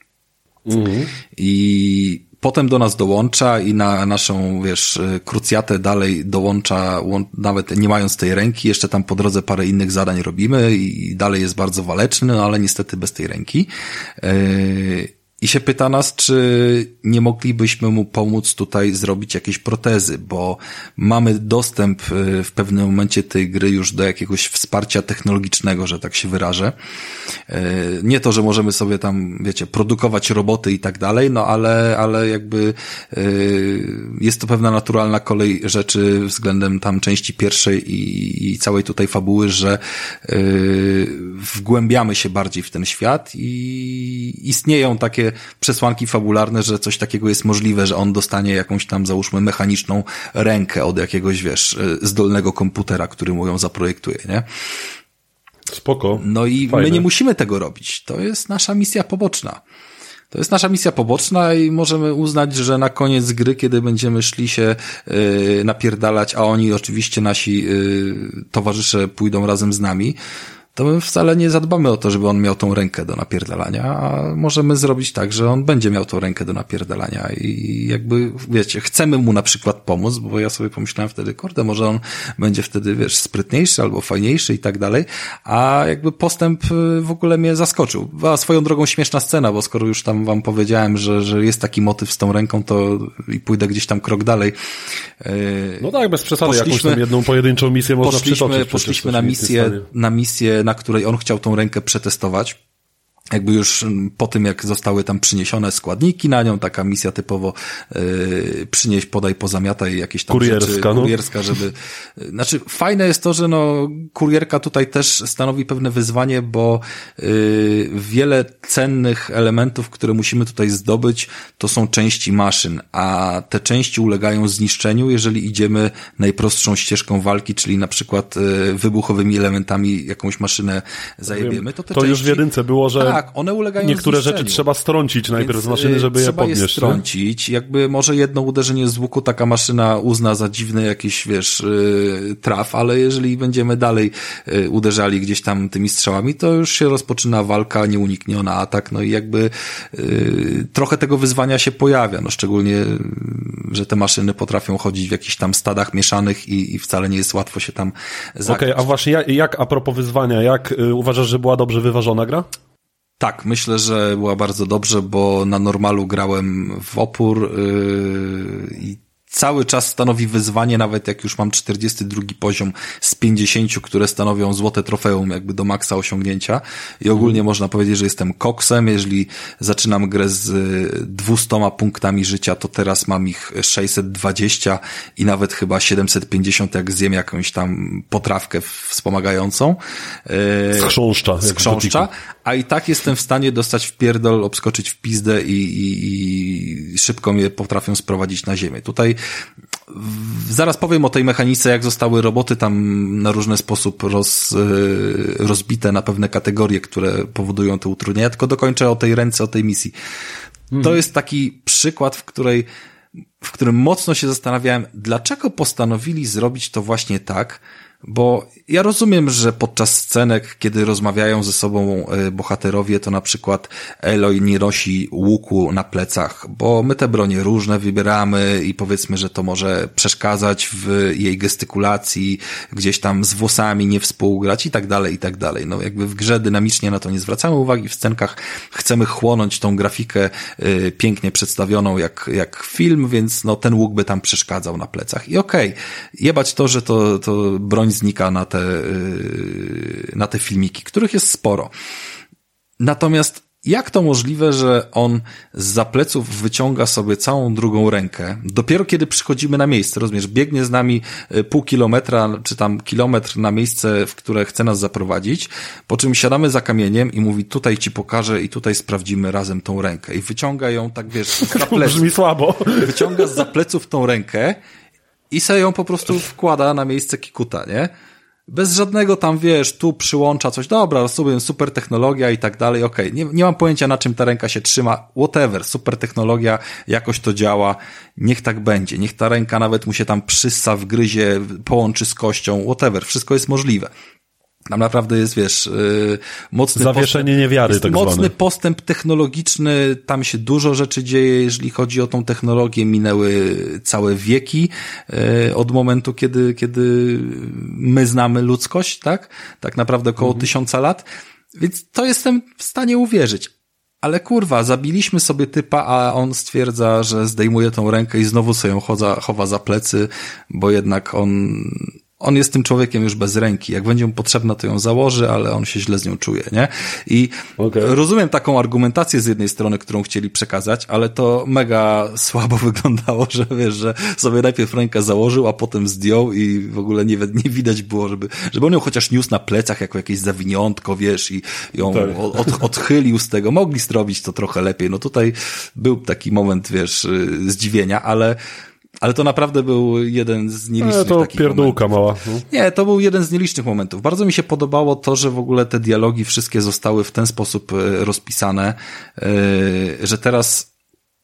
I potem do nas dołącza i na naszą, wiesz, krucjatę dalej dołącza, nawet nie mając tej ręki, jeszcze tam po drodze parę innych zadań robimy i dalej jest bardzo waleczny, no ale niestety bez tej ręki. I się pyta nas, czy nie moglibyśmy mu pomóc tutaj zrobić jakieś protezy, bo mamy dostęp w pewnym momencie tej gry już do jakiegoś wsparcia technologicznego, że tak się wyrażę. Nie to, że możemy sobie tam, wiecie, produkować roboty i tak dalej, no ale jakby jest to pewna naturalna kolej rzeczy względem tam części pierwszej i całej tutaj fabuły, że wgłębiamy się bardziej w ten świat i istnieją takie przesłanki fabularne, że coś takiego jest możliwe, że on dostanie jakąś tam, załóżmy, mechaniczną rękę od jakiegoś, wiesz, zdolnego komputera, który mu ją zaprojektuje, nie? Spoko. No i fajne. My nie musimy tego robić. To jest nasza misja poboczna. To jest nasza misja poboczna i możemy uznać, że na koniec gry, kiedy będziemy szli się napierdalać, a oni oczywiście nasi towarzysze pójdą razem z nami, to my wcale nie zadbamy o to, żeby on miał tą rękę do napierdalania, a możemy zrobić tak, że on będzie miał tą rękę do napierdalania i jakby, wiecie, chcemy mu na przykład pomóc, bo ja sobie pomyślałem wtedy, kurde, może on będzie wtedy, wiesz, sprytniejszy albo fajniejszy i tak dalej, a jakby postęp w ogóle mnie zaskoczył. Była swoją drogą śmieszna scena, bo skoro już tam wam powiedziałem, że jest taki motyw z tą ręką, to i pójdę gdzieś tam krok dalej. No tak, bez przesady, jakąś tam jedną pojedynczą misję można przytoczyć. Poszliśmy na misję, na której on chciał tą rękę przetestować. jakby już po tym, jak zostały tam przyniesione składniki na nią, taka misja typowo przynieś, podaj, pozamiataj, jakieś tam rzeczy kurierska, żeby... Znaczy, fajne jest to, że kurierka tutaj też stanowi pewne wyzwanie, bo wiele cennych elementów, które musimy tutaj zdobyć, to są części maszyn, a te części ulegają zniszczeniu, jeżeli idziemy najprostszą ścieżką walki, czyli na przykład wybuchowymi elementami jakąś maszynę zajebiemy. To części... już w jedynce było, że tak, one ulegają niektóre zniszczeniu. Rzeczy trzeba strącić najpierw z maszyny, żeby je podnieść. Trzeba je strącić. Jakby może jedno uderzenie z łuku taka maszyna uzna za dziwny jakiś, traf, ale jeżeli będziemy dalej uderzali gdzieś tam tymi strzałami, to już się rozpoczyna walka nieunikniona, atak, i jakby trochę tego wyzwania się pojawia, szczególnie, że te maszyny potrafią chodzić w jakichś tam stadach mieszanych i wcale nie jest łatwo się tam zagrać. Okej, a właśnie jak a propos wyzwania, jak uważasz, że była dobrze wyważona gra? Tak, myślę, że była bardzo dobrze, bo na normalu grałem w opór i cały czas stanowi wyzwanie, nawet jak już mam 42 poziom z 50, które stanowią złote trofeum jakby do maksa osiągnięcia i ogólnie można powiedzieć, że jestem koksem. Jeżeli zaczynam grę z 200 punktami życia, to teraz mam ich 620 i nawet chyba 750, jak zjem jakąś tam potrawkę wspomagającą. Z chrząszcza. A i tak jestem w stanie dostać w pierdol, obskoczyć w pizdę i szybko mnie potrafią sprowadzić na ziemię. Tutaj zaraz powiem o tej mechanice, jak zostały roboty tam na różny sposób rozbite na pewne kategorie, które powodują te utrudnienia, tylko dokończę o tej ręce, o tej misji. To jest taki przykład, w którym mocno się zastanawiałem, dlaczego postanowili zrobić to właśnie tak, bo ja rozumiem, że podczas scenek, kiedy rozmawiają ze sobą bohaterowie, to na przykład Aloy nie nosi łuku na plecach, bo my te bronie różne wybieramy i powiedzmy, że to może przeszkadzać w jej gestykulacji, gdzieś tam z włosami nie współgrać i tak dalej, i tak dalej. Jakby w grze dynamicznie na to nie zwracamy uwagi, w scenkach chcemy chłonąć tą grafikę pięknie przedstawioną jak film, więc ten łuk by tam przeszkadzał na plecach. I okej, jebać to, że to broń znika na te filmiki, których jest sporo. Natomiast jak to możliwe, że on zza pleców wyciąga sobie całą drugą rękę, dopiero kiedy przychodzimy na miejsce, rozumiesz, biegnie z nami pół kilometra, czy tam kilometr na miejsce, w które chce nas zaprowadzić, po czym siadamy za kamieniem i mówi, tutaj ci pokażę i tutaj sprawdzimy razem tą rękę. I wyciąga ją tak, wiesz, zza pleców. Brzmi słabo. Wyciąga zza pleców tą rękę i sobie ją po prostu wkłada na miejsce kikuta, nie? Bez żadnego tam, wiesz, tu przyłącza coś, dobra, rozumiem, super technologia i tak dalej, okej, nie mam pojęcia, na czym ta ręka się trzyma, whatever, super technologia, jakoś to działa, niech tak będzie, niech ta ręka nawet mu się tam przyssa, wgryzie, połączy z kością, whatever, wszystko jest możliwe. Tam naprawdę jest, wiesz, mocny zawieszenie niewiary, tak mocny zwany. Postęp technologiczny, tam się dużo rzeczy dzieje, jeżeli chodzi o tą technologię, minęły całe wieki od momentu, kiedy my znamy ludzkość, tak? Tak naprawdę około 1000 lat, więc to jestem w stanie uwierzyć. Ale kurwa, zabiliśmy sobie typa, a on stwierdza, że zdejmuje tą rękę i znowu sobie ją chowa za plecy, bo jednak on jest tym człowiekiem już bez ręki. Jak będzie mu potrzebna, to ją założy, ale on się źle z nią czuje, nie? I rozumiem taką argumentację z jednej strony, którą chcieli przekazać, ale to mega słabo wyglądało, że wiesz, że sobie najpierw rękę założył, a potem zdjął i w ogóle nie widać było, żeby on ją chociaż niósł na plecach jako jakieś zawiniątko, wiesz, i ją odchylił z tego. Mogli zrobić to trochę lepiej. Tutaj był taki moment, wiesz, zdziwienia, ale to naprawdę był jeden z nielicznych to takich pierdółka momentów. mała. Nie, to był jeden z nielicznych momentów. Bardzo mi się podobało to, że w ogóle te dialogi wszystkie zostały w ten sposób rozpisane, że teraz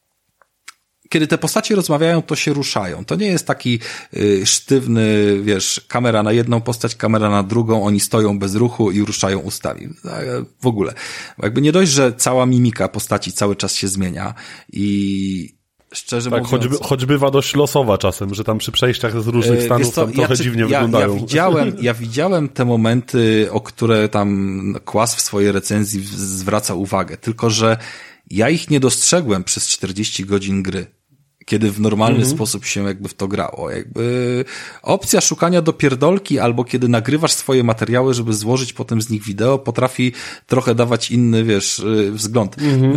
kiedy te postacie rozmawiają, to się ruszają. To nie jest taki sztywny, wiesz, kamera na jedną postać, kamera na drugą, oni stoją bez ruchu i ruszają ustami. W ogóle. Jakby nie dość, że cała mimika postaci cały czas się zmienia i szczerze mówiąc... choć bywa dość losowa czasem, że tam przy przejściach z różnych stanów tam trochę dziwnie wyglądają. Ja widziałem te momenty, o które tam Kłas w swojej recenzji zwraca uwagę, tylko że ja ich nie dostrzegłem przez 40 godzin gry. kiedy w normalny sposób się jakby w to grało. Jakby opcja szukania dopierdolki albo kiedy nagrywasz swoje materiały, żeby złożyć potem z nich wideo, potrafi trochę dawać inny, wiesz, wzgląd.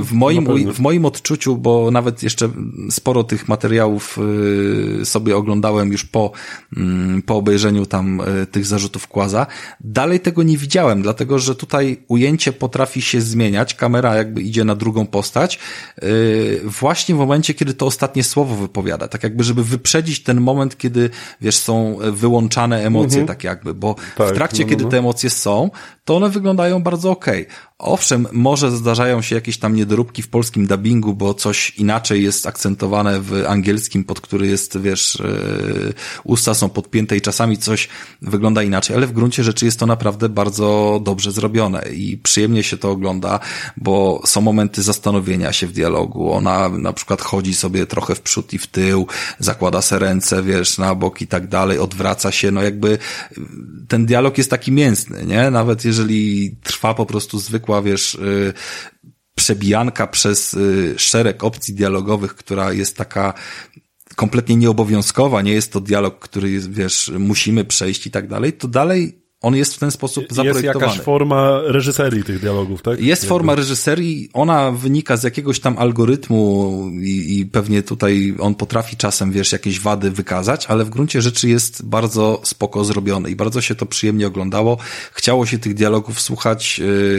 W moim odczuciu, bo nawet jeszcze sporo tych materiałów sobie oglądałem już po obejrzeniu tam tych zarzutów Quaza, dalej tego nie widziałem, dlatego, że tutaj ujęcie potrafi się zmieniać, kamera jakby idzie na drugą postać, właśnie w momencie, kiedy to ostatnie słowo wypowiada, tak jakby, żeby wyprzedzić ten moment, kiedy, wiesz, są wyłączane emocje, tak jakby, bo w trakcie, kiedy te emocje są, to one wyglądają bardzo okej. Owszem, może zdarzają się jakieś tam niedoróbki w polskim dubbingu, bo coś inaczej jest akcentowane w angielskim, pod który jest, wiesz, usta są podpięte i czasami coś wygląda inaczej, ale w gruncie rzeczy jest to naprawdę bardzo dobrze zrobione i przyjemnie się to ogląda, bo są momenty zastanowienia się w dialogu. Ona na przykład chodzi sobie trochę w przód i w tył, zakłada se ręce, wiesz, na bok i tak dalej, odwraca się, no jakby ten dialog jest taki mięsny, nie? Nawet jeżeli trwa po prostu zwykła, wiesz, przebijanka przez szereg opcji dialogowych, która jest taka kompletnie nieobowiązkowa, nie jest to dialog, który jest, wiesz, musimy przejść i tak dalej, to dalej on jest w ten sposób zaprojektowany. Jest jakaś forma reżyserii tych dialogów, tak? Jest forma reżyserii, ona wynika z jakiegoś tam algorytmu i pewnie tutaj on potrafi czasem, wiesz, jakieś wady wykazać, ale w gruncie rzeczy jest bardzo spoko zrobiony i bardzo się to przyjemnie oglądało. Chciało się tych dialogów słuchać,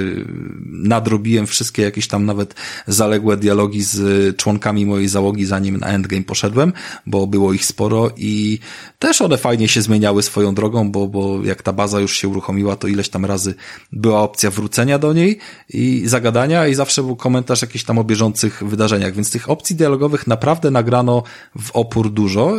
nadrobiłem wszystkie jakieś tam nawet zaległe dialogi z członkami mojej załogi, zanim na Endgame poszedłem, bo było ich sporo i też one fajnie się zmieniały swoją drogą, bo jak ta baza już się uruchomiła, to ileś tam razy była opcja wrócenia do niej i zagadania i zawsze był komentarz jakichś tam o bieżących wydarzeniach, więc tych opcji dialogowych naprawdę nagrano w opór dużo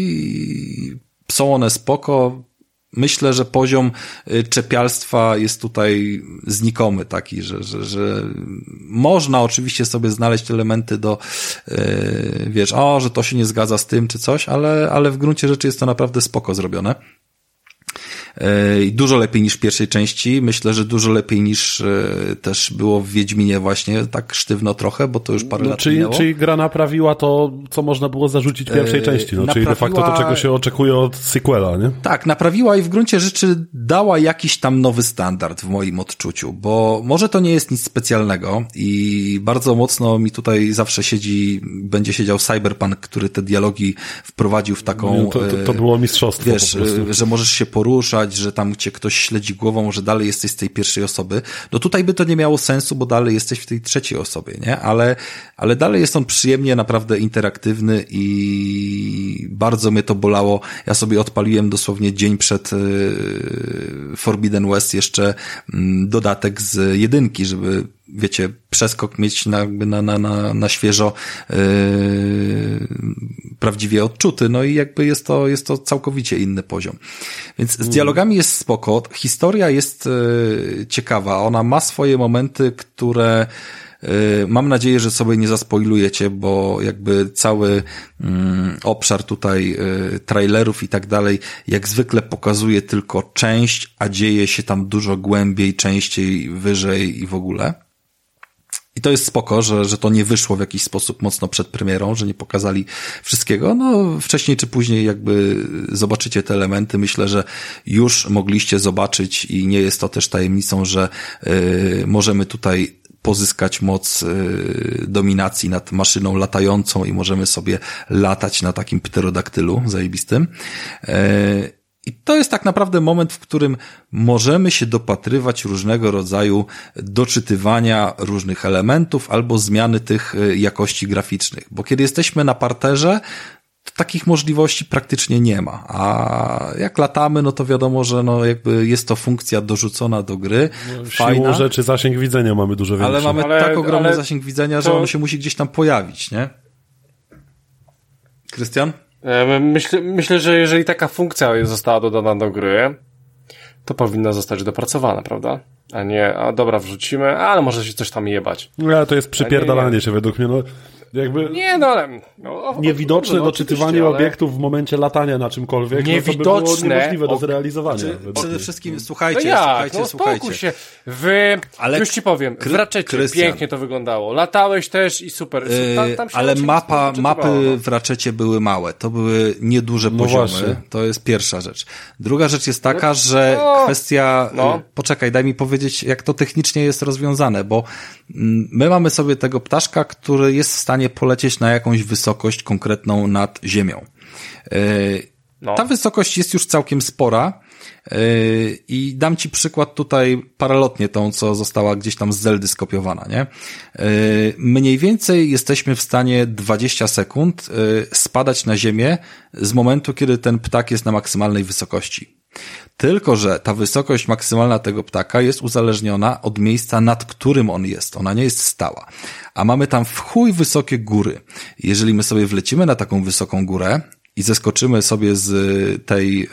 i są one spoko. Myślę, że poziom czepialstwa jest tutaj znikomy taki, że można oczywiście sobie znaleźć elementy do, wiesz, że to się nie zgadza z tym czy coś, ale w gruncie rzeczy jest to naprawdę spoko zrobione. I dużo lepiej niż w pierwszej części. Myślę, że dużo lepiej niż też było w Wiedźminie właśnie, tak sztywno trochę, bo to już parę lat minęło. Czyli gra naprawiła to, co można było zarzucić pierwszej części, czyli de facto to, czego się oczekuje od sequela, nie? Tak, naprawiła i w gruncie rzeczy dała jakiś tam nowy standard w moim odczuciu, bo może to nie jest nic specjalnego i bardzo mocno mi tutaj zawsze będzie siedział Cyberpunk, który te dialogi wprowadził w taką... To było mistrzostwo, wiesz, po prostu. że możesz się poruszać, że tam cię ktoś śledzi głową, że dalej jesteś z tej pierwszej osoby. No tutaj by to nie miało sensu, bo dalej jesteś w tej trzeciej osobie, nie? Ale dalej jest on przyjemnie naprawdę interaktywny i bardzo mnie to bolało. Ja sobie odpaliłem dosłownie dzień przed Forbidden West jeszcze dodatek z 1, żeby, wiecie, przeskok mieć na świeżo prawdziwie odczuty, no i jakby jest to całkowicie inny poziom. Więc z dialogami jest spoko, historia jest ciekawa, ona ma swoje momenty, które mam nadzieję, że sobie nie zaspoilujecie, bo jakby cały obszar tutaj trailerów i tak dalej, jak zwykle pokazuje tylko część, a dzieje się tam dużo głębiej, częściej, wyżej i w ogóle. I to jest spoko, że to nie wyszło w jakiś sposób mocno przed premierą, że nie pokazali wszystkiego. No, wcześniej czy później jakby zobaczycie te elementy. Myślę, że już mogliście zobaczyć i nie jest to też tajemnicą, że możemy tutaj pozyskać moc dominacji nad maszyną latającą i możemy sobie latać na takim pterodaktylu zajebistym. I to jest tak naprawdę moment, w którym możemy się dopatrywać różnego rodzaju doczytywania różnych elementów albo zmiany tych jakości graficznych. Bo kiedy jesteśmy na parterze, to takich możliwości praktycznie nie ma. A jak latamy, no to wiadomo, że no jakby jest to funkcja dorzucona do gry. Fajna. Siłą rzeczy zasięg widzenia mamy dużo większy. Ale mamy tak ogromny zasięg widzenia, że on się musi gdzieś tam pojawić, nie? Krystian? Myślę, że jeżeli taka funkcja została dodana do gry, to powinna zostać dopracowana, prawda? A nie, dobra, wrzucimy, ale może się coś tam jebać. No, to jest przypierdalanie się według mnie, no. Jakby ale... niewidoczne doczytywanie obiektów w momencie latania na czymkolwiek, niewidoczne, to by było niemożliwe do zrealizowania. Przede wszystkim, słuchajcie, słuchajcie. Się. Już ci powiem, w Ratchetie pięknie to wyglądało. Latałeś też i super. Tam się ale mapy w Ratchetie były małe. To były nieduże poziomy. Właśnie. To jest pierwsza rzecz. Druga rzecz jest taka, że kwestia... Poczekaj, daj mi powiedzieć, jak to technicznie jest rozwiązane, bo my mamy sobie tego ptaszka, który jest w stanie polecieć na jakąś wysokość konkretną nad ziemią. Ta wysokość jest już całkiem spora i dam ci przykład tutaj paralotnie tą, co została gdzieś tam z Zeldy skopiowana, nie? Mniej więcej jesteśmy w stanie 20 sekund spadać na ziemię z momentu, kiedy ten ptak jest na maksymalnej wysokości. Tylko że ta wysokość maksymalna tego ptaka jest uzależniona od miejsca, nad którym on jest. Ona nie jest stała. A mamy tam w chuj wysokie góry. Jeżeli my sobie wlecimy na taką wysoką górę i zeskoczymy sobie z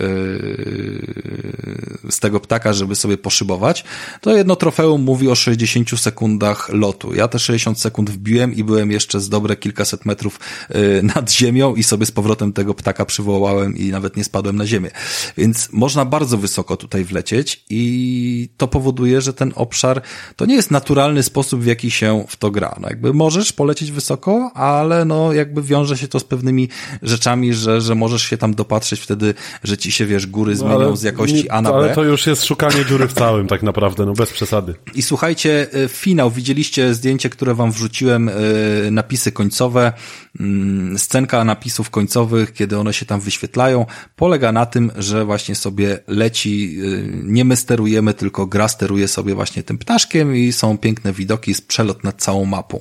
tego ptaka, żeby sobie poszybować, to jedno trofeum mówi o 60 sekundach lotu. Ja te 60 sekund wbiłem i byłem jeszcze z dobre kilkaset metrów nad ziemią i sobie z powrotem tego ptaka przywołałem i nawet nie spadłem na ziemię. Więc można bardzo wysoko tutaj wlecieć i to powoduje, że ten obszar to nie jest naturalny sposób, w jaki się w to gra. No jakby możesz polecieć wysoko, ale no jakby wiąże się to z pewnymi rzeczami, że możesz się tam dopatrzeć wtedy, że ci się, wiesz, góry zmienią z jakości A na B. Ale to już jest szukanie dziury w całym tak naprawdę, no bez przesady. I słuchajcie, finał, widzieliście zdjęcie, które wam wrzuciłem, napisy końcowe, scenka napisów końcowych, kiedy one się tam wyświetlają, polega na tym, że właśnie sobie leci, nie my sterujemy, tylko gra steruje sobie właśnie tym ptaszkiem i są piękne widoki, jest przelot nad całą mapą.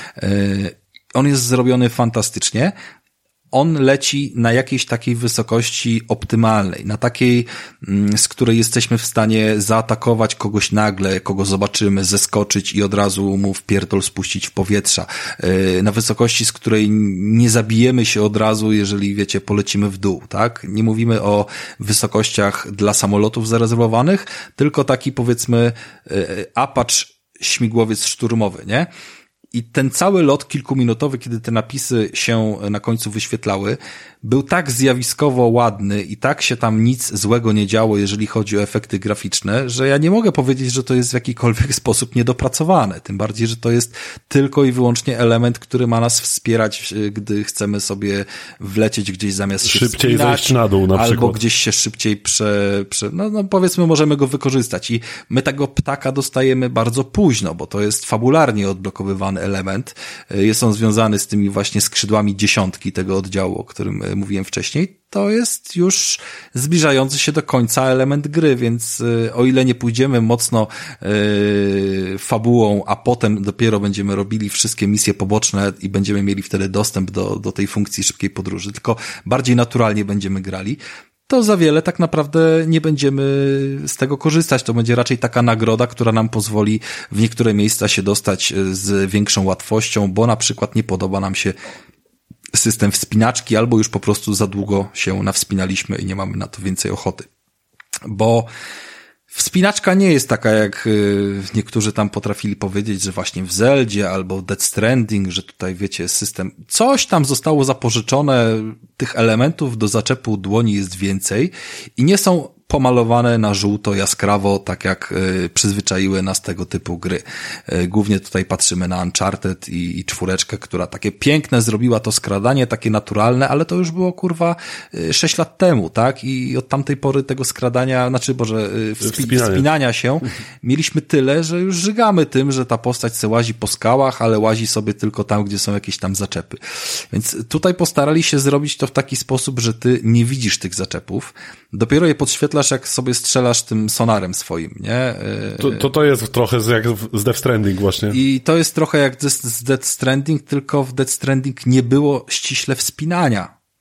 On jest zrobiony fantastycznie. On leci na jakiejś takiej wysokości optymalnej, na takiej, z której jesteśmy w stanie zaatakować kogoś nagle, kogo zobaczymy, zeskoczyć i od razu mu wpierdol spuścić w powietrza. Na wysokości, z której nie zabijemy się od razu, jeżeli, wiecie, polecimy w dół, tak? Nie mówimy o wysokościach dla samolotów zarezerwowanych, tylko taki, powiedzmy, Apache śmigłowiec szturmowy, nie? I ten cały lot kilkuminutowy, kiedy te napisy się na końcu wyświetlały, był tak zjawiskowo ładny i tak się tam nic złego nie działo, jeżeli chodzi o efekty graficzne, że ja nie mogę powiedzieć, że to jest w jakikolwiek sposób niedopracowane. Tym bardziej, że to jest tylko i wyłącznie element, który ma nas wspierać, gdy chcemy sobie wlecieć gdzieś zamiast się szybciej wspinać, zejść na dół na przykład. Albo gdzieś się szybciej no powiedzmy, możemy go wykorzystać. I my tego ptaka dostajemy bardzo późno, bo to jest fabularnie odblokowywany element. Jest on związany z tymi właśnie skrzydłami 10 tego oddziału, o którym mówiłem wcześniej. To jest już zbliżający się do końca element gry, więc o ile nie pójdziemy mocno fabułą, a potem dopiero będziemy robili wszystkie misje poboczne i będziemy mieli wtedy dostęp do tej funkcji szybkiej podróży, tylko bardziej naturalnie będziemy grali, to za wiele tak naprawdę nie będziemy z tego korzystać. To będzie raczej taka nagroda, która nam pozwoli w niektóre miejsca się dostać z większą łatwością, bo na przykład nie podoba nam się system wspinaczki, albo już po prostu za długo się nawspinaliśmy i nie mamy na to więcej ochoty. Bo wspinaczka nie jest taka, jak niektórzy tam potrafili powiedzieć, że właśnie w Zeldzie albo Death Stranding, że tutaj, wiecie, system... Coś tam zostało zapożyczone, tych elementów do zaczepu dłoni jest więcej i nie są pomalowane na żółto, jaskrawo, tak jak przyzwyczaiły nas tego typu gry. Głównie tutaj patrzymy na Uncharted i 4, która takie piękne zrobiła to skradanie, takie naturalne, ale to już było, kurwa, 6 lat temu, tak? I od tamtej pory tego skradania, wspinania się, mieliśmy tyle, że już żygamy tym, że ta postać se łazi po skałach, ale łazi sobie tylko tam, gdzie są jakieś tam zaczepy. Więc tutaj postarali się zrobić to w taki sposób, że ty nie widzisz tych zaczepów, dopiero je podświetlasz, jak sobie strzelasz tym sonarem swoim, nie? To jest trochę jak z Death Stranding właśnie. I to jest trochę jak z Death Stranding, tylko w Death Stranding nie było ściśle wspinania.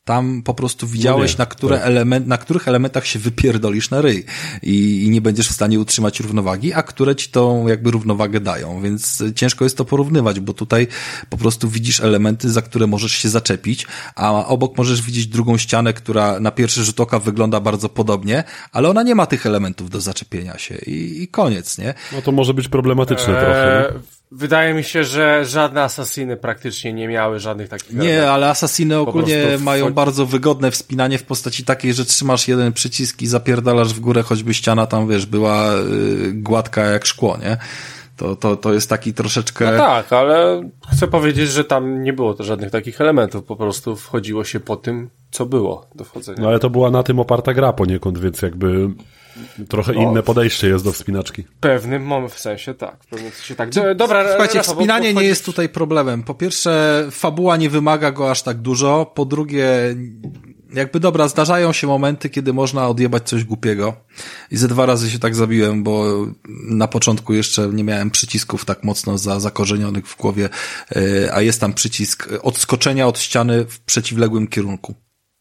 Tam po prostu widziałeś, na których elementach się wypierdolisz na ryj i nie będziesz w stanie utrzymać równowagi, a które ci tą jakby równowagę dają, więc ciężko jest to porównywać, bo tutaj po prostu widzisz elementy, za które możesz się zaczepić, a obok możesz widzieć drugą ścianę, która na pierwszy rzut oka wygląda bardzo podobnie, ale ona nie ma tych elementów do zaczepienia się i koniec, nie? No to może być problematyczne trochę. Wydaje mi się, że żadne Assassiny praktycznie nie miały żadnych takich... Nie, ale Assassiny ogólnie mają bardzo wygodne wspinanie w postaci takiej, że trzymasz jeden przycisk i zapierdalasz w górę, choćby ściana tam, wiesz, była gładka jak szkło, nie? To jest taki troszeczkę... No tak, ale chcę powiedzieć, że tam nie było to żadnych takich elementów, po prostu wchodziło się po tym, co było do wchodzenia. No ale to była na tym oparta gra poniekąd, więc jakby trochę inne podejście jest do wspinaczki. W pewnym momencie, w sensie tak. W pewnym sensie tak. Dobra, słuchajcie, Rafa, wspinanie nie jest tutaj problemem. Po pierwsze, fabuła nie wymaga go aż tak dużo. Po drugie, jakby dobra, zdarzają się momenty, kiedy można odjebać coś głupiego. I ze 2 razy się tak zabiłem, bo na początku jeszcze nie miałem przycisków tak mocno zakorzenionych w głowie, a jest tam przycisk odskoczenia od ściany w przeciwległym kierunku.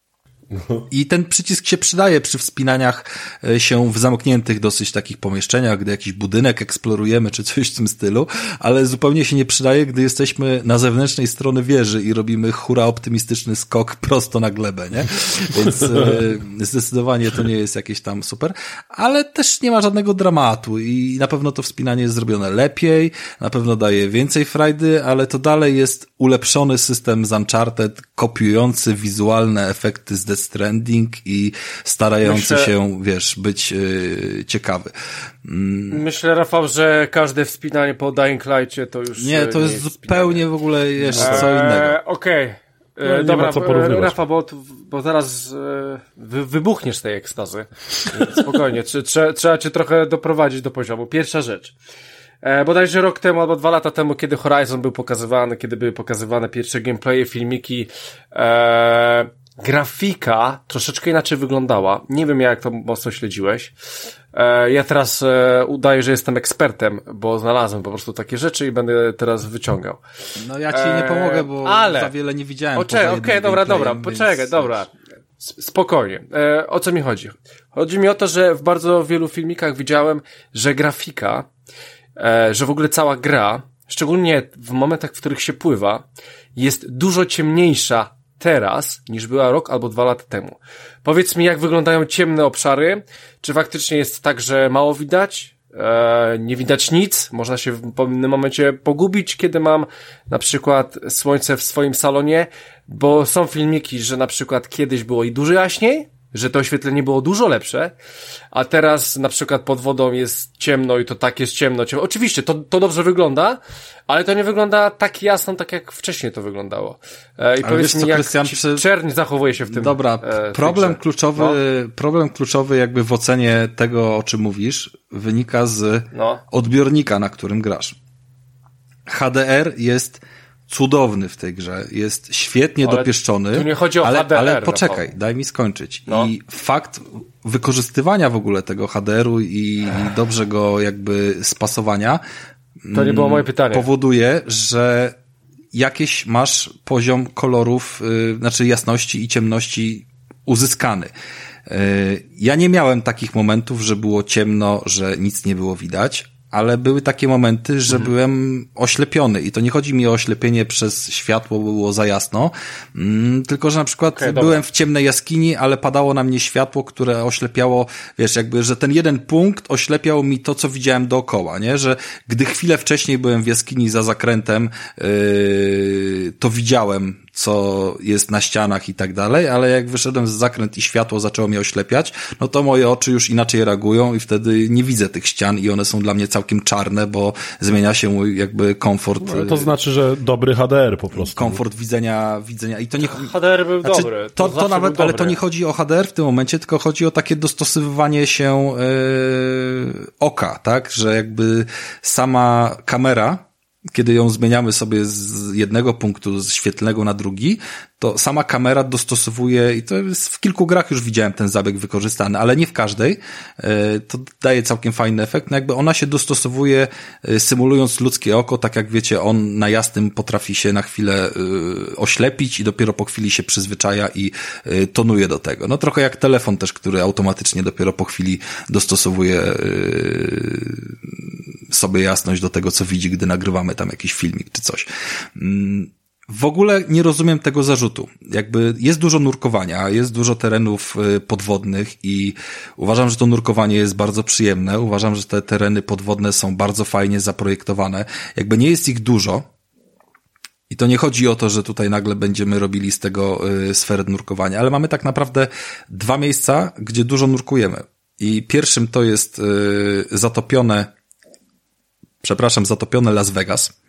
I ten przycisk się przydaje przy wspinaniach się w zamkniętych dosyć takich pomieszczeniach, gdy jakiś budynek eksplorujemy, czy coś w tym stylu, ale zupełnie się nie przydaje, gdy jesteśmy na zewnętrznej stronie wieży i robimy hura optymistyczny skok prosto na glebę, nie? Więc zdecydowanie to nie jest jakieś tam super, ale też nie ma żadnego dramatu i na pewno to wspinanie jest zrobione lepiej, na pewno daje więcej frajdy, ale to dalej jest ulepszony system z Uncharted, kopiujący wizualne efekty z Death Stranding i starający się, wiesz, być ciekawy. Myślę, Rafał, że każde wspinanie po Dying Light'cie to już... Nie, to jest zupełnie w ogóle jeszcze co innego. Okej. Dobra, Rafa, bo zaraz wybuchniesz z tej ekstazy. Spokojnie, trzeba cię trochę doprowadzić do poziomu. Pierwsza rzecz. Bodajże rok temu albo 2 lata temu, kiedy Horizon był pokazywany, kiedy były pokazywane pierwsze gameplaye, filmiki, grafika troszeczkę inaczej wyglądała. Nie wiem, jak to mocno śledziłeś. Ja teraz udaję, że jestem ekspertem, bo znalazłem po prostu takie rzeczy i będę teraz wyciągał. No ja ci nie pomogę, bo za wiele nie widziałem. Okej, dobra, poczekaj, dobra. Spokojnie. O co mi chodzi? Chodzi mi o to, że w bardzo wielu filmikach widziałem, że grafika, że w ogóle cała gra, szczególnie w momentach, w których się pływa, jest dużo ciemniejsza teraz, niż była rok albo 2 lata temu. Powiedz mi, jak wyglądają ciemne obszary? Czy faktycznie jest tak, że mało widać? Nie widać nic? Można się w pewnym momencie pogubić, kiedy mam na przykład słońce w swoim salonie? Bo są filmiki, że na przykład kiedyś było i dużo jaśniej, że to oświetlenie było dużo lepsze, a teraz na przykład pod wodą jest ciemno i to tak jest ciemno. Oczywiście, to dobrze wygląda, ale to nie wygląda tak jasno, tak jak wcześniej to wyglądało. I powiedz mi, jak czerń zachowuje się w tym. Dobra, problem kluczowy jakby w ocenie tego, o czym mówisz, wynika z odbiornika, na którym grasz. HDR jest cudowny w tej grze, jest świetnie dopieszczony. Tu nie chodzi o HDR. Ale poczekaj, daj mi skończyć. I fakt wykorzystywania w ogóle tego HDR-u i dobrze go jakby spasowania to nie było moje pytanie. Powoduje, że jakieś masz poziom kolorów, znaczy jasności i ciemności uzyskany. Ja nie miałem takich momentów, że było ciemno, że nic nie było widać, ale były takie momenty, że byłem oślepiony i to nie chodzi mi o oślepienie przez światło, bo było za jasno, tylko że na przykład byłem w ciemnej jaskini, ale padało na mnie światło, które oślepiało, wiesz, jakby, że ten jeden punkt oślepiał mi to, co widziałem dookoła, nie? Że gdy chwilę wcześniej byłem w jaskini za zakrętem, to widziałem, co jest na ścianach i tak dalej, ale jak wyszedłem z zakręt i światło zaczęło mnie oślepiać, no to moje oczy już inaczej reagują i wtedy nie widzę tych ścian i one są dla mnie całkiem czarne, bo zmienia się mój jakby komfort. No, to znaczy, że dobry HDR po prostu. Komfort widzenia i to nie... HDR był dobry. To nawet, ale to nie chodzi o HDR w tym momencie, tylko chodzi o takie dostosowywanie się oka, tak? Że jakby sama kamera kiedy ją zmieniamy sobie z jednego punktu z świetlnego na drugi, to sama kamera dostosowuje, i to jest w kilku grach już widziałem ten zabieg wykorzystany, ale nie w każdej, to daje całkiem fajny efekt, no jakby ona się dostosowuje, symulując ludzkie oko, tak jak wiecie, on na jasnym potrafi się na chwilę oślepić i dopiero po chwili się przyzwyczaja i tonuje do tego. No trochę jak telefon też, który automatycznie dopiero po chwili dostosowuje sobie jasność do tego, co widzi, gdy nagrywamy tam jakiś filmik czy coś. W ogóle nie rozumiem tego zarzutu. Jakby jest dużo nurkowania, jest dużo terenów podwodnych i uważam, że to nurkowanie jest bardzo przyjemne. Uważam, że te tereny podwodne są bardzo fajnie zaprojektowane. Jakby nie jest ich dużo. I to nie chodzi o to, że tutaj nagle będziemy robili z tego sferę nurkowania, ale mamy tak naprawdę 2 miejsca, gdzie dużo nurkujemy. I pierwszym to jest zatopione Las Vegas.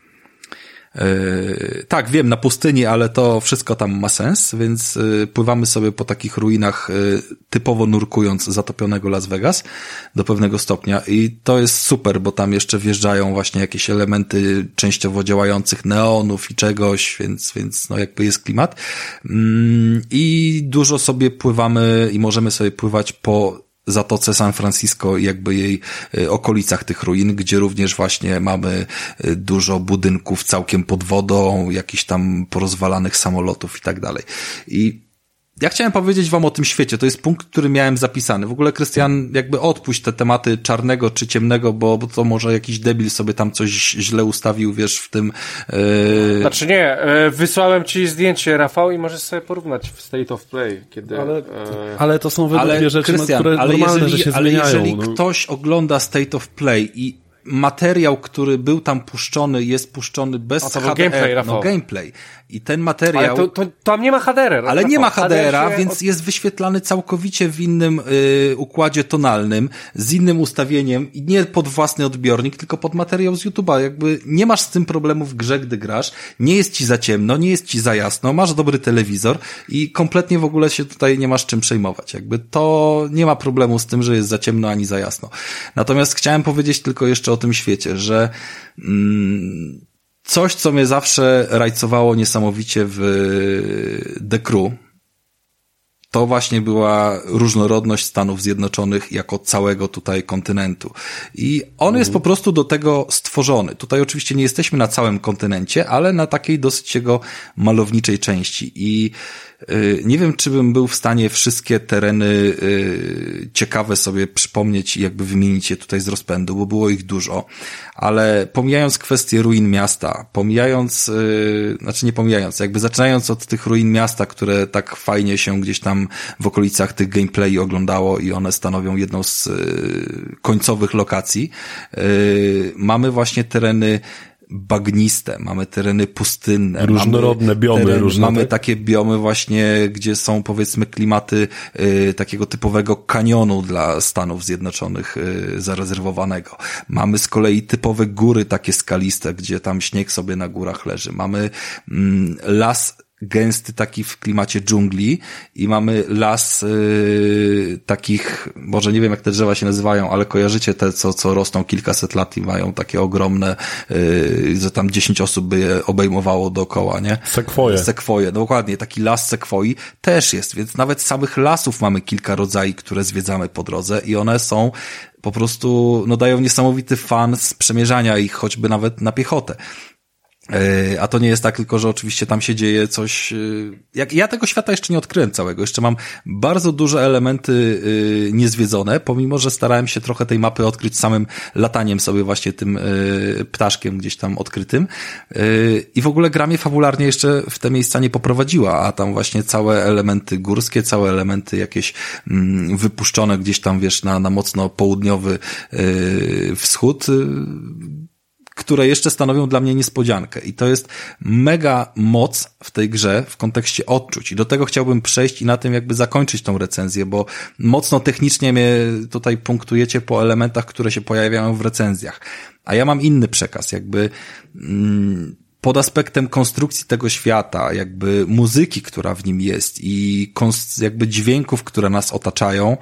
Tak, wiem, na pustyni, ale to wszystko tam ma sens, więc pływamy sobie po takich ruinach, typowo nurkując zatopionego Las Vegas do pewnego stopnia i to jest super, bo tam jeszcze wjeżdżają właśnie jakieś elementy częściowo działających neonów i czegoś, więc no jakby jest klimat. I dużo sobie pływamy i możemy sobie pływać po Zatoce San Francisco i jakby jej okolicach tych ruin, gdzie również właśnie mamy dużo budynków całkiem pod wodą, jakichś tam porozwalanych samolotów i tak dalej. I ja chciałem powiedzieć wam o tym świecie, to jest punkt, który miałem zapisany. W ogóle, Krystian, jakby odpuść te tematy czarnego czy ciemnego, bo to może jakiś debil sobie tam coś źle ustawił, wiesz, w tym... Znaczy nie, wysłałem ci zdjęcie, Rafał, i możesz sobie porównać w State of Play, kiedy... Ale to są według mnie rzeczy, Krystian, które normalne, że się zmieniają. Ale jeżeli ktoś ogląda State of Play i materiał, który był tam puszczony, jest puszczony bez HDR. Gameplay, Rafał. No gameplay. I ten materiał... Ale to tam nie ma HDR-a. Ale nie ma HDR-a, więc jest wyświetlany całkowicie w innym układzie tonalnym, z innym ustawieniem i nie pod własny odbiornik, tylko pod materiał z YouTube'a. Jakby nie masz z tym problemu w grze, gdy grasz. Nie jest ci za ciemno, nie jest ci za jasno, masz dobry telewizor i kompletnie w ogóle się tutaj nie masz czym przejmować. Jakby to nie ma problemu z tym, że jest za ciemno ani za jasno. Natomiast chciałem powiedzieć tylko jeszcze o tym świecie, że coś, co mnie zawsze rajcowało niesamowicie w The Crew, to właśnie była różnorodność Stanów Zjednoczonych jako całego tutaj kontynentu. I on jest po prostu do tego stworzony. Tutaj oczywiście nie jesteśmy na całym kontynencie, ale na takiej dosyć jego malowniczej części. I nie wiem, czy bym był w stanie wszystkie tereny ciekawe sobie przypomnieć i jakby wymienić je tutaj z rozpędu, bo było ich dużo, ale pomijając kwestię ruin miasta, jakby zaczynając od tych ruin miasta, które tak fajnie się gdzieś tam w okolicach tych gameplay oglądało i one stanowią jedną z końcowych lokacji, mamy właśnie tereny bagniste, mamy tereny pustynne. Różnorodne biomy. Mamy takie biomy właśnie, gdzie są powiedzmy klimaty takiego typowego kanionu dla Stanów Zjednoczonych zarezerwowanego. Mamy z kolei typowe góry takie skaliste, gdzie tam śnieg sobie na górach leży. Mamy las gęsty taki w klimacie dżungli i mamy las takich, może nie wiem jak te drzewa się nazywają, ale kojarzycie te, co rosną kilkaset lat i mają takie ogromne, że tam 10 osób by je obejmowało dookoła, nie? Sekwoje, dokładnie, taki las sekwoi też jest, więc nawet samych lasów mamy kilka rodzajów, które zwiedzamy po drodze i one są po prostu, no dają niesamowity fan z przemierzania ich, choćby nawet na piechotę. A to nie jest tak tylko, że oczywiście tam się dzieje coś... Ja tego świata jeszcze nie odkryłem całego. Jeszcze mam bardzo duże elementy niezwiedzone, pomimo że starałem się trochę tej mapy odkryć samym lataniem sobie właśnie tym ptaszkiem gdzieś tam odkrytym. I w ogóle gra mnie fabularnie jeszcze w te miejsca nie poprowadziła, a tam właśnie całe elementy górskie, całe elementy jakieś wypuszczone gdzieś tam, wiesz, na mocno południowy wschód, które jeszcze stanowią dla mnie niespodziankę. I to jest mega moc w tej grze w kontekście odczuć. I do tego chciałbym przejść i na tym jakby zakończyć tą recenzję, bo mocno technicznie mnie tutaj punktujecie po elementach, które się pojawiają w recenzjach. A ja mam inny przekaz, jakby pod aspektem konstrukcji tego świata, jakby muzyki, która w nim jest i jakby dźwięków, które nas otaczają,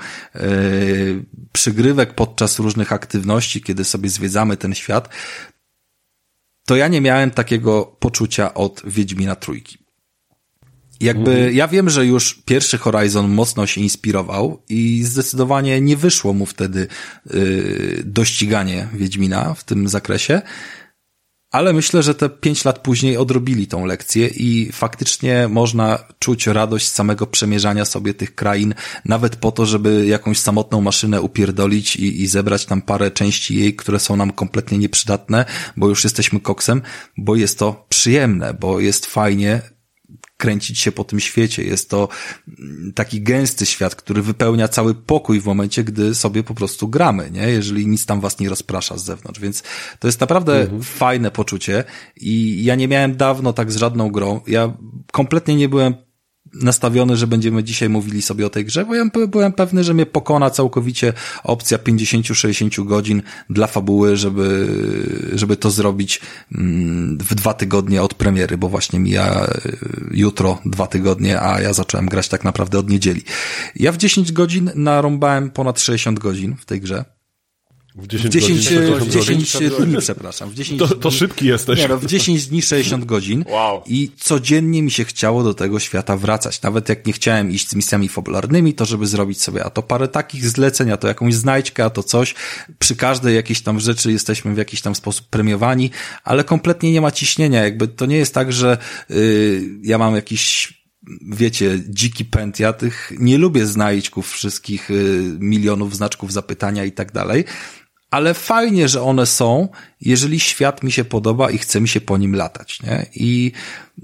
przygrywek podczas różnych aktywności, kiedy sobie zwiedzamy ten świat, to ja nie miałem takiego poczucia od Wiedźmina Trójki. Jakby, ja wiem, że już pierwszy Horizon mocno się inspirował i zdecydowanie nie wyszło mu wtedy dościganie Wiedźmina w tym zakresie, ale myślę, że te 5 lat później odrobili tą lekcję i faktycznie można czuć radość z samego przemierzania sobie tych krain, nawet po to, żeby jakąś samotną maszynę upierdolić i zebrać tam parę części jej, które są nam kompletnie nieprzydatne, bo już jesteśmy koksem, bo jest to przyjemne, bo jest fajnie kręcić się po tym świecie. Jest to taki gęsty świat, który wypełnia cały pokój w momencie, gdy sobie po prostu gramy, nie? Jeżeli nic tam was nie rozprasza z zewnątrz, więc to jest naprawdę fajne poczucie i ja nie miałem dawno tak z żadną grą. Ja kompletnie nie byłem nastawiony, że będziemy dzisiaj mówili sobie o tej grze, bo ja byłem pewny, że mnie pokona całkowicie opcja 50-60 godzin dla fabuły, żeby to zrobić w 2 tygodnie od premiery, bo właśnie mija jutro 2 tygodnie, a ja zacząłem grać tak naprawdę od niedzieli. Ja w 10 godzin narąbałem ponad 60 godzin w tej grze. W 10 dni, przepraszam. W 10 to szybki jesteś. Nie, w 10 dni 60 godzin. Wow. I codziennie mi się chciało do tego świata wracać. Nawet jak nie chciałem iść z misjami fabularnymi, to żeby zrobić sobie, a to parę takich zleceń, a to jakąś znajdźkę, a to coś. Przy każdej jakiejś tam rzeczy jesteśmy w jakiś tam sposób premiowani, ale kompletnie nie ma ciśnienia. Jakby to nie jest tak, że ja mam jakiś, wiecie, dziki pęd. Ja tych nie lubię znajdźków wszystkich, milionów znaczków zapytania i tak dalej. Ale fajnie, że one są, jeżeli świat mi się podoba i chce mi się po nim latać, nie? I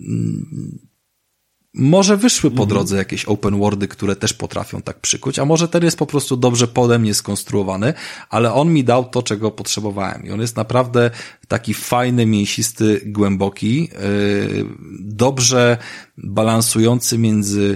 może wyszły po drodze jakieś open worldy, które też potrafią tak przykuć, a może ten jest po prostu dobrze pode mnie skonstruowany, ale on mi dał to, czego potrzebowałem. I on jest naprawdę taki fajny, mięsisty, głęboki, dobrze balansujący między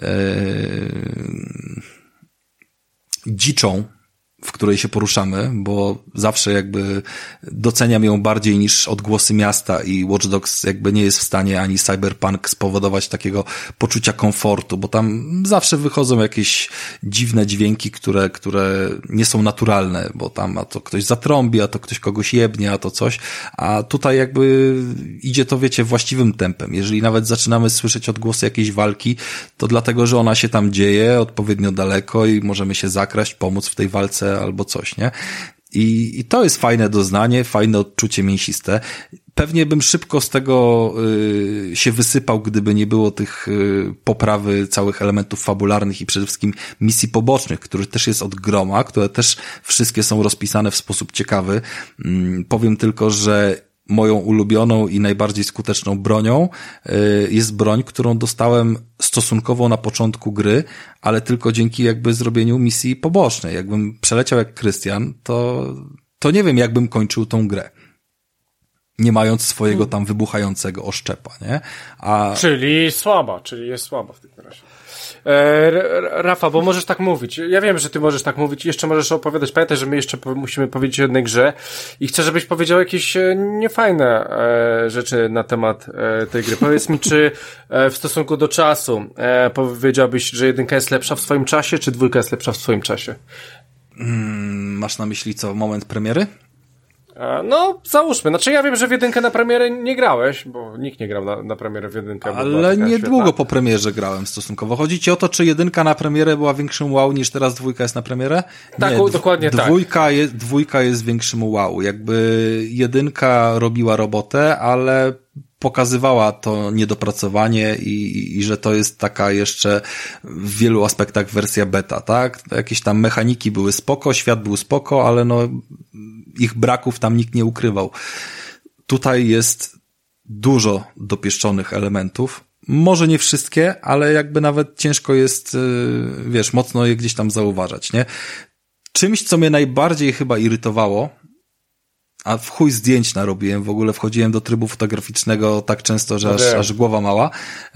dziczą, w której się poruszamy, bo zawsze jakby doceniam ją bardziej niż odgłosy miasta i Watch Dogs jakby nie jest w stanie ani Cyberpunk spowodować takiego poczucia komfortu, bo tam zawsze wychodzą jakieś dziwne dźwięki, które nie są naturalne, bo tam a to ktoś zatrąbi, a to ktoś kogoś jebnie, a to coś, a tutaj jakby idzie to, wiecie, właściwym tempem. Jeżeli nawet zaczynamy słyszeć odgłosy jakiejś walki, to dlatego, że ona się tam dzieje odpowiednio daleko i możemy się zakraść, pomóc w tej walce albo coś, nie? I to jest fajne doznanie, fajne odczucie mięsiste. Pewnie bym szybko z tego się wysypał, gdyby nie było tych poprawy całych elementów fabularnych i przede wszystkim misji pobocznych, których też jest od groma, które też wszystkie są rozpisane w sposób ciekawy. Powiem tylko, że moją ulubioną i najbardziej skuteczną bronią jest broń, którą dostałem stosunkowo na początku gry, ale tylko dzięki jakby zrobieniu misji pobocznej. Jakbym przeleciał jak Krystian, to nie wiem, jakbym kończył tą grę. Nie mając swojego tam wybuchającego oszczepa, nie? Czyli jest słaba w takim razie. Rafa, bo możesz tak mówić. Ja wiem, że ty możesz tak mówić i jeszcze możesz opowiadać. Pamiętaj, że my jeszcze musimy powiedzieć o jednej grze i chcę, żebyś powiedział jakieś niefajne rzeczy na temat tej gry. Powiedz mi, czy w stosunku do czasu powiedziałbyś, że 1 jest lepsza w swoim czasie, czy 2 jest lepsza w swoim czasie? Masz na myśli co, moment premiery? No, załóżmy. Znaczy ja wiem, że w 1 na premierę nie grałeś, bo nikt nie grał na premierę w 1. Ale niedługo po premierze grałem stosunkowo. Chodzi ci o to, czy 1 na premierę była większym wow niż teraz 2 jest na premierę? Tak, nie, dokładnie tak. 2 jest większym wow. Jakby 1 robiła robotę, ale pokazywała to niedopracowanie i że to jest taka jeszcze w wielu aspektach wersja beta, tak? Jakieś tam mechaniki były spoko, świat był spoko, ale no ich braków tam nikt nie ukrywał. Tutaj jest dużo dopieszczonych elementów. Może nie wszystkie, ale jakby nawet ciężko jest, wiesz, mocno je gdzieś tam zauważać, nie? Czymś, co mnie najbardziej chyba irytowało, a w chuj zdjęć narobiłem, w ogóle wchodziłem do trybu fotograficznego tak często, że aż głowa mała.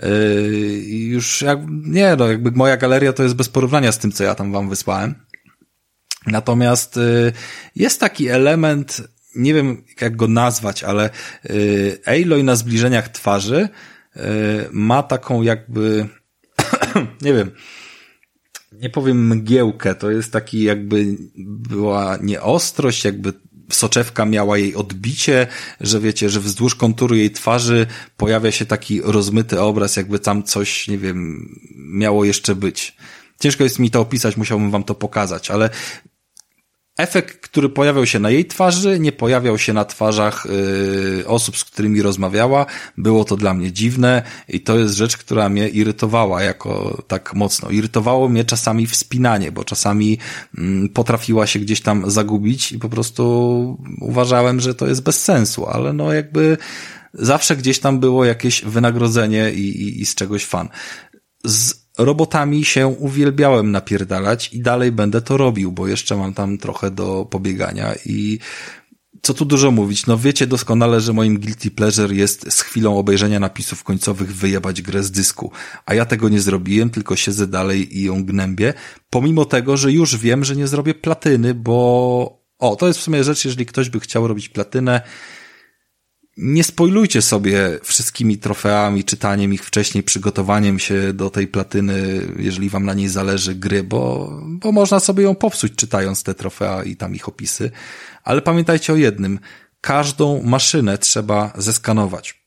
I już jakby moja galeria to jest bez porównania z tym, co ja tam wam wysłałem. Natomiast jest taki element, nie wiem jak go nazwać, ale Aloy na zbliżeniach twarzy ma taką jakby, nie wiem, nie powiem mgiełkę, to jest taki jakby była nieostrość, jakby soczewka miała jej odbicie, że wiecie, że wzdłuż konturu jej twarzy pojawia się taki rozmyty obraz, jakby tam coś, nie wiem, miało jeszcze być. Ciężko jest mi to opisać, musiałbym wam to pokazać, ale efekt, który pojawiał się na jej twarzy, nie pojawiał się na twarzach osób, z którymi rozmawiała. Było to dla mnie dziwne i to jest rzecz, która mnie irytowała jako tak mocno. Irytowało mnie czasami wspinanie, bo czasami potrafiła się gdzieś tam zagubić i po prostu uważałem, że to jest bez sensu, ale no jakby zawsze gdzieś tam było jakieś wynagrodzenie i z czegoś fan. Z robotami się uwielbiałem napierdalać i dalej będę to robił, bo jeszcze mam tam trochę do pobiegania i co tu dużo mówić, no wiecie doskonale, że moim guilty pleasure jest z chwilą obejrzenia napisów końcowych wyjebać grę z dysku, a ja tego nie zrobiłem, tylko siedzę dalej i ją gnębię, pomimo tego, że już wiem, że nie zrobię platyny, bo to jest w sumie rzecz, jeżeli ktoś by chciał robić platynę, nie spoilujcie sobie wszystkimi trofeami, czytaniem ich wcześniej, przygotowaniem się do tej platyny, jeżeli wam na niej zależy, gry, bo można sobie ją popsuć czytając te trofea i tam ich opisy. Ale pamiętajcie o jednym. Każdą maszynę trzeba zeskanować.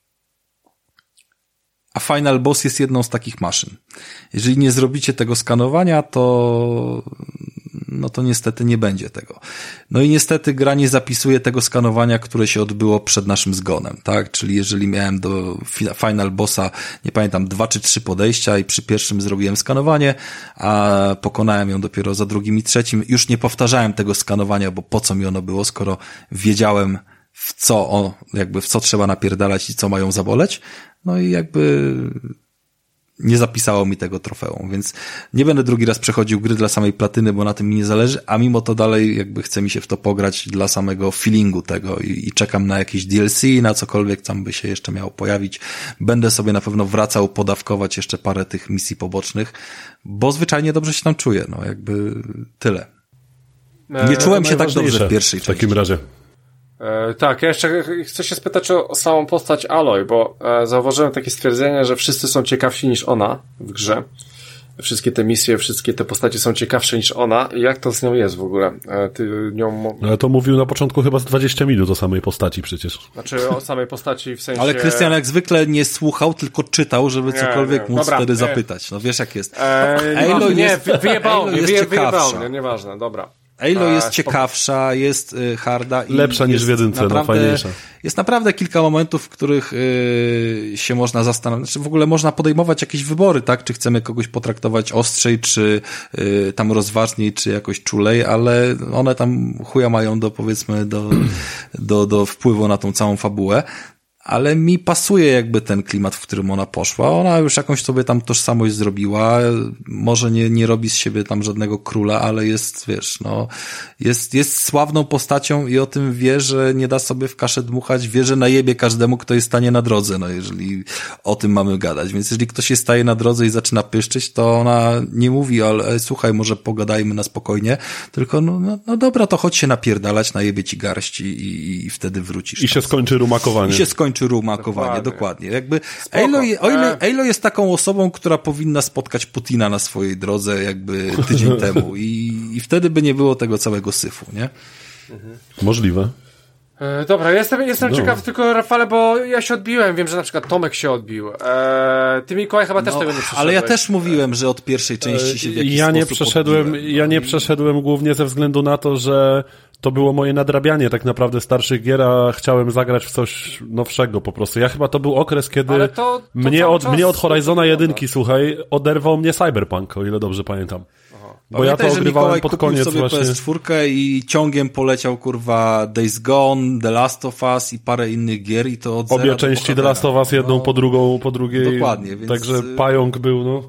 A Final Boss jest jedną z takich maszyn. Jeżeli nie zrobicie tego skanowania, to niestety nie będzie tego. No i niestety gra nie zapisuje tego skanowania, które się odbyło przed naszym zgonem, tak? Czyli jeżeli miałem do Final Bossa, nie pamiętam, 2 czy 3 podejścia i przy pierwszym zrobiłem skanowanie, a pokonałem ją dopiero za drugim i trzecim, już nie powtarzałem tego skanowania, bo po co mi ono było, skoro wiedziałem w co trzeba napierdalać i co mają zaboleć, no i jakby nie zapisało mi tego trofeum, więc nie będę drugi raz przechodził gry dla samej platyny, bo na tym mi nie zależy, a mimo to dalej jakby chce mi się w to pograć dla samego feelingu tego i czekam na jakieś DLC, na cokolwiek tam by się jeszcze miało pojawić. Będę sobie na pewno wracał, podawkować jeszcze parę tych misji pobocznych, bo zwyczajnie dobrze się tam czuję, no jakby tyle. Nie czułem się tak dobrze w pierwszej części. W takim razie. Tak, ja jeszcze chcę się spytać o samą postać Aloy, bo zauważyłem takie stwierdzenie, że wszyscy są ciekawsi niż ona w grze. Wszystkie te misje, wszystkie te postacie są ciekawsze niż ona. Jak to z nią jest w ogóle? Ty nią... Ale to mówił na początku chyba z 20 minut o samej postaci przecież. Znaczy o samej postaci w sensie... Ale Krystian jak zwykle nie słuchał, tylko czytał, żeby cokolwiek móc wtedy zapytać. No wiesz jak jest. Wyjebało mnie, nieważne, dobra. Aloy jest ciekawsza, jest harda i lepsza niż w jedynce, fajniejsza. Jest naprawdę kilka momentów, w których się można zastanowić, znaczy w ogóle można podejmować jakieś wybory, tak? Czy chcemy kogoś potraktować ostrzej, czy tam rozważniej, czy jakoś czulej, ale one tam chuja mają do wpływu na tą całą fabułę. Ale mi pasuje jakby ten klimat, w którym ona poszła. Ona już jakąś sobie tam tożsamość zrobiła. Może nie robi z siebie tam żadnego króla, ale jest, wiesz, no, jest sławną postacią i o tym wie, że nie da sobie w kaszę dmuchać, wie, że najebie każdemu, kto jest stanie na drodze, no, jeżeli o tym mamy gadać. Więc jeżeli ktoś jest staje na drodze i zaczyna pyszczyć, to ona nie mówi, ale słuchaj, może pogadajmy na spokojnie, tylko no dobra, to chodź się napierdalać, najebie ci garści i wtedy wrócisz. I się skończy rumakowanie. Czy rumakowanie, dokładnie. Jakby Aloy jest taką osobą, która powinna spotkać Putina na swojej drodze jakby tydzień temu i wtedy by nie było tego całego syfu, nie? Możliwe. Dobra, jestem ciekaw tylko, Rafale, bo ja się odbiłem, wiem, że na przykład Tomek się odbił. Ty, Mikołaj, chyba też tego nie przeszedłeś. Ale ja też mówiłem, że od pierwszej części się w jakiś sposób Ja nie przeszedłem głównie ze względu na to, że to było moje nadrabianie tak naprawdę starszych gier, a chciałem zagrać w coś nowszego po prostu. Ja chyba to był okres, kiedy mnie od Horizona 1, słuchaj, oderwał mnie Cyberpunk, o ile dobrze pamiętam. Bo pamiętaj, ja to ogrywałem pod koniec sobie właśnie. PS4 i ciągiem poleciał kurwa Days Gone, The Last of Us i parę innych gier i to od obie części The Last of Us, jedną po drugiej. Dokładnie, więc... Także pająk był, no.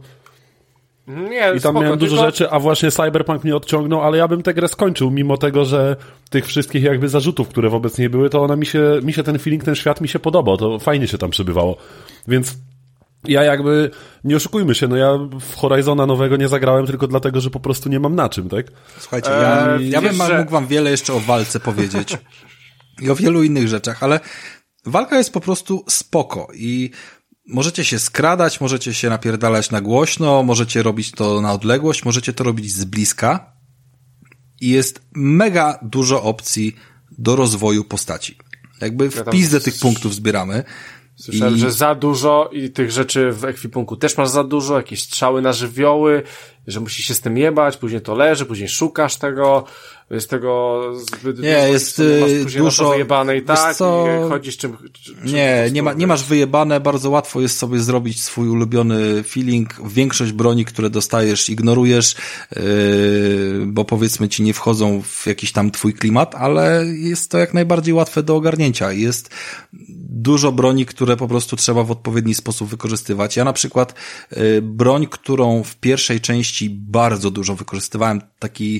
Nie, i tam miałem dużo rzeczy, a właśnie Cyberpunk mnie odciągnął, ale ja bym tę grę skończył, mimo tego, że tych wszystkich jakby zarzutów, które wobec niej były, to ona mi się ten feeling, ten świat mi się podobał, to fajnie się tam przebywało. Więc ja jakby, nie oszukujmy się, no ja w Horizona nowego nie zagrałem tylko dlatego, że po prostu nie mam na czym, tak? Słuchajcie, ja bym mógł wam wiele jeszcze o walce powiedzieć i o wielu innych rzeczach, ale walka jest po prostu spoko i możecie się skradać, możecie się napierdalać na głośno, możecie robić to na odległość, możecie to robić z bliska i jest mega dużo opcji do rozwoju postaci. Jakby w pizdę tych punktów zbieramy. Słyszałem, że za dużo i tych rzeczy w ekwipunku też masz za dużo, jakieś strzały na żywioły, że musisz się z tym jebać, później to leży, później szukasz tego, jest tego zbyt nie, dużo, jest masz dużo wyjebane i tak, co? I chodzisz czym nie masz wyjebane, bardzo łatwo jest sobie zrobić swój ulubiony feeling. Większość broni, które dostajesz, ignorujesz, bo powiedzmy ci nie wchodzą w jakiś tam twój klimat, ale jest to jak najbardziej łatwe do ogarnięcia. Jest dużo broni, które po prostu trzeba w odpowiedni sposób wykorzystywać. Ja na przykład broń, którą w pierwszej części bardzo dużo wykorzystywałem, taki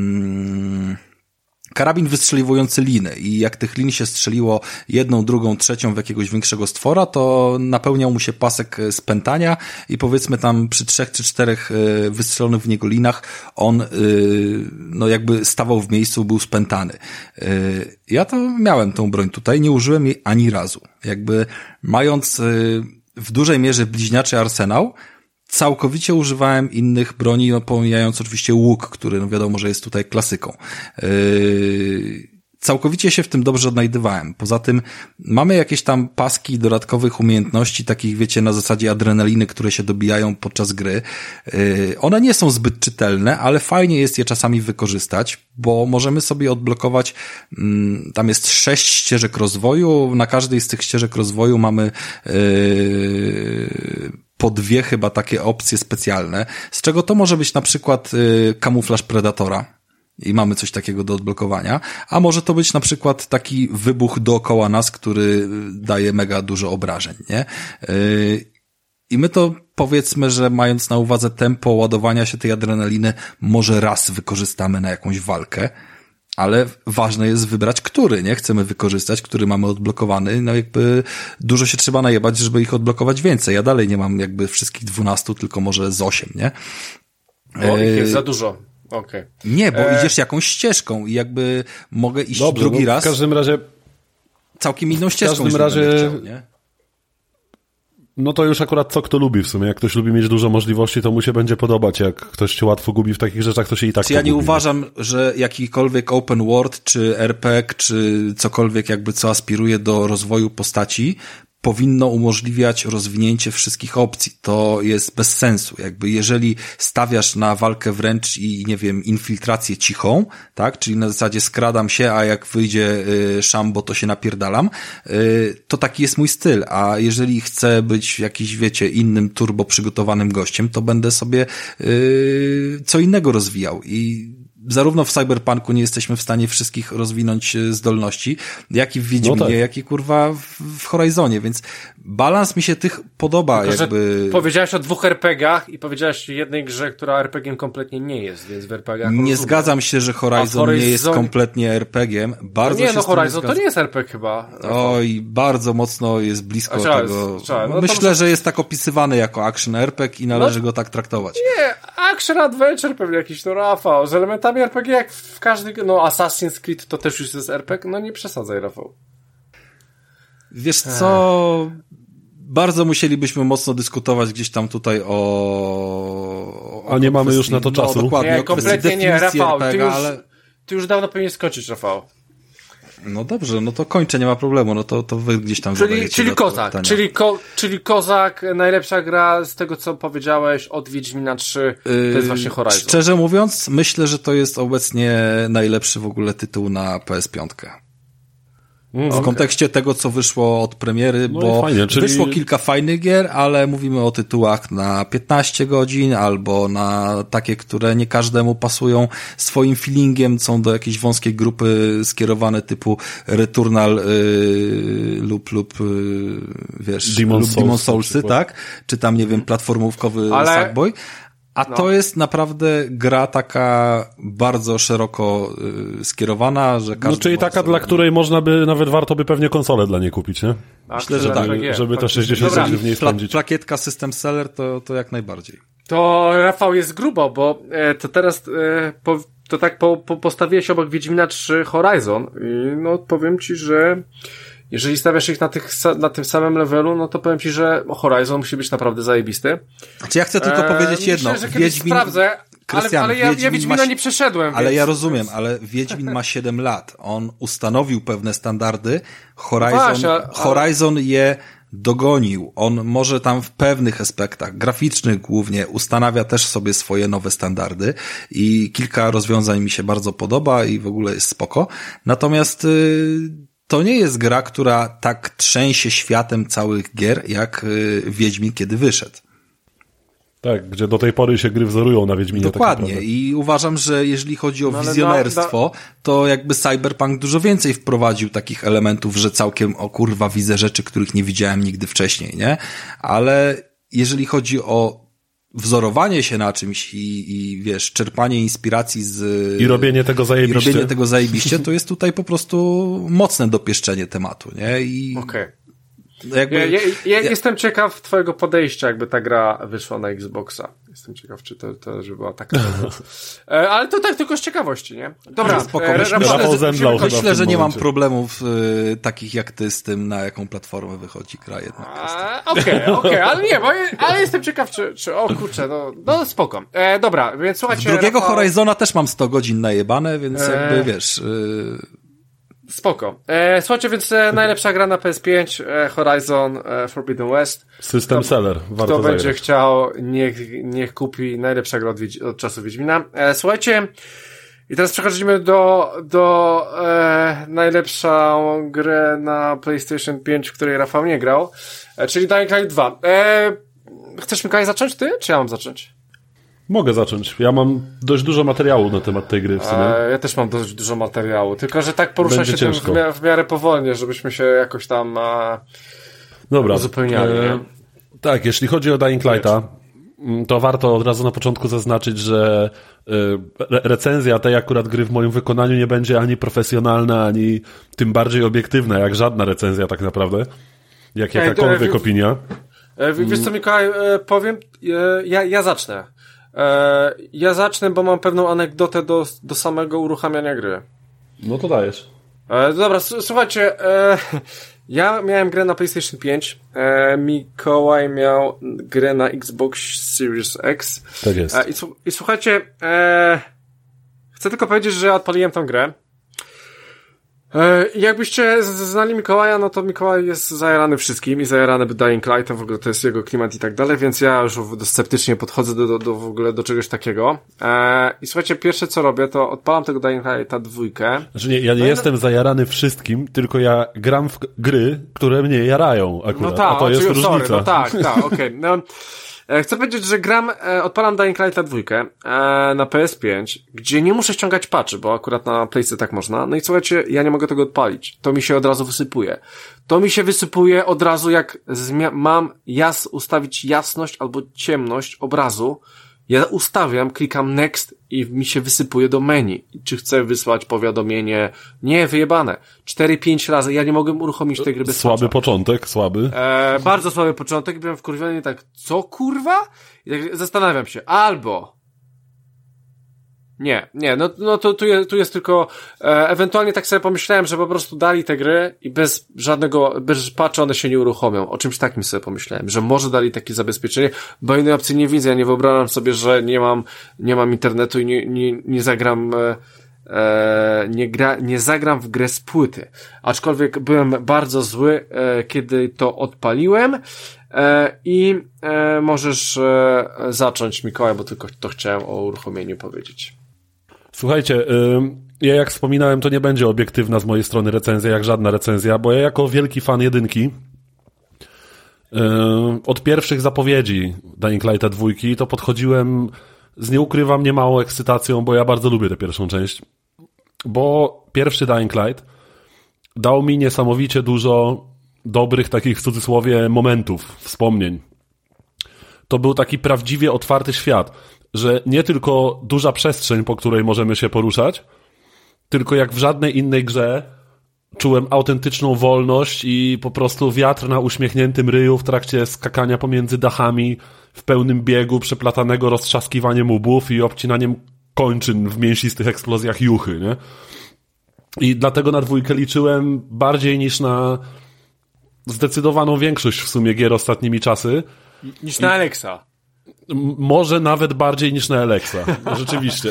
karabin wystrzeliwujący liny i jak tych lin się strzeliło jedną, drugą, trzecią w jakiegoś większego stwora, to napełniał mu się pasek spętania i powiedzmy tam przy 3 czy 4 wystrzelonych w niego linach on no jakby stawał w miejscu, był spętany. Ja to miałem tą broń tutaj, nie użyłem jej ani razu. Jakby mając w dużej mierze bliźniaczy arsenał, całkowicie używałem innych broni, no pomijając oczywiście łuk, który no wiadomo, że jest tutaj klasyką. Całkowicie się w tym dobrze odnajdywałem. Poza tym mamy jakieś tam paski dodatkowych umiejętności, takich wiecie, na zasadzie adrenaliny, które się dobijają podczas gry. One nie są zbyt czytelne, ale fajnie jest je czasami wykorzystać, bo możemy sobie odblokować, tam jest 6 ścieżek rozwoju, na każdej z tych ścieżek rozwoju mamy po 2 chyba takie opcje specjalne, z czego to może być na przykład kamuflaż predatora i mamy coś takiego do odblokowania, a może to być na przykład taki wybuch dookoła nas, który daje mega dużo obrażeń, nie? I my to powiedzmy, że mając na uwadze tempo ładowania się tej adrenaliny, może raz wykorzystamy na jakąś walkę, ale ważne jest wybrać, który, nie? Chcemy wykorzystać, który mamy odblokowany, no jakby dużo się trzeba najebać, żeby ich odblokować więcej. Ja dalej nie mam jakby wszystkich 12, tylko może z 8, nie? Bo ich jest za dużo. Okay. Nie, bo idziesz jakąś ścieżką i jakby mogę iść drugi raz. W każdym razie całkiem inną ścieżką. W każdym razie chciał, nie? No to już akurat co kto lubi w sumie. Jak ktoś lubi mieć dużo możliwości, to mu się będzie podobać. Jak ktoś się łatwo gubi w takich rzeczach, to się i tak Ja nie uważam, że jakikolwiek open world, czy RPG, czy cokolwiek jakby co aspiruje do rozwoju postaci, powinno umożliwiać rozwinięcie wszystkich opcji. To jest bez sensu. Jakby jeżeli stawiasz na walkę wręcz i nie wiem, infiltrację cichą, tak? Czyli na zasadzie skradam się, a jak wyjdzie szambo, to się napierdalam, to taki jest mój styl. A jeżeli chcę być jakiś, wiecie, innym turbo przygotowanym gościem, to będę sobie co innego rozwijał. I zarówno w Cyberpunku nie jesteśmy w stanie wszystkich rozwinąć zdolności, jak i w Wiedźminie, no tak, jak i kurwa w Horizonie, więc balans mi się tych podoba. Tylko, jakby. Powiedziałeś o 2 RPG-ach i powiedziałeś o jednej grze, która RPG-iem kompletnie nie jest, więc w RPG-ach nie zgadzam się, że Horizon nie jest kompletnie RPG-iem. Bardzo no nie, Horizon to nie jest RPG chyba. Oj, bardzo mocno jest blisko tego. No myślę, że jest tak opisywany jako action RPG i należy go tak traktować. Nie, action adventure pewnie jakiś, no Rafał, z elementami RPG jak w każdym, no Assassin's Creed to też już jest RPG, no nie przesadzaj, Rafał. Wiesz co, bardzo musielibyśmy mocno dyskutować gdzieś tam tutaj a nie mamy już na to czasu. Dokładnie, nie, kompletnie nie, Rafał, RPG, ty już dawno powinieneś skończyć, Rafał. No dobrze, no to kończę, nie ma problemu, no to wy gdzieś tam Czyli Kozak, czyli Kozak, najlepsza gra z tego, co powiedziałeś od Wiedźmina 3, to jest właśnie Horizon. Szczerze mówiąc, myślę, że to jest obecnie najlepszy w ogóle tytuł na PS5. W kontekście tego, co wyszło od premiery, no bo fajnie, wyszło kilka fajnych gier, ale mówimy o tytułach na 15 godzin, albo na takie, które nie każdemu pasują swoim feelingiem, są do jakiejś wąskiej grupy skierowane typu Returnal lub wiesz, Demon Soulsy, tak? Czy tam, nie wiem, platformówkowy Sackboy. A to jest naprawdę gra taka bardzo szeroko skierowana, że każdy... No czyli taka, dla której można by, nawet warto by pewnie konsolę dla niej kupić, nie? Myślę, że tak. Żeby te 60 zł w niej spędzić. Plakietka System Seller to jak najbardziej. To Rafał jest grubo, bo to teraz postawiłeś obok Wiedźmina 3 Horizon i no powiem ci, że jeżeli stawiasz ich na tym samym levelu, no to powiem ci, że Horizon musi być naprawdę zajebisty. Znaczy ja chcę tylko powiedzieć jedno. Myślę, że kiedyś sprawdzę. Krystian, ale ja Wiedźmina nie przeszedłem. Ale ja rozumiem, ale Wiedźmin ma 7 lat. On ustanowił pewne standardy. Horizon je dogonił. On może tam w pewnych aspektach, graficznych głównie, ustanawia też sobie swoje nowe standardy i kilka rozwiązań mi się bardzo podoba i w ogóle jest spoko. Natomiast to nie jest gra, która tak trzęsie światem całych gier, jak Wiedźmin, kiedy wyszedł. Tak, gdzie do tej pory się gry wzorują na Wiedźminie. Dokładnie. Tak i uważam, że jeżeli chodzi o wizjonerstwo, to jakby Cyberpunk dużo więcej wprowadził takich elementów, że całkiem, o kurwa, widzę rzeczy, których nie widziałem nigdy wcześniej, nie? Ale jeżeli chodzi o wzorowanie się na czymś i wiesz, czerpanie inspiracji z... I robienie tego zajebiście. To jest tutaj po prostu mocne dopieszczenie tematu, nie? Okej. Ja jestem ciekaw twojego podejścia, jakby ta gra wyszła na Xboxa. Jestem ciekaw, czy to żeby była taka. Ale to tak tylko z ciekawości, nie? Dobra, spoko. Myślę, że nie mam problemów takich jak ty z tym, na jaką platformę wychodzi gra jednak. Okej, ale nie, ale jestem ciekaw, czy o kurczę, no spoko. Dobra, więc słuchajcie. Drugiego Horizona też mam 100 godzin najebane, więc jakby wiesz... Spoko. Słuchajcie, więc najlepsza gra na PS5, Horizon Forbidden West. System seller. Kto będzie chciał, niech kupi. Najlepsza gra od czasu Wiedźmina. Słuchajcie, i teraz przechodzimy do najlepszą grę na PlayStation 5, w której Rafał nie grał, czyli Dying Light 2. Chcesz, Mikołaj, zacząć ty, czy ja mam zacząć? Mogę zacząć. Ja mam dość dużo materiału na temat tej gry w sumie. Ja też mam dość dużo materiału, tylko że tak porusza się tym w miarę powolnie, żebyśmy się jakoś tam uzupełniali. Tak, jeśli chodzi o Dying Lighta, to warto od razu na początku zaznaczyć, że recenzja tej akurat gry w moim wykonaniu nie będzie ani profesjonalna, ani tym bardziej obiektywna, jak żadna recenzja tak naprawdę. Jak jakakolwiek opinia. Wiesz co, Mikołaj, powiem, ja zacznę. Ja zacznę, bo mam pewną anegdotę do samego uruchamiania gry. No to dajesz. Dobra, słuchajcie, ja miałem grę na PlayStation 5, Mikołaj miał grę na Xbox Series X. Tak jest. I słuchajcie, chcę tylko powiedzieć, że ja odpaliłem tę grę. Jakbyście znali Mikołaja, no to Mikołaj jest zajarany wszystkim i zajarany Dying Lightem, w ogóle to jest jego klimat i tak dalej, więc ja już sceptycznie podchodzę w ogóle do czegoś takiego. I słuchajcie, pierwsze co robię, to odpalam tego Dying Lighta 2. Znaczy nie, ja nie jestem zajarany wszystkim, tylko ja gram w gry, które mnie jarają akurat, no tak, a to jest różnica. No tak, okej. No, chcę powiedzieć, że odpalam Dying Lighta 2 na PS5, gdzie nie muszę ściągać patchy, bo akurat na Playce tak można. No i słuchajcie, ja nie mogę tego odpalić. To mi się od razu wysypuje. To mi się wysypuje od razu, jak mam ustawić jasność albo ciemność obrazu. Ja ustawiam, klikam next i mi się wysypuje do menu. Czy chcę wysłać powiadomienie? Nie, wyjebane. 4-5 razy. Ja nie mogę uruchomić tej gry bez Słaby patcha. Początek, słaby. Bardzo słaby początek. Byłem wkurwiony tak, co kurwa? I tak zastanawiam się. Albo Nie, no to tu jest tylko, ewentualnie tak sobie pomyślałem, że po prostu dali te gry i bez patcha one się nie uruchomią. O czymś takim sobie pomyślałem, że może dali takie zabezpieczenie, bo innej opcji nie widzę. Ja nie wyobrażam sobie, że nie mam internetu i nie zagram, nie zagram w grę z płyty. Aczkolwiek byłem bardzo zły, kiedy to odpaliłem. I możesz zacząć, Mikołaj, bo tylko to chciałem o uruchomieniu powiedzieć. Słuchajcie, ja jak wspominałem, to nie będzie obiektywna z mojej strony recenzja, jak żadna recenzja, bo ja jako wielki fan jedynki od pierwszych zapowiedzi Dying Lighta 2 to podchodziłem z, nie ukrywam, niemałą ekscytacją, bo ja bardzo lubię tę pierwszą część, bo pierwszy Dying Light dał mi niesamowicie dużo dobrych takich w cudzysłowie momentów, wspomnień. To był taki prawdziwie otwarty świat, że nie tylko duża przestrzeń, po której możemy się poruszać, tylko jak w żadnej innej grze czułem autentyczną wolność i po prostu wiatr na uśmiechniętym ryju w trakcie skakania pomiędzy dachami w pełnym biegu, przeplatanego roztrzaskiwaniem łbów i obcinaniem kończyn w mięsistych eksplozjach juchy, nie? I dlatego na 2 liczyłem bardziej niż na zdecydowaną większość w sumie gier ostatnimi czasy. Niż na Alexa. Może nawet bardziej niż na Alexa. Rzeczywiście.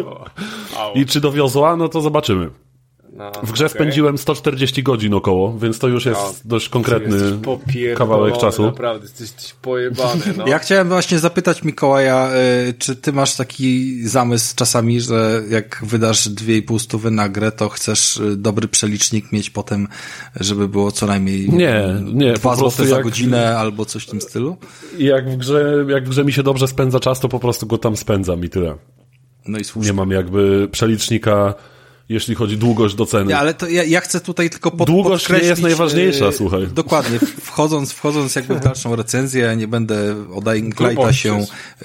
I czy dowiozła? No to zobaczymy. No, w grze spędziłem 140 godzin około, więc to już jest dość konkretny kawałek czasu. Naprawdę, jesteś pojebany. No. Ja chciałem właśnie zapytać Mikołaja, czy ty masz taki zamysł czasami, że jak wydasz 2,5 na grę, to chcesz dobry przelicznik mieć potem, żeby było co najmniej nie, 2 zł za godzinę albo coś w tym stylu? Jak w grze mi się dobrze spędza czas, to po prostu go tam spędzam i tyle. No i słusznie. Nie mam jakby przelicznika, jeśli chodzi długość do ceny. Ale to ja chcę tutaj tylko długość podkreślić... nie jest najważniejsza, słuchaj. Dokładnie. Wchodząc jakby w dalszą recenzję, ja nie będę o Dying Lighta się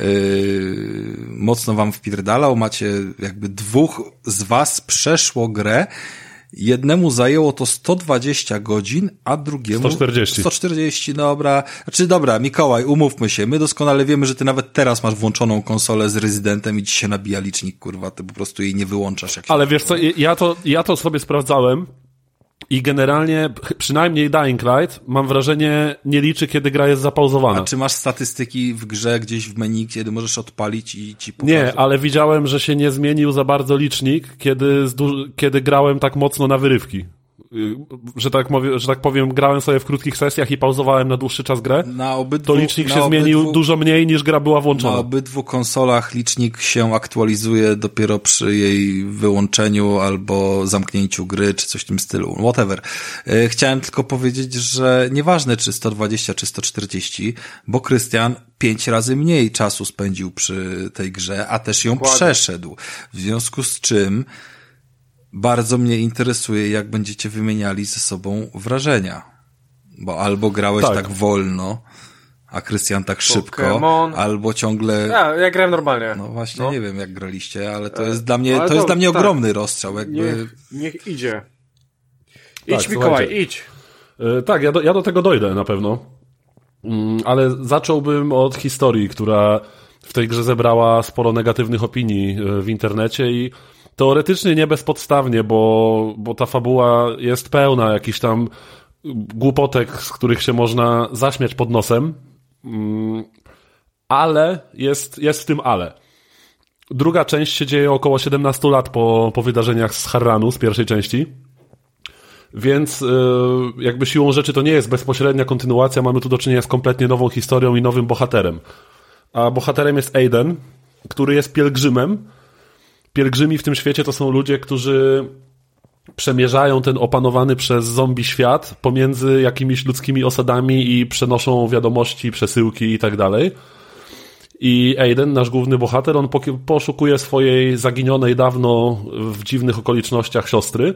mocno wam wpierdalał. Macie jakby 2 z was przeszło grę. Jednemu zajęło to 120 godzin, a drugiemu 140. 140, dobra. Znaczy dobra, Mikołaj, umówmy się. My doskonale wiemy, że ty nawet teraz masz włączoną konsolę z Rezydentem i ci się nabija licznik, kurwa. Ty po prostu jej nie wyłączasz. Ale wiesz co, ja to sobie sprawdzałem i generalnie, przynajmniej Dying Light, mam wrażenie, nie liczy, kiedy gra jest zapauzowana. A czy masz statystyki w grze gdzieś w menu, kiedy możesz odpalić i ci pokaże? Nie, ale widziałem, że się nie zmienił za bardzo licznik, kiedy grałem tak mocno na wyrywki. Że tak powiem, grałem sobie w krótkich sesjach i pauzowałem na dłuższy czas grę, to licznik się zmienił dużo mniej niż gra była włączona. Na obydwu konsolach licznik się aktualizuje dopiero przy jej wyłączeniu albo zamknięciu gry, czy coś w tym stylu. Whatever. Chciałem tylko powiedzieć, że nieważne czy 120 czy 140, bo Krystian 5 razy mniej czasu spędził przy tej grze, a też ją przeszedł. W związku z czym bardzo mnie interesuje, jak będziecie wymieniali ze sobą wrażenia. Bo albo grałeś tak wolno, a Krystian tak szybko, albo ciągle... Ja grałem normalnie. No właśnie, nie wiem jak graliście, ale to jest dla mnie, jest dla mnie ogromny rozstrzał. Jakby... Niech idzie. Idź, Mikołaj, idź. Tak, ja do tego dojdę na pewno. Ale zacząłbym od historii, która w tej grze zebrała sporo negatywnych opinii w internecie i teoretycznie nie bezpodstawnie, bo ta fabuła jest pełna jakichś tam głupotek, z których się można zaśmiać pod nosem, ale jest w tym ale. Druga część się dzieje około 17 lat po wydarzeniach z Harranu, z pierwszej części, więc jakby siłą rzeczy to nie jest bezpośrednia kontynuacja, mamy tu do czynienia z kompletnie nową historią i nowym bohaterem. A bohaterem jest Aiden, który jest pielgrzymem. Pielgrzymi w tym świecie to są ludzie, którzy przemierzają ten opanowany przez zombie świat pomiędzy jakimiś ludzkimi osadami i przenoszą wiadomości, przesyłki i tak dalej. I Aiden, nasz główny bohater, on poszukuje swojej zaginionej dawno w dziwnych okolicznościach siostry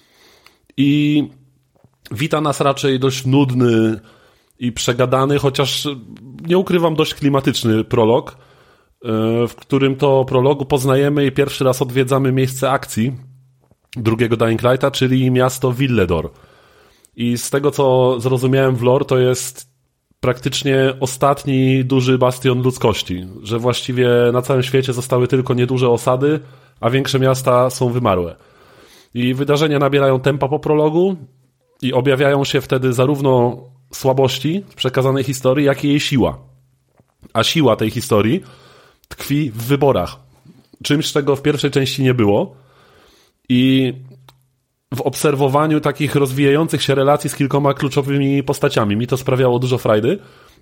i wita nas raczej dość nudny i przegadany, chociaż nie ukrywam, dość klimatyczny prolog, w którym to prologu poznajemy i pierwszy raz odwiedzamy miejsce akcji drugiego Dying Lighta, czyli miasto Villedor. I z tego, co zrozumiałem w lore, to jest praktycznie ostatni duży bastion ludzkości, że właściwie na całym świecie zostały tylko nieduże osady, a większe miasta są wymarłe. I wydarzenia nabierają tempa po prologu i objawiają się wtedy zarówno słabości przekazanej historii, jak i jej siła. A siła tej historii tkwi w wyborach. Czymś, czego w pierwszej części nie było. I w obserwowaniu takich rozwijających się relacji z kilkoma kluczowymi postaciami. Mi to sprawiało dużo frajdy.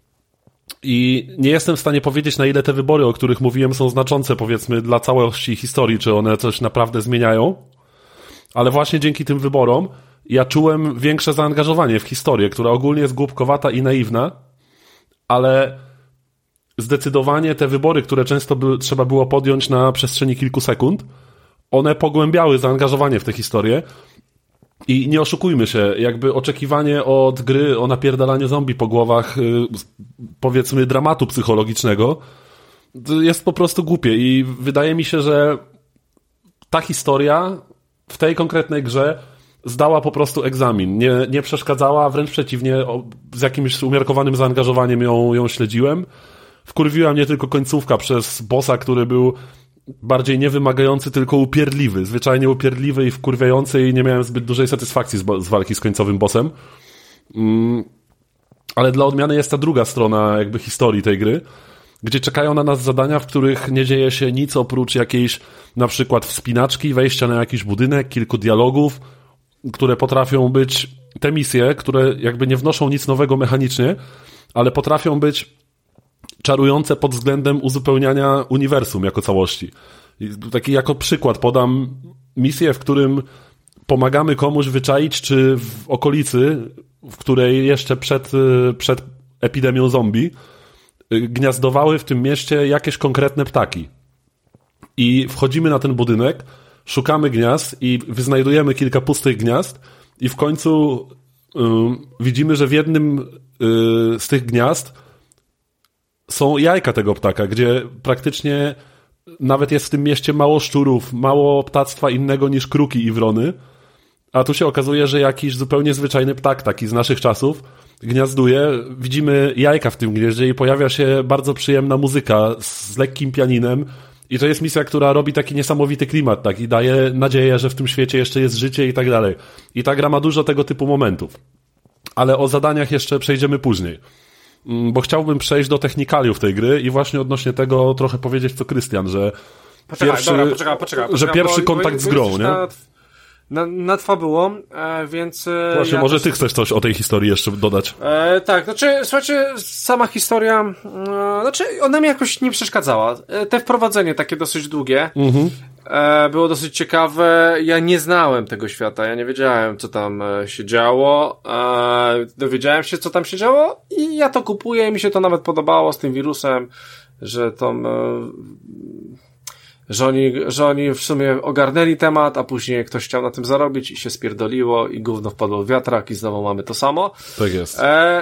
I nie jestem w stanie powiedzieć, na ile te wybory, o których mówiłem, są znaczące, powiedzmy, dla całości historii, czy one coś naprawdę zmieniają. Ale właśnie dzięki tym wyborom ja czułem większe zaangażowanie w historię, która ogólnie jest głupkowata i naiwna, ale zdecydowanie te wybory, które często trzeba było podjąć na przestrzeni kilku sekund, one pogłębiały zaangażowanie w tę historię i nie oszukujmy się, jakby oczekiwanie od gry o napierdalaniu zombie po głowach, powiedzmy, dramatu psychologicznego, jest po prostu głupie i wydaje mi się, że ta historia w tej konkretnej grze zdała po prostu egzamin. Nie przeszkadzała, a wręcz przeciwnie, z jakimś umiarkowanym zaangażowaniem ją śledziłem. Wkurwiła mnie tylko końcówka przez bossa, który był bardziej niewymagający, tylko upierdliwy. Zwyczajnie upierdliwy i wkurwiający i nie miałem zbyt dużej satysfakcji z walki z końcowym bossem. Ale dla odmiany jest ta druga strona jakby historii tej gry. gdzie czekają na nas zadania, w których nie dzieje się nic oprócz jakiejś na przykład wspinaczki, wejścia na jakiś budynek, kilku dialogów, które potrafią być, te misje, które jakby nie wnoszą nic nowego mechanicznie, ale potrafią być czarujące pod względem uzupełniania uniwersum jako całości. I taki jako przykład podam misję, w którym pomagamy komuś wyczaić, czy w okolicy, w której jeszcze przed epidemią zombie gniazdowały w tym mieście jakieś konkretne ptaki. I wchodzimy na ten budynek, szukamy gniazd i wyznajdujemy kilka pustych gniazd i w końcu widzimy, że w jednym z tych gniazd są jajka tego ptaka, gdzie praktycznie nawet jest w tym mieście mało szczurów, mało ptactwa innego niż kruki i wrony, a tu się okazuje, że jakiś zupełnie zwyczajny ptak, taki z naszych czasów, gniazduje, widzimy jajka w tym gnieździe i pojawia się bardzo przyjemna muzyka z lekkim pianinem i to jest misja, która robi taki niesamowity klimat, tak, i daje nadzieję, że w tym świecie jeszcze jest życie i tak dalej. I ta gra ma dużo tego typu momentów. Ale o zadaniach jeszcze przejdziemy później. Bo chciałbym przejść do technikaliów tej gry i właśnie odnośnie tego trochę powiedzieć co Krystian, że pierwszy kontakt z grą, nie? Nad fabułą, więc... Właśnie, może ty chcesz coś o tej historii jeszcze dodać? Tak, znaczy, słuchajcie, sama historia, znaczy, ona mi jakoś nie przeszkadzała. Te wprowadzenie takie dosyć długie, było dosyć ciekawe. Ja nie znałem tego świata, ja nie wiedziałem, co tam się działo. Dowiedziałem się, co tam się działo i ja to kupuję i mi się to nawet podobało z tym wirusem, że tam... Że oni w sumie ogarnęli temat, a później ktoś chciał na tym zarobić i się spierdoliło i gówno wpadło w wiatrak i znowu mamy to samo. Tak jest.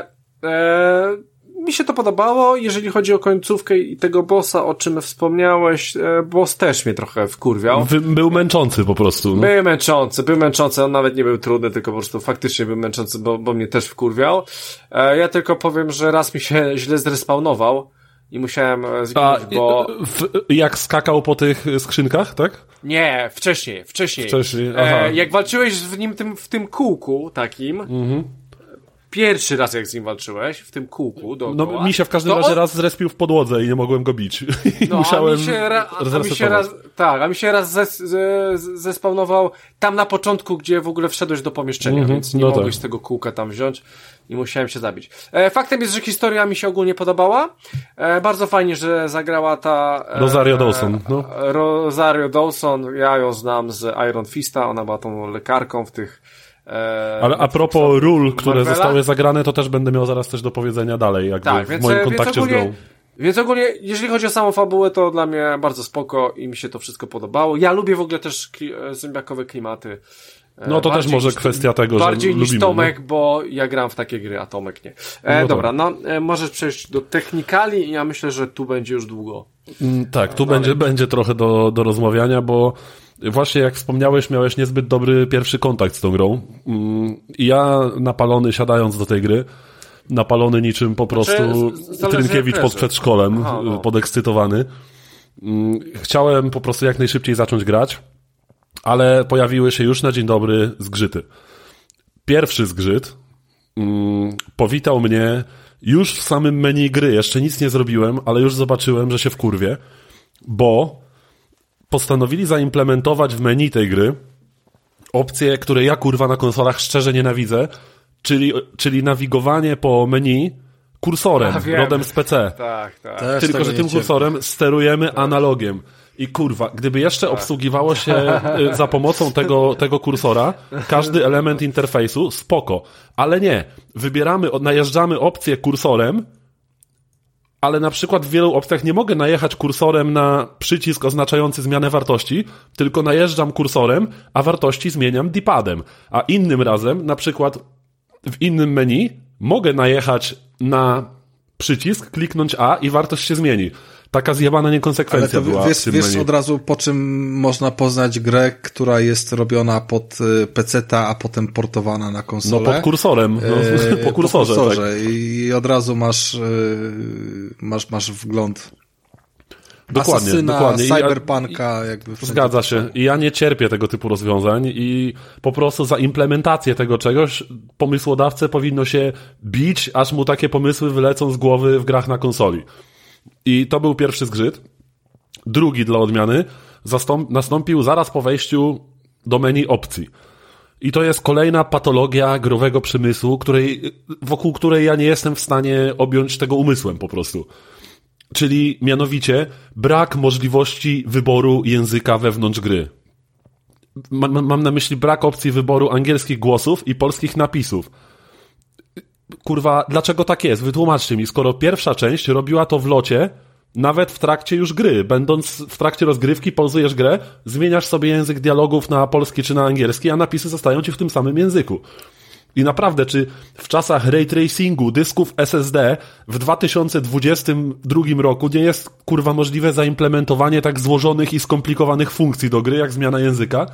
Mi się to podobało, jeżeli chodzi o końcówkę i tego bossa, o czym wspomniałeś, boss też mnie trochę wkurwiał. Był męczący po prostu. No. Był męczący, on nawet nie był trudny, tylko po prostu faktycznie był męczący, bo mnie też wkurwiał. Ja tylko powiem, że raz mi się źle zrespawnował i musiałem zginąć, bo... Jak skakał po tych skrzynkach, tak? Nie, wcześniej. Aha. Jak walczyłeś w nim w tym kółku takim, pierwszy raz jak z nim walczyłeś, w tym kółku dookoła, no mi się w każdym razie raz zrespił w podłodze i nie mogłem go bić. No, musiałem a mi się raz zespawnował tam na początku, gdzie w ogóle wszedłeś do pomieszczenia, więc nie mogłeś z tego kółka tam wziąć i musiałem się zabić. Faktem jest, że historia mi się ogólnie podobała. Bardzo fajnie, że zagrała ta... Rosario Dawson. No. Rosario Dawson, ja ją znam z Iron Fista, ona była tą lekarką w tych... Ale a propos ról, które zostały zagrane, to też będę miał zaraz coś do powiedzenia dalej, jakby tak, w moim kontakcie z grą. Więc ogólnie, jeżeli chodzi o samą fabułę, to dla mnie bardzo spoko i mi się to wszystko podobało. Ja lubię w ogóle też zombiakowe klimaty. No to też może kwestia tego, że bardziej lubimy. Niż Tomek, bo ja gram w takie gry, a Tomek nie. Dobra, możesz przejść do technikali i ja myślę, że tu będzie już długo. Tak, tu będzie trochę do rozmawiania, bo właśnie jak wspomniałeś, miałeś niezbyt dobry pierwszy kontakt z tą grą. I ja napalony siadając do tej gry, napalony niczym po prostu Trynkiewicz pod przedszkolem, podekscytowany. Chciałem po prostu jak najszybciej zacząć grać, ale pojawiły się już na dzień dobry zgrzyty. Pierwszy zgrzyt powitał mnie już w samym menu gry. Jeszcze nic nie zrobiłem, ale już zobaczyłem, że się wkurwię, bo postanowili zaimplementować w menu tej gry opcję, której ja kurwa na konsolach szczerze nienawidzę, czyli nawigowanie po menu kursorem, rodem z PC. Tak. Tylko, że tym kursorem sterujemy analogiem. I kurwa, gdyby jeszcze obsługiwało się za pomocą tego kursora każdy element interfejsu, spoko. Ale nie. Najeżdżamy opcję kursorem, ale na przykład w wielu opcjach nie mogę najechać kursorem na przycisk oznaczający zmianę wartości, tylko najeżdżam kursorem, a wartości zmieniam D-padem. A innym razem, na przykład w innym menu, mogę najechać na przycisk, kliknąć A i wartość się zmieni. Taka zjebana niekonsekwencja była w tym menu. Wiesz od razu, po czym można poznać grę, która jest robiona pod PC-ta, a potem portowana na konsolę? No pod kursorem. Po kursorze. Tak. I od razu masz wgląd. Dokładnie. Cyberpunka. Zgadza się. I ja nie cierpię tego typu rozwiązań i po prostu za implementację tego czegoś pomysłodawcę powinno się bić, aż mu takie pomysły wylecą z głowy w grach na konsoli. I to był pierwszy zgrzyt. Drugi dla odmiany nastąpił zaraz po wejściu do menu opcji. I to jest kolejna patologia growego przemysłu, wokół której ja nie jestem w stanie objąć tego umysłem po prostu. Czyli mianowicie brak możliwości wyboru języka wewnątrz gry. Mam na myśli brak opcji wyboru angielskich głosów i polskich napisów. Kurwa, dlaczego tak jest? Wytłumaczcie mi, skoro pierwsza część robiła to w locie, nawet w trakcie już gry, będąc w trakcie rozgrywki, pauzujesz grę, zmieniasz sobie język dialogów na polski czy na angielski, a napisy zostają ci w tym samym języku. I naprawdę, czy w czasach ray tracingu, dysków SSD w 2022 roku nie jest, kurwa, możliwe zaimplementowanie tak złożonych i skomplikowanych funkcji do gry, jak zmiana języka?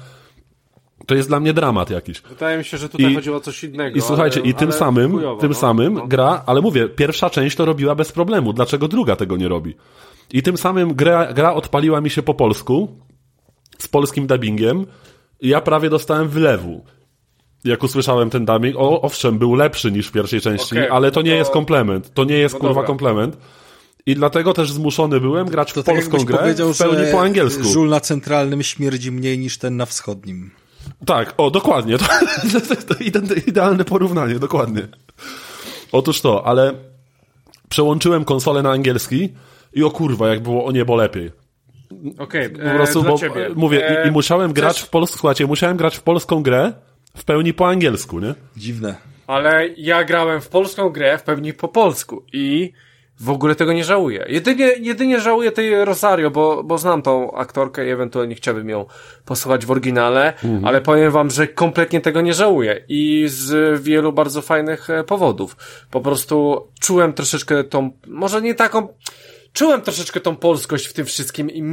To jest dla mnie dramat jakiś. Wydaje mi się, że tutaj chodziło o coś innego. I słuchajcie, tym samym gra, ale mówię, pierwsza część to robiła bez problemu. Dlaczego druga tego nie robi? I tym samym gra odpaliła mi się po polsku, z polskim dubbingiem, i ja prawie dostałem wylewu. Jak usłyszałem ten dubbing, owszem, był lepszy niż w pierwszej części, ale to nie jest komplement. To nie jest, kurwa, komplement. I dlatego też zmuszony byłem grać w polską grę w pełni po angielsku. Żul na centralnym śmierdzi mniej niż ten na wschodnim. Tak, dokładnie. To idealne porównanie, dokładnie. Otóż to, ale przełączyłem konsolę na angielski i o kurwa, jak było o niebo lepiej. Okej, po prostu, bo mówię, i musiałem grać w polską, słuchajcie, musiałem grać w polską grę w pełni po angielsku, nie? Dziwne. Ale ja grałem w polską grę w pełni po polsku i w ogóle tego nie żałuję. Jedynie żałuję tej Rosario, bo znam tą aktorkę i ewentualnie chciałbym ją posłuchać w oryginale, ale powiem wam, że kompletnie tego nie żałuję i z wielu bardzo fajnych powodów. Po prostu czułem troszeczkę może nie taką, czułem troszeczkę tą polskość w tym wszystkim i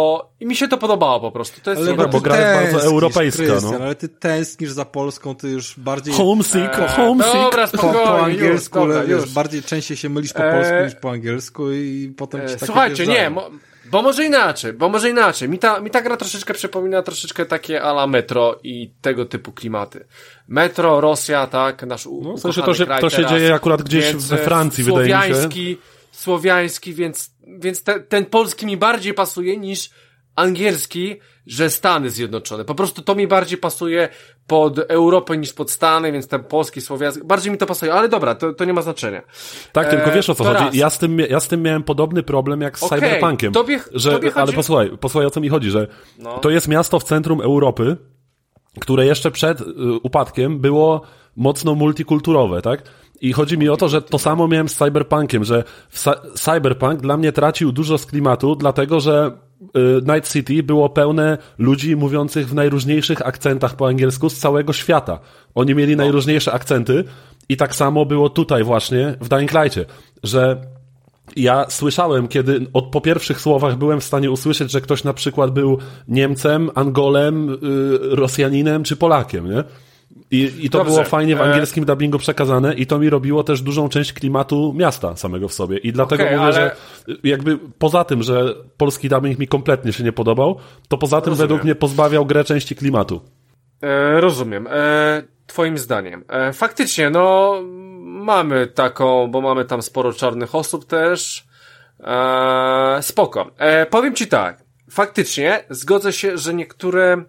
mi się to podobało po prostu. To jest ale bo gra jest bardzo europejska, no. Ale ty tęsknisz za Polską, ty już bardziej... Homesick. Dobra, spokojnie, po angielsku, już. bardziej częściej się mylisz po polsku niż po angielsku i potem ci takie słuchajcie, nie, bo może inaczej. Mi ta gra troszeczkę przypomina takie a la Metro i tego typu klimaty. Metro, Rosja, tak, nasz ukochany kraj to się teraz, dzieje akurat gdzieś we Francji, wydaje mi się. Słowiański, więc ten polski mi bardziej pasuje niż angielski, że Stany Zjednoczone. Po prostu to mi bardziej pasuje pod Europę niż pod Stany, więc ten polski, słowiański, bardziej mi to pasuje, ale dobra, to nie ma znaczenia. Tak, tylko wiesz o co chodzi. Ja z tym miałem podobny problem jak z Cyberpunkiem. Ale posłuchaj, o co mi chodzi, że to jest miasto w centrum Europy, które jeszcze przed upadkiem było mocno multikulturowe, tak? I chodzi mi o to, że to samo miałem z Cyberpunkiem, że Cyberpunk dla mnie tracił dużo z klimatu, dlatego że Night City było pełne ludzi mówiących w najróżniejszych akcentach po angielsku z całego świata. Oni mieli najróżniejsze akcenty i tak samo było tutaj właśnie w Dying Light'cie, że ja słyszałem, kiedy po pierwszych słowach byłem w stanie usłyszeć, że ktoś na przykład był Niemcem, Angolem, Rosjaninem czy Polakiem, nie? I to dobrze. Było fajnie w angielskim dubbingu przekazane i to mi robiło też dużą część klimatu miasta samego w sobie. I dlatego mówię, że jakby poza tym, że polski dubbing mi kompletnie się nie podobał, to poza tym według mnie pozbawiał grę części klimatu. Rozumiem. Twoim zdaniem. Faktycznie, mamy taką, bo mamy tam sporo czarnych osób też. Spoko. Powiem ci tak. Faktycznie zgodzę się, że niektóre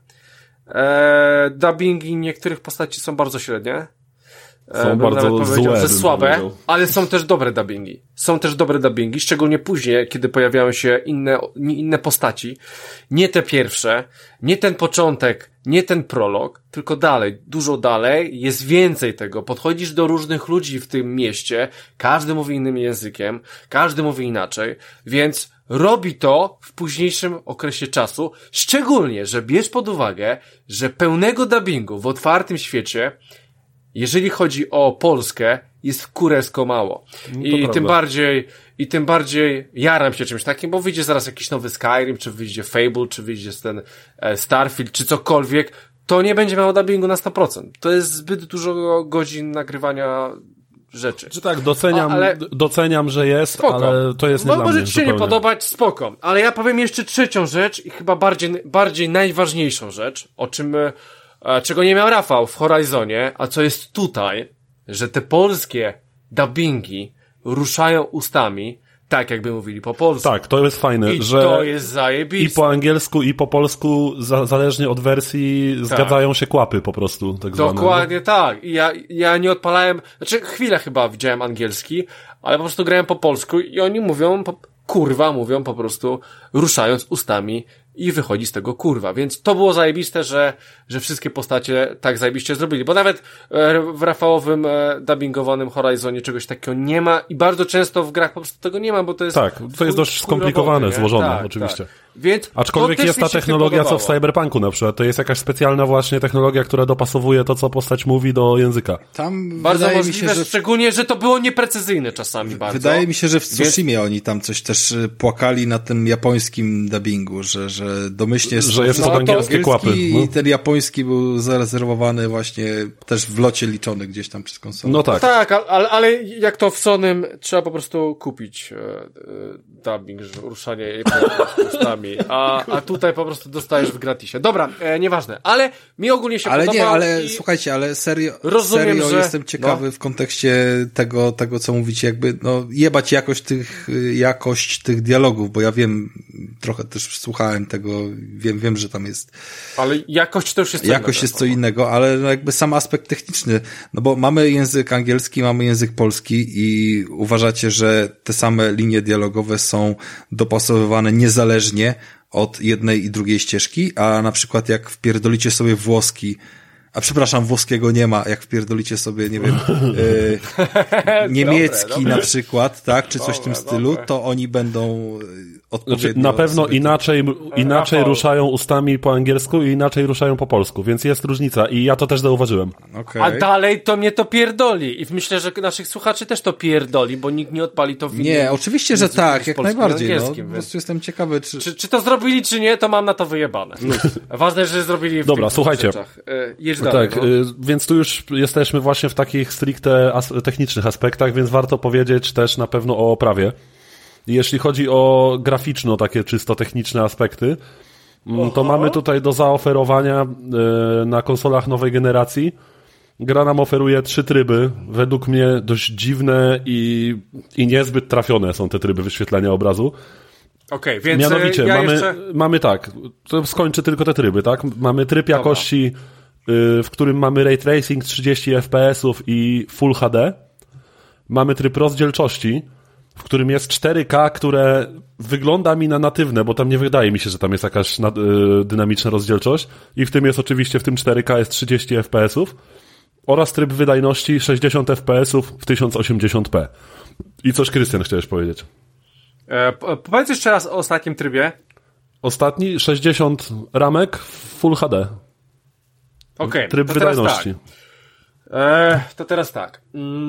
dubbingi niektórych postaci są bardzo średnie. Są bardzo złe, że słabe, ale są też dobre dubbingi. Szczególnie później, kiedy pojawiają się inne postaci. Nie te pierwsze, nie ten początek, nie ten prolog, tylko dalej, dużo dalej, jest więcej tego. Podchodzisz do różnych ludzi w tym mieście, każdy mówi innym językiem, każdy mówi inaczej, więc robi to w późniejszym okresie czasu, szczególnie, że bierz pod uwagę, że pełnego dubbingu w otwartym świecie, jeżeli chodzi o Polskę, jest kurewsko mało. I tym bardziej jaram się czymś takim, bo wyjdzie zaraz jakiś nowy Skyrim, czy wyjdzie Fable, czy wyjdzie ten Starfield, czy cokolwiek, to nie będzie miało dubbingu na 100%. To jest zbyt dużo godzin nagrywania rzeczy. Czy tak, doceniam, że jest, spoko. Ale to jest nie dla mnie. Może ci się nie podobać, spoko. Ale ja powiem jeszcze trzecią rzecz i chyba bardziej najważniejszą rzecz, czego nie miał Rafał w Horizonie, a co jest tutaj, że te polskie dubbingi ruszają ustami tak jakby mówili po polsku. Tak, to jest fajne, I że to jest zajebiste. i po angielsku, i po polsku, zależnie od wersji, zgadzają się kłapy po prostu, tak zwane. Dokładnie tak. I ja nie odpalałem, znaczy chwilę chyba widziałem angielski, ale po prostu grałem po polsku i oni mówią, mówią po prostu ruszając ustami i wychodzi z tego kurwa. Więc to było zajebiste, że wszystkie postacie tak zajebiście zrobili. Bo nawet w Rafałowym dubbingowanym Horizonie czegoś takiego nie ma i bardzo często w grach po prostu tego nie ma, bo to jest... Tak, to jest dość skomplikowane, roboty, złożone, tak, oczywiście. Tak. Więc aczkolwiek jest ta technologia, co w Cyberpunku na przykład. To jest jakaś specjalna właśnie technologia, która dopasowuje to, co postać mówi do języka. Tam bardzo wydaje możliwe, mi się, że... szczególnie, że to było nieprecyzyjne czasami bardzo. Wydaje mi się, że w Tsushimie oni tam coś też płakali na tym japońskim dubbingu, że domyślnie... Że jest to angielskie kłapy. I ten japoński był zarezerwowany właśnie też w locie liczony gdzieś tam przez konsolę. No tak. Tak, ale jak to w Sonym trzeba po prostu kupić dubbing, ruszanie jej ustami, a tutaj po prostu dostajesz w gratisie. Dobra, nieważne, ale mi ogólnie się podoba. Ale słuchajcie, ale serio jestem ciekawy w kontekście tego, co mówicie, jakby jebać jakość tych dialogów, bo ja wiem, trochę też słuchałem tego, wiem, że tam jest... Ale jakość to już jest co innego. Jakość jest co innego, ale jakby sam aspekt techniczny, bo mamy język angielski, mamy język polski i uważacie, że te same linie dialogowe są dopasowywane niezależnie od jednej i drugiej ścieżki, a na przykład jak wpierdolicie sobie włoskiego nie ma, jak wpierdolicie sobie, nie wiem, niemiecki dobre. Na przykład, tak, czy coś w tym stylu, to oni będą odpowiednio... Znaczy, na pewno inaczej ruszają ustami po angielsku i inaczej ruszają po polsku, więc jest różnica i ja to też zauważyłem. Okay. A dalej to mnie to pierdoli i myślę, że naszych słuchaczy też to pierdoli, bo nikt nie odpali to w innym. Nie, oczywiście, że tak, jak najbardziej. Po prostu jestem ciekawy, czy to zrobili, czy nie, to mam na to wyjebane. Ważne, że zrobili w Dobra, słuchajcie. Dalej, tak, więc tu już jesteśmy właśnie w takich stricte technicznych aspektach, więc warto powiedzieć też na pewno o oprawie. Jeśli chodzi o graficzno, takie czysto techniczne aspekty, to mamy tutaj do zaoferowania na konsolach nowej generacji. Gra nam oferuje 3 tryby, według mnie dość dziwne i niezbyt trafione są te tryby wyświetlania obrazu. Okej, więc mianowicie mamy tak, to skończę tylko te tryby, tak? Mamy tryb jakości, w którym mamy ray tracing 30 fps i Full HD. Mamy tryb rozdzielczości, w którym jest 4K, które wygląda mi na natywne, bo tam nie wydaje mi się, że tam jest jakaś dynamiczna rozdzielczość. I w tym jest oczywiście, w tym 4K jest 30 fps oraz tryb wydajności 60 fps w 1080p. I coś, Krystian, chciałeś powiedzieć? Powiedz jeszcze raz o ostatnim trybie. Ostatni 60 ramek w Full HD. Okej. Tryb wydajności. To teraz tak.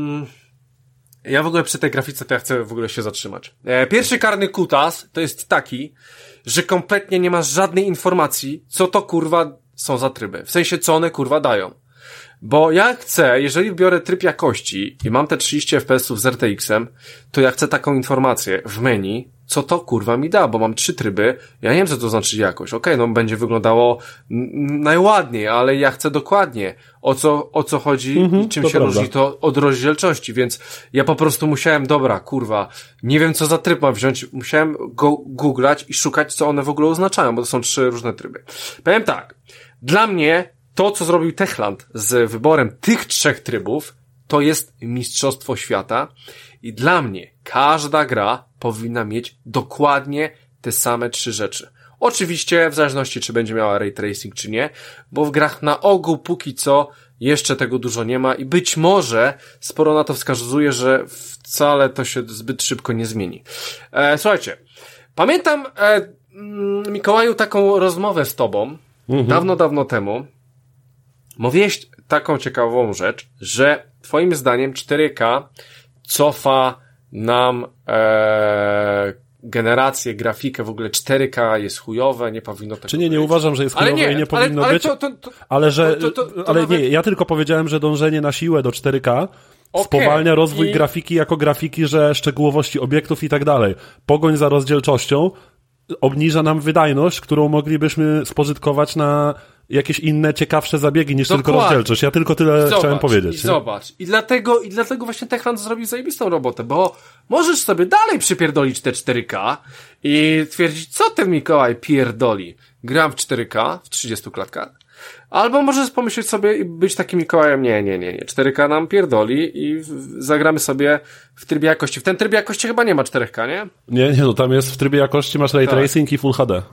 Ja w ogóle przy tej grafice to ja chcę w ogóle się zatrzymać. Pierwszy karny kutas to jest taki, że kompletnie nie masz żadnej informacji, co to kurwa są za tryby. W sensie, co one kurwa dają. Bo ja chcę, jeżeli biorę tryb jakości i mam te 30 fps z RTX-em, to ja chcę taką informację w menu, co to kurwa mi da, bo mam 3 tryby, ja nie wiem, co to znaczy jakość. Okej, będzie wyglądało najładniej, ale ja chcę dokładnie, o co chodzi i czym się różni to od rozdzielczości, więc ja po prostu musiałem, nie wiem, co za tryb mam wziąć, musiałem go googlać i szukać, co one w ogóle oznaczają, bo to są 3 różne tryby. Powiem tak, dla mnie to, co zrobił Techland z wyborem tych 3 trybów, to jest mistrzostwo świata i dla mnie każda gra powinna mieć dokładnie te same 3 rzeczy. Oczywiście w zależności, czy będzie miała ray tracing, czy nie, bo w grach na ogół póki co jeszcze tego dużo nie ma i być może sporo na to wskazuje, że wcale to się zbyt szybko nie zmieni. Słuchajcie, pamiętam, Mikołaju, taką rozmowę z tobą dawno temu. Mówiłeś taką ciekawą rzecz, że twoim zdaniem 4K cofa nam generację, grafikę, w ogóle 4K jest chujowe, nie powinno tego Czy nie uważam, że jest chujowe i nie powinno być, ale nie, ja tylko powiedziałem, że dążenie na siłę do 4K spowalnia rozwój grafiki jako grafiki, że szczegółowości obiektów i tak dalej. Pogoń za rozdzielczością obniża nam wydajność, którą moglibyśmy spożytkować na jakieś inne, ciekawsze zabiegi niż Dokładnie. tylko rozdzielczość. Ja tylko tyle chciałem powiedzieć. Zobacz. I dlatego właśnie Techland zrobił zajebistą robotę, bo możesz sobie dalej przypierdolić te 4K i twierdzić, co ten Mikołaj pierdoli. Gram w 4K, w 30 klatkach. Albo możesz pomyśleć sobie i być takim Mikołajem, nie. 4K nam pierdoli i zagramy sobie w trybie jakości. W ten trybie jakości chyba nie ma 4K, nie? Nie, no tam jest w trybie jakości masz ray tracing i Full HD.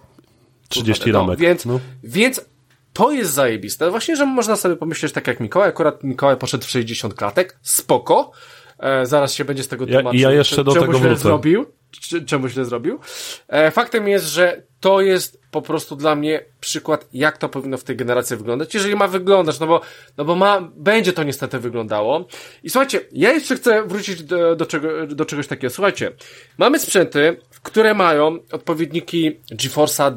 30 ramek. Więc to jest zajebiste. Właśnie, że można sobie pomyśleć tak jak Mikołaj. Akurat Mikołaj poszedł w 60 klatek. Spoko. Zaraz się będzie z tego tłumaczył. Ja jeszcze do tego wrócę. Czemu źle zrobił. Faktem jest, że to jest po prostu dla mnie przykład, jak to powinno w tej generacji wyglądać. Jeżeli ma wyglądać, no bo będzie to niestety wyglądało. I słuchajcie, ja jeszcze chcę wrócić do czegoś takiego. Słuchajcie, mamy sprzęty, które mają odpowiedniki GeForce'a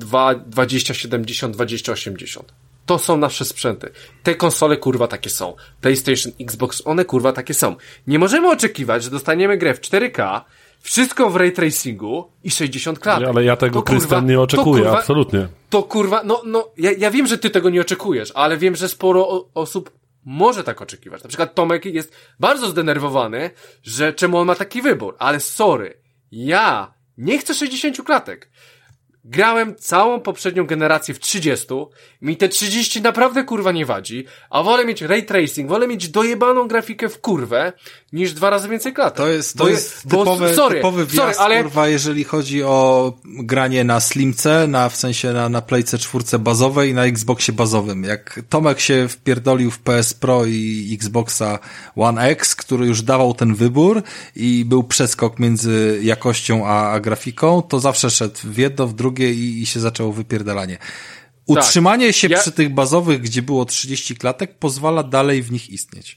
2070, 2080. To są nasze sprzęty. Te konsole, kurwa, takie są. PlayStation, Xbox, one, kurwa, takie są. Nie możemy oczekiwać, że dostaniemy grę w 4K, wszystko w ray tracingu i 60 klatek. Ale ja tego, Krystian, nie oczekuję, absolutnie. To kurwa, ja wiem, że ty tego nie oczekujesz, ale wiem, że sporo osób może tak oczekiwać. Na przykład Tomek jest bardzo zdenerwowany, że czemu on ma taki wybór, ale sorry, ja nie chcę 60 klatek. Grałem całą poprzednią generację w 30, mi te 30 naprawdę kurwa nie wadzi, a wolę mieć ray tracing, wolę mieć dojebaną grafikę w kurwę, niż 2 razy więcej klatek. To jest typowy wjazd, ale... kurwa, jeżeli chodzi o granie na Slimce, w sensie na Playce 4 bazowej i na Xboxie bazowym. Jak Tomek się wpierdolił w PS Pro i Xboxa One X, który już dawał ten wybór i był przeskok między jakością a grafiką, to zawsze szedł w jedno, w drugie i się zaczęło wypierdalanie. Utrzymanie się przy tych bazowych, gdzie było 30 klatek, pozwala dalej w nich istnieć.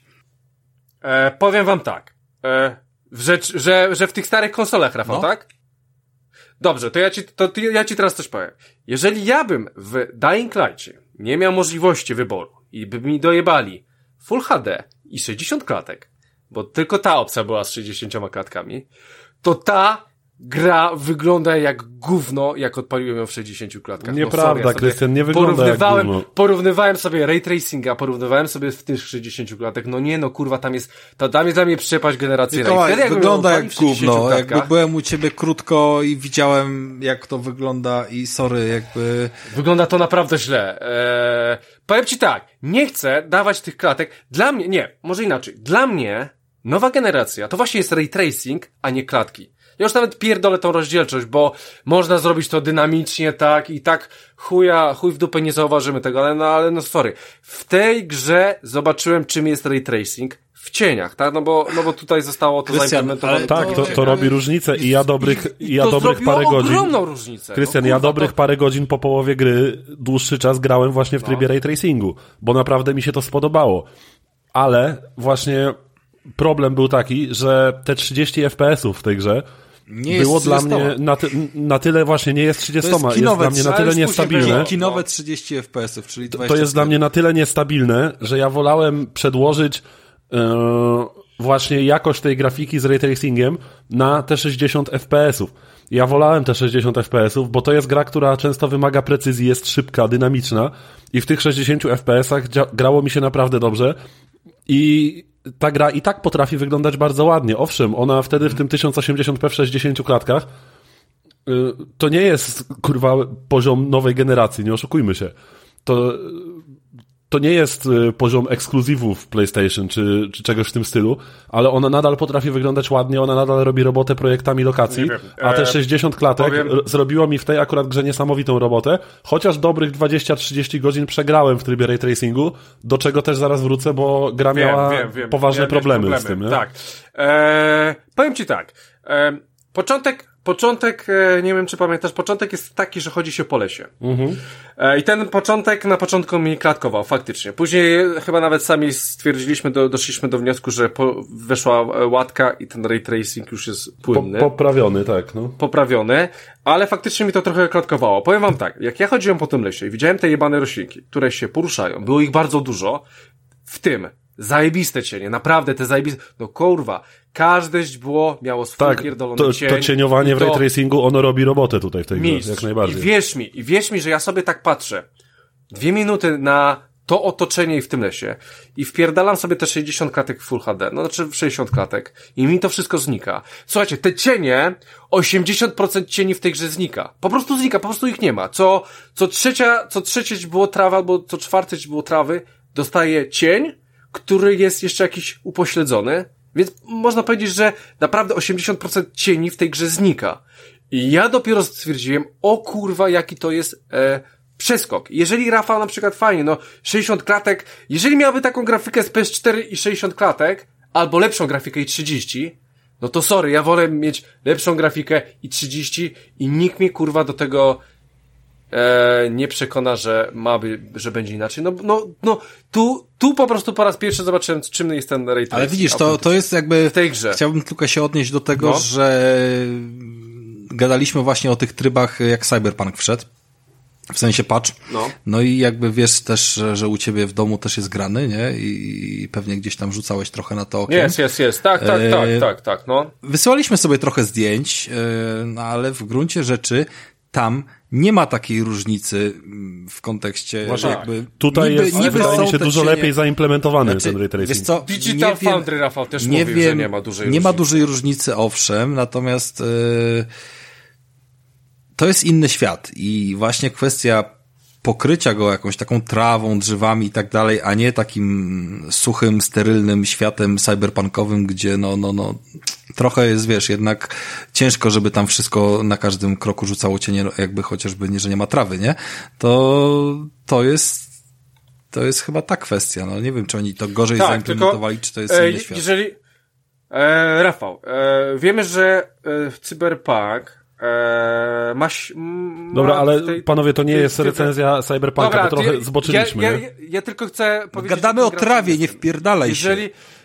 Powiem wam tak, że w tych starych konsolach, Rafał, tak? Dobrze, to ja ci teraz coś powiem. Jeżeli ja bym w Dying Light'cie nie miał możliwości wyboru i by mi dojebali Full HD i 60 klatek, bo tylko ta opcja była z 60 klatkami, to ta gra wygląda jak gówno, jak odpaliłem ją w 60 klatkach. Nieprawda, Krystian, nie wygląda jak gówno. Porównywałem sobie ray tracinga, porównywałem sobie w tych 60 klatek. Kurwa, tam jest dla mnie przepaść generacyjna. Wygląda jak gówno. Jakby byłem u ciebie krótko i widziałem, jak to wygląda i sorry, jakby... Wygląda to naprawdę źle. Powiem ci tak, nie chcę dawać tych klatek. Dla mnie, może inaczej. Dla mnie nowa generacja to właśnie jest ray tracing, a nie klatki. Ja już nawet pierdolę tą rozdzielczość, bo można zrobić to dynamicznie, tak, i tak chuj w dupę nie zauważymy tego, ale sorry. W tej grze zobaczyłem, czym jest ray tracing w cieniach, tak, no bo tutaj zostało to zaimplementowane. Tak, to robi różnicę i ja dobrych parę godzin. Ogromną różnicę. Krystian, ja dobrych parę godzin po połowie gry, dłuższy czas grałem właśnie w trybie ray tracingu, bo naprawdę mi się to spodobało. Ale właśnie problem był taki, że te 30 FPS-ów w tej grze nie było dla mnie na tyle właśnie, nie jest 30, jest dla mnie na tyle niestabilne. Kinowe 30 FPS-ów, czyli 20. To jest dla mnie na tyle niestabilne, że ja wolałem przedłożyć właśnie jakość tej grafiki z ray tracingiem na te 60 FPS-ów. Ja wolałem te 60 FPS-ów, bo to jest gra, która często wymaga precyzji, jest szybka, dynamiczna i w tych 60 FPS-ach grało mi się naprawdę dobrze i ta gra i tak potrafi wyglądać bardzo ładnie. Owszem, ona wtedy w tym 1080p w 60 klatkach to nie jest, kurwa, poziom nowej generacji, nie oszukujmy się. To nie jest poziom ekskluzywów PlayStation czy czegoś w tym stylu, ale ona nadal potrafi wyglądać ładnie, ona nadal robi robotę projektami lokacji, a te 60 klatek zrobiło mi w tej akurat grze niesamowitą robotę, chociaż dobrych 20-30 godzin przegrałem w trybie ray tracingu, do czego też zaraz wrócę, bo gra miała poważne problemy z tym. Nie? Tak. Powiem ci tak. Początek, nie wiem czy pamiętasz, początek jest taki, że chodzi się po lesie. I ten początek na początku mi klatkował, faktycznie. Później chyba nawet sami doszliśmy do wniosku, że weszła łatka i ten ray tracing już jest płynny. Poprawiony, tak. No. Poprawiony, ale faktycznie mi to trochę klatkowało. Powiem wam tak, jak ja chodziłem po tym lesie i widziałem te jebane roślinki, które się poruszają, było ich bardzo dużo, w tym zajebiste cienie, naprawdę te zajebiste, no kurwa, każde źdźbło miało swój pierdolony cień. To cieniowanie w ray tracingu, ono robi robotę tutaj w tej grze, jak najbardziej. I wierz mi, że ja sobie tak patrzę, 2 minuty na to otoczenie i w tym lesie i wpierdalam sobie te 60 klatek Full HD, no znaczy 60 klatek i mi to wszystko znika. Słuchajcie, te cienie, 80% cieni w tej grze znika. Po prostu ich nie ma. Co trzecie było trawa, albo co czwarte było trawy, dostaje cień, który jest jeszcze jakiś upośledzony, więc można powiedzieć, że naprawdę 80% cieni w tej grze znika. I ja dopiero stwierdziłem, o kurwa, jaki to jest przeskok. Jeżeli Rafał na przykład fajnie, no 60 klatek, jeżeli miałby taką grafikę z PS4 i 60 klatek, albo lepszą grafikę i 30, no to sorry, ja wolę mieć lepszą grafikę i 30 i nikt mnie kurwa do tego nie przekona, że będzie inaczej. Tu po prostu po raz pierwszy zobaczyłem, czym jest ten ray tracing. Ale widzisz, to jest jakby, w tej grze. Chciałbym tylko się odnieść do tego, że gadaliśmy właśnie o tych trybach, jak Cyberpunk wszedł. W sensie patch. No i jakby wiesz też, że u ciebie w domu też jest grany, nie? I pewnie gdzieś tam rzucałeś trochę na to okiem. Jest. Tak, no. Wysyłaliśmy sobie trochę zdjęć, no ale w gruncie rzeczy tam nie ma takiej różnicy w kontekście jakby... Tutaj jest, wydaje mi się, dużo lepiej zaimplementowany ten ray tracing. Wiesz co, Digital Foundry, Rafał, też mówił, że nie ma dużej różnicy. Nie ma dużej różnicy, owszem, natomiast to jest inny świat i właśnie kwestia pokrycia go jakąś taką trawą, drzewami i tak dalej, a nie takim suchym, sterylnym światem cyberpunkowym, gdzie trochę jest, wiesz, jednak ciężko, żeby tam wszystko na każdym kroku rzucało cienie, jakby chociażby nie, że nie ma trawy, nie? To jest chyba ta kwestia, no nie wiem, czy oni to gorzej zaimplementowali, czy to jest inny świat. Jeżeli Rafał, wiemy, że Cyberpunk Dobra, ale panowie, to nie jest recenzja Cyberpunka, bo trochę zboczyliśmy. Ja tylko chcę powiedzieć... Gadamy o trawie, nie wpierdalaj się.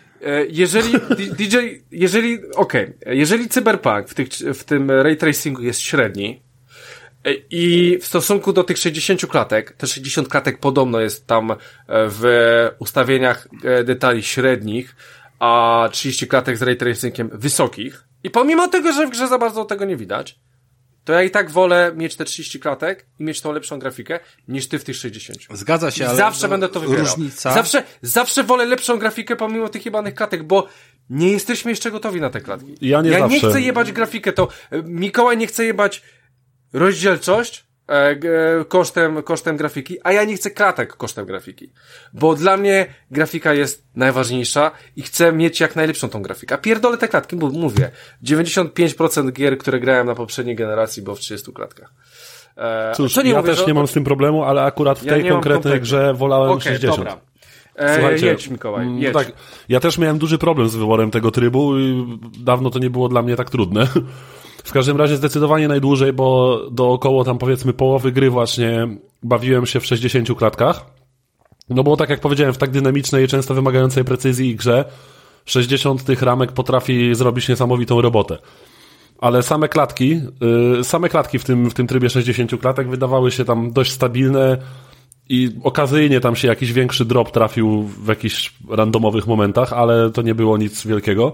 Jeżeli Cyberpunk w tym ray tracingu jest średni i w stosunku do tych 60 klatek, te 60 klatek podobno jest tam w ustawieniach detali średnich, a 30 klatek z ray tracingiem wysokich, i pomimo tego, że w grze za bardzo tego nie widać, to ja i tak wolę mieć te 30 klatek i mieć tą lepszą grafikę, niż ty w tych 60. Zgadza się, ale zawsze będę to wybierał. Różnica... Zawsze wolę lepszą grafikę pomimo tych jebanych klatek, bo nie jesteśmy jeszcze gotowi na te klatki. Ja nie chcę jebać grafikę, to Mikołaj nie chce jebać rozdzielczość kosztem grafiki, a ja nie chcę klatek kosztem grafiki. Bo dla mnie grafika jest najważniejsza i chcę mieć jak najlepszą tą grafikę. A pierdolę te klatki, bo mówię, 95% gier, które grałem na poprzedniej generacji, było w 30 klatkach. Cóż, ja też nie mam z tym problemu, ale akurat w tej konkretnej grze wolałem 60. Dobra. Słuchajcie, jedź, Mikołaj, jedź. Tak, ja też miałem duży problem z wyborem tego trybu i dawno to nie było dla mnie tak trudne. W każdym razie zdecydowanie najdłużej, bo do około tam powiedzmy połowy gry właśnie bawiłem się w 60 klatkach. No bo tak jak powiedziałem, w tak dynamicznej i często wymagającej precyzji grze 60 tych ramek potrafi zrobić niesamowitą robotę. Ale same klatki w tym trybie 60 klatek wydawały się tam dość stabilne i okazyjnie tam się jakiś większy drop trafił w jakichś randomowych momentach, ale to nie było nic wielkiego.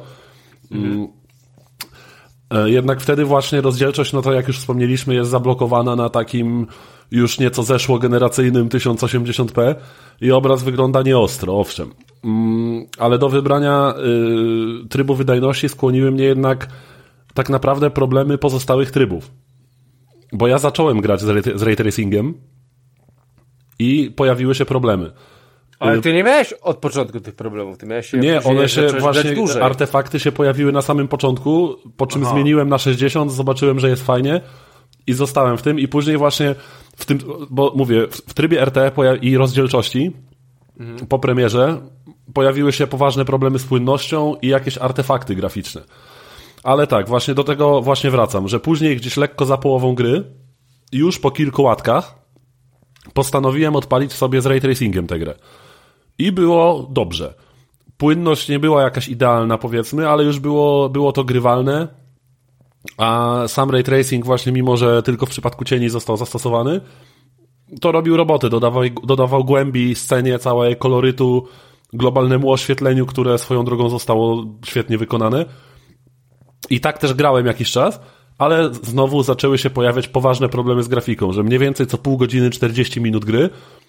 Jednak wtedy właśnie rozdzielczość, no to jak już wspomnieliśmy, jest zablokowana na takim już nieco zeszłogeneracyjnym 1080p i obraz wygląda nieostro, owszem. Ale do wybrania trybu wydajności skłoniły mnie jednak tak naprawdę problemy pozostałych trybów. Bo ja zacząłem grać z ray tracingiem i pojawiły się problemy. Ale ty nie miałeś od początku tych problemów, ty miałeś je... Nie, one się właśnie, artefakty się pojawiły na samym początku, po czym zmieniłem na 60, zobaczyłem, że jest fajnie i zostałem w tym i później właśnie w tym, bo mówię, w trybie RT i rozdzielczości po premierze pojawiły się poważne problemy z płynnością i jakieś artefakty graficzne. Ale tak, właśnie do tego właśnie wracam, że później gdzieś lekko za połową gry, już po kilku łatkach, postanowiłem odpalić sobie z ray tracingiem tę grę. I było dobrze. Płynność nie była jakaś idealna, powiedzmy, ale już było to grywalne, a sam ray tracing właśnie, mimo że tylko w przypadku cieni został zastosowany, to robił robotę, dodawał głębi scenie, całej kolorytu, globalnemu oświetleniu, które swoją drogą zostało świetnie wykonane. I tak też grałem jakiś czas, ale znowu zaczęły się pojawiać poważne problemy z grafiką, że mniej więcej co pół godziny, 40 minut gry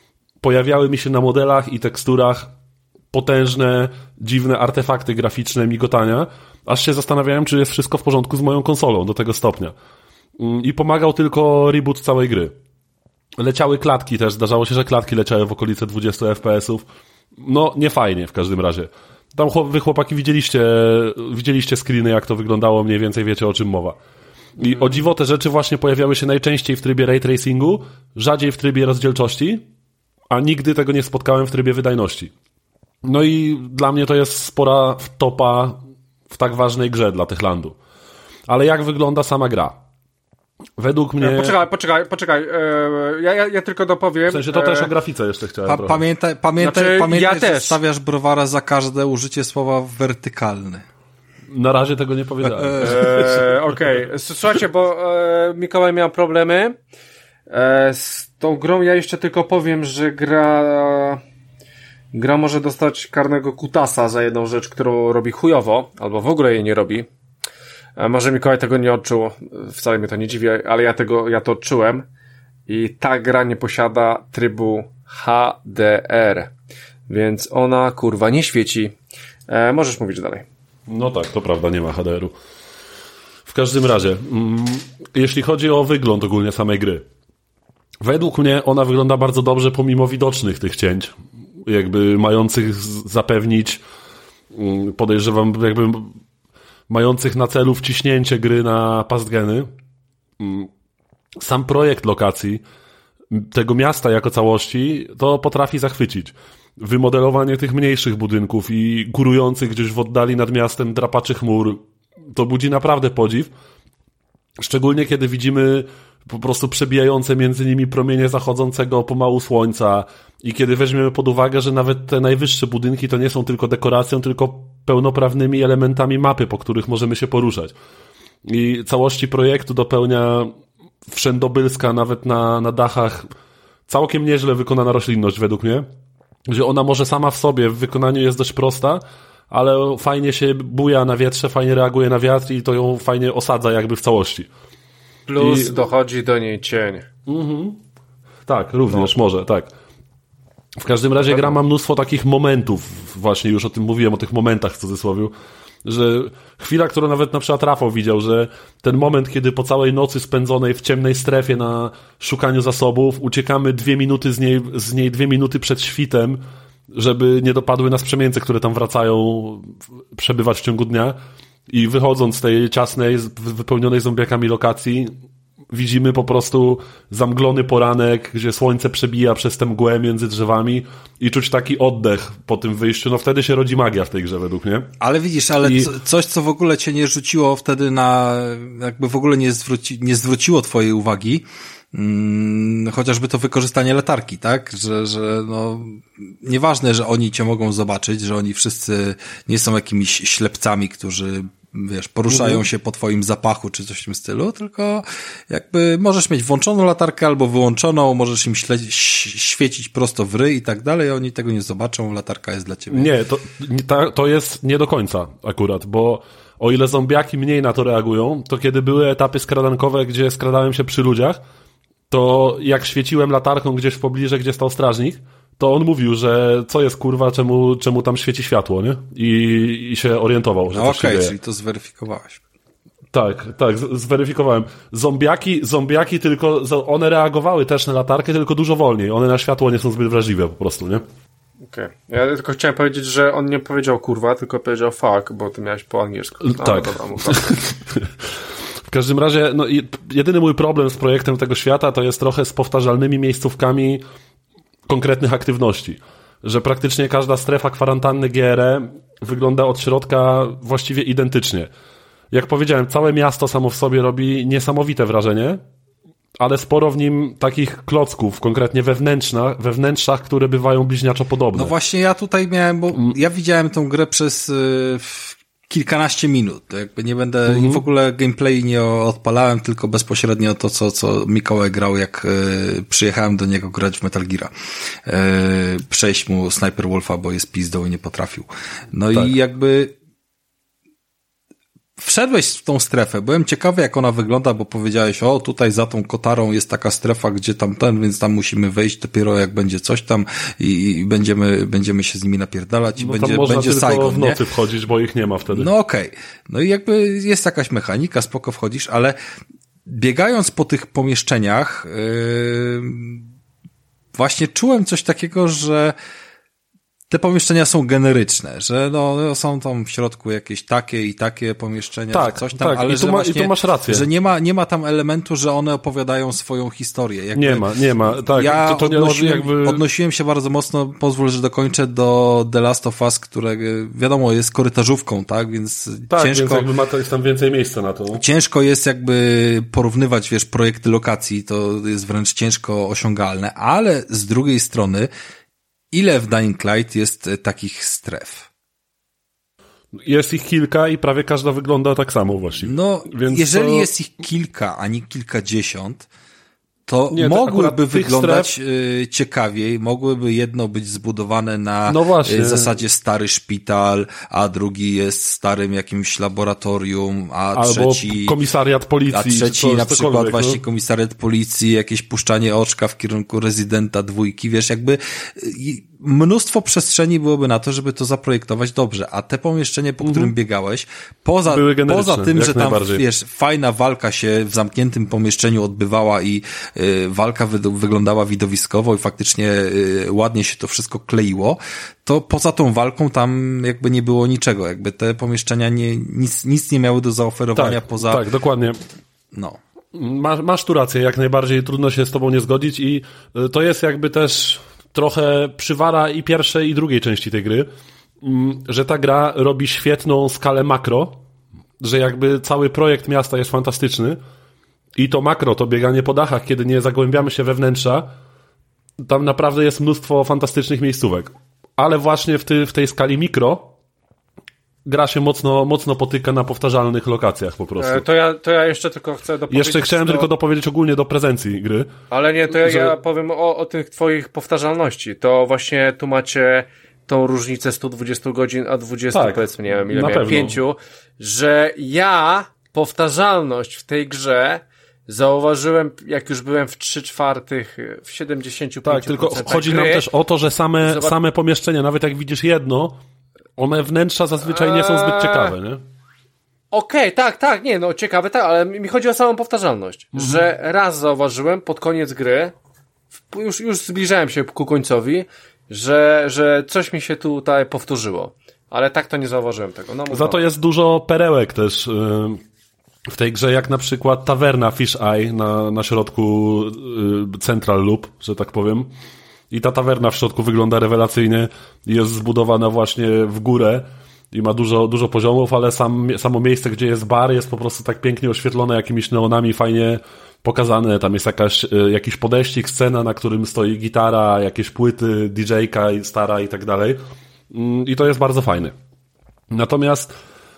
pojawiały mi się na modelach i teksturach potężne, dziwne artefakty graficzne, migotania, aż się zastanawiałem, czy jest wszystko w porządku z moją konsolą do tego stopnia. I pomagał tylko reboot całej gry. Leciały klatki też, zdarzało się, że klatki leciały w okolice 20 FPS-ów. No, nie fajnie w każdym razie. Tam wy chłopaki widzieliście screeny, jak to wyglądało, mniej więcej wiecie, o czym mowa. I o dziwo te rzeczy właśnie pojawiały się najczęściej w trybie ray tracingu, rzadziej w trybie rozdzielczości, a nigdy tego nie spotkałem w trybie wydajności. No i dla mnie to jest spora wtopa w tak ważnej grze dla Techlandu. Ale jak wygląda sama gra? Według mnie... Poczekaj. Ja tylko dopowiem. W sensie to też o grafice jeszcze chciałem Pamiętaj, ja że też stawiasz browara za każde użycie słowa wertykalny. Na razie tego nie powiedziałem. Okej. Słuchajcie, bo Mikołaj miał problemy z tą grą. Ja jeszcze tylko powiem, że gra może dostać karnego kutasa za jedną rzecz, którą robi chujowo, albo w ogóle jej nie robi. Może Mikołaj tego nie odczuł, wcale mnie to nie dziwi, ale ja to odczułem. I ta gra nie posiada trybu HDR, więc ona, kurwa, nie świeci. Możesz mówić dalej. No tak, to prawda, nie ma HDR-u. W każdym razie, jeśli chodzi o wygląd ogólnie samej gry, według mnie ona wygląda bardzo dobrze pomimo widocznych tych cięć, jakby mających zapewnić, podejrzewam, jakby mających na celu wciśnięcie gry na pastgeny. Sam projekt lokacji tego miasta jako całości to potrafi zachwycić. Wymodelowanie tych mniejszych budynków i górujących gdzieś w oddali nad miastem drapaczy chmur to budzi naprawdę podziw. Szczególnie kiedy widzimy po prostu przebijające między nimi promienie zachodzącego pomału słońca i kiedy weźmiemy pod uwagę, że nawet te najwyższe budynki to nie są tylko dekoracją, tylko pełnoprawnymi elementami mapy, po których możemy się poruszać. I całości projektu dopełnia wszędobylska nawet na dachach całkiem nieźle wykonana roślinność według mnie, że ona może sama w sobie w wykonaniu jest dość prosta, ale fajnie się buja na wietrze, fajnie reaguje na wiatr i to ją fajnie osadza jakby w całości. Plus dochodzi do niej cień. Tak, również może, tak. W każdym razie gra ma mnóstwo takich momentów, właśnie już o tym mówiłem, o tych momentach w cudzysłowie, że chwila, którą nawet na przykład Rafał widział, że ten moment, kiedy po całej nocy spędzonej w ciemnej strefie na szukaniu zasobów, uciekamy 2 minuty z niej 2 minuty przed świtem, żeby nie dopadły nas przemieńce, które tam wracają przebywać w ciągu dnia i wychodząc z tej ciasnej, wypełnionej zombiakami lokacji, widzimy po prostu zamglony poranek, gdzie słońce przebija przez tę mgłę między drzewami i czuć taki oddech po tym wyjściu. No wtedy się rodzi magia w tej grze według mnie. Ale widzisz, coś, co w ogóle cię nie rzuciło wtedy jakby w ogóle nie zwróciło twojej uwagi, chociażby to wykorzystanie latarki, tak? Że no, nieważne, że oni cię mogą zobaczyć, że oni wszyscy nie są jakimiś ślepcami, którzy poruszają się po twoim zapachu czy coś w tym stylu, tylko jakby możesz mieć włączoną latarkę albo wyłączoną, możesz im świecić prosto w ryj i tak dalej, oni tego nie zobaczą, latarka jest dla ciebie. Nie, to jest nie do końca akurat, bo o ile zombiaki mniej na to reagują, to kiedy były etapy skradankowe, gdzie skradałem się przy ludziach, to jak świeciłem latarką gdzieś w pobliżu, gdzie stał strażnik, to on mówił, że co jest kurwa, czemu tam świeci światło, nie? I się orientował, że coś się dzieje. Czyli to zweryfikowałeś. Tak, zweryfikowałem. Zombiaki tylko, one reagowały też na latarkę, tylko dużo wolniej. One na światło nie są zbyt wrażliwe po prostu, nie? Okej. Ja tylko chciałem powiedzieć, że on nie powiedział kurwa, tylko powiedział fuck, bo ty miałeś po angielsku. Tak. Dobra, W każdym razie, no jedyny mój problem z projektem tego świata to jest trochę z powtarzalnymi miejscówkami konkretnych aktywności. Że praktycznie każda strefa kwarantanny GRE wygląda od środka właściwie identycznie. Jak powiedziałem, całe miasto samo w sobie robi niesamowite wrażenie, ale sporo w nim takich klocków, konkretnie wewnętrzach, które bywają bliźniaczo podobne. No właśnie ja tutaj miałem, bo ja widziałem tą grę przez kilkanaście minut. Jakby nie będę w ogóle gameplay nie odpalałem, tylko bezpośrednio to, co Mikołaj grał, jak przyjechałem do niego grać w Metal Geara. Przejść mu Sniper Wolfa, bo jest pizdą i nie potrafił. No tak. I jakby wszedłeś w tą strefę, byłem ciekawy jak ona wygląda, bo powiedziałeś, o tutaj za tą kotarą jest taka strefa, gdzie tam więc tam musimy wejść dopiero jak będzie coś tam i będziemy się z nimi napierdalać i no będzie można tylko Saigon, w nocy nie? wchodzić, bo ich nie ma wtedy. No okej. No i jakby jest jakaś mechanika, spoko wchodzisz, ale biegając po tych pomieszczeniach właśnie czułem coś takiego, że te pomieszczenia są generyczne, że no są tam w środku jakieś takie i takie pomieszczenia, tak, coś tam, tak. ale I tu masz rację. Że nie ma tam elementu, że one opowiadają swoją historię. Jakby nie ma. Tak, ja to odnosiłem się bardzo mocno, pozwól, że dokończę, do The Last of Us, które wiadomo jest korytarzówką, tak, więc tak, ciężko... więc jakby jest tam więcej miejsca na to. Ciężko jest jakby porównywać, wiesz, projekty lokacji, to jest wręcz ciężko osiągalne, ale z drugiej strony ile w Dying Light jest takich stref? Jest ich kilka i prawie każda wygląda tak samo właściwie. No, więc jeżeli jest ich kilka, a nie kilkadziesiąt, to mogłyby wyglądać ciekawiej, mogłyby jedno być zbudowane na zasadzie stary szpital, a drugi jest starym jakimś laboratorium, albo trzeci komisariat policji. A trzeci na przykład właśnie komisariat policji, jakieś puszczanie oczka w kierunku Rezydenta 2, wiesz, jakby mnóstwo przestrzeni byłoby na to, żeby to zaprojektować dobrze, a te pomieszczenie, po którym biegałeś, poza tym, że tam, wiesz, fajna walka się w zamkniętym pomieszczeniu odbywała i walka wyglądała widowiskowo i faktycznie ładnie się to wszystko kleiło, to poza tą walką tam jakby nie było niczego, jakby te pomieszczenia nic nie miały do zaoferowania poza... Tak, dokładnie. No. Masz tu rację, jak najbardziej trudno się z tobą nie zgodzić i to jest jakby też trochę przywara i pierwszej i drugiej części tej gry, że ta gra robi świetną skalę makro, że jakby cały projekt miasta jest fantastyczny i to makro, to bieganie po dachach, kiedy nie zagłębiamy się we wnętrza, tam naprawdę jest mnóstwo fantastycznych miejscówek. Ale właśnie w tej skali mikro gra się mocno potyka na powtarzalnych lokacjach po prostu. To ja jeszcze tylko chcę dopowiedzieć... Jeszcze chciałem tylko dopowiedzieć ogólnie do prezencji gry. Ale nie, to ja powiem o tych twoich powtarzalności. To właśnie tu macie tą różnicę 120 godzin, a 20, tak, powiedzmy, nie wiem, ile miałem, 5, że ja powtarzalność w tej grze zauważyłem, jak już byłem w 3/4, w 75%. Tak, tylko chodzi nam też o to, że same pomieszczenia, nawet jak widzisz jedno, one wnętrza zazwyczaj nie są zbyt ciekawe, nie? Okej, tak, nie, no ciekawe, tak, ale mi chodzi o samą powtarzalność, że raz zauważyłem pod koniec gry, już zbliżałem się ku końcowi, że coś mi się tutaj powtórzyło, ale tak to nie zauważyłem tego. No, za to jest dużo perełek też w tej grze, jak na przykład tawerna Fish Eye na środku Central Loop, że tak powiem. I ta tawerna w środku wygląda rewelacyjnie, jest zbudowana właśnie w górę i ma dużo poziomów, ale samo miejsce, gdzie jest bar, jest po prostu tak pięknie oświetlone jakimiś neonami, fajnie pokazane. Tam jest jakiś podejścik, scena, na którym stoi gitara, jakieś płyty, DJ-ka stara i tak dalej. I to jest bardzo fajne. Natomiast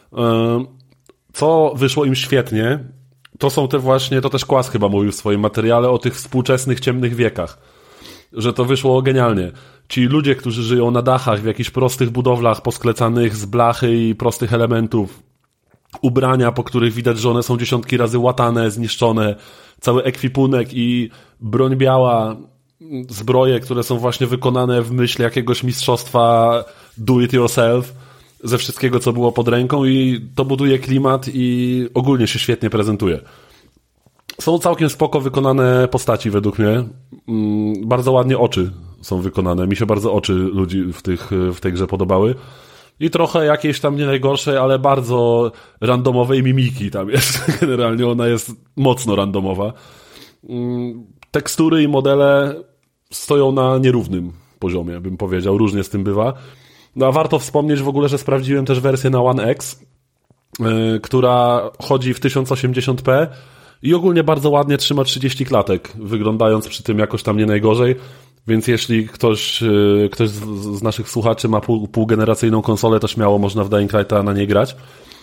co wyszło im świetnie, to są to też Kłas chyba mówił w swoim materiale o tych współczesnych ciemnych wiekach. Że to wyszło genialnie. Ci ludzie, którzy żyją na dachach, w jakichś prostych budowlach posklecanych z blachy i prostych elementów, ubrania, po których widać, że one są dziesiątki razy łatane, zniszczone, cały ekwipunek i broń biała, zbroje, które są właśnie wykonane w myśl jakiegoś mistrzostwa do it yourself, ze wszystkiego, co było pod ręką i to buduje klimat i ogólnie się świetnie prezentuje. Są całkiem spoko wykonane postaci według mnie. Bardzo ładnie oczy są wykonane. Mi się bardzo oczy ludzi w tej grze podobały. I trochę jakiejś tam nie najgorszej, ale bardzo randomowej mimiki tam jest. Generalnie ona jest mocno randomowa. Tekstury i modele stoją na nierównym poziomie, bym powiedział. Różnie z tym bywa. No a warto wspomnieć w ogóle, że sprawdziłem też wersję na One X, która chodzi w 1080p i ogólnie bardzo ładnie trzyma 30 klatek, wyglądając przy tym jakoś tam nie najgorzej, więc jeśli ktoś z naszych słuchaczy ma półgeneracyjną konsolę, to śmiało można w Dying Lighta na niej grać.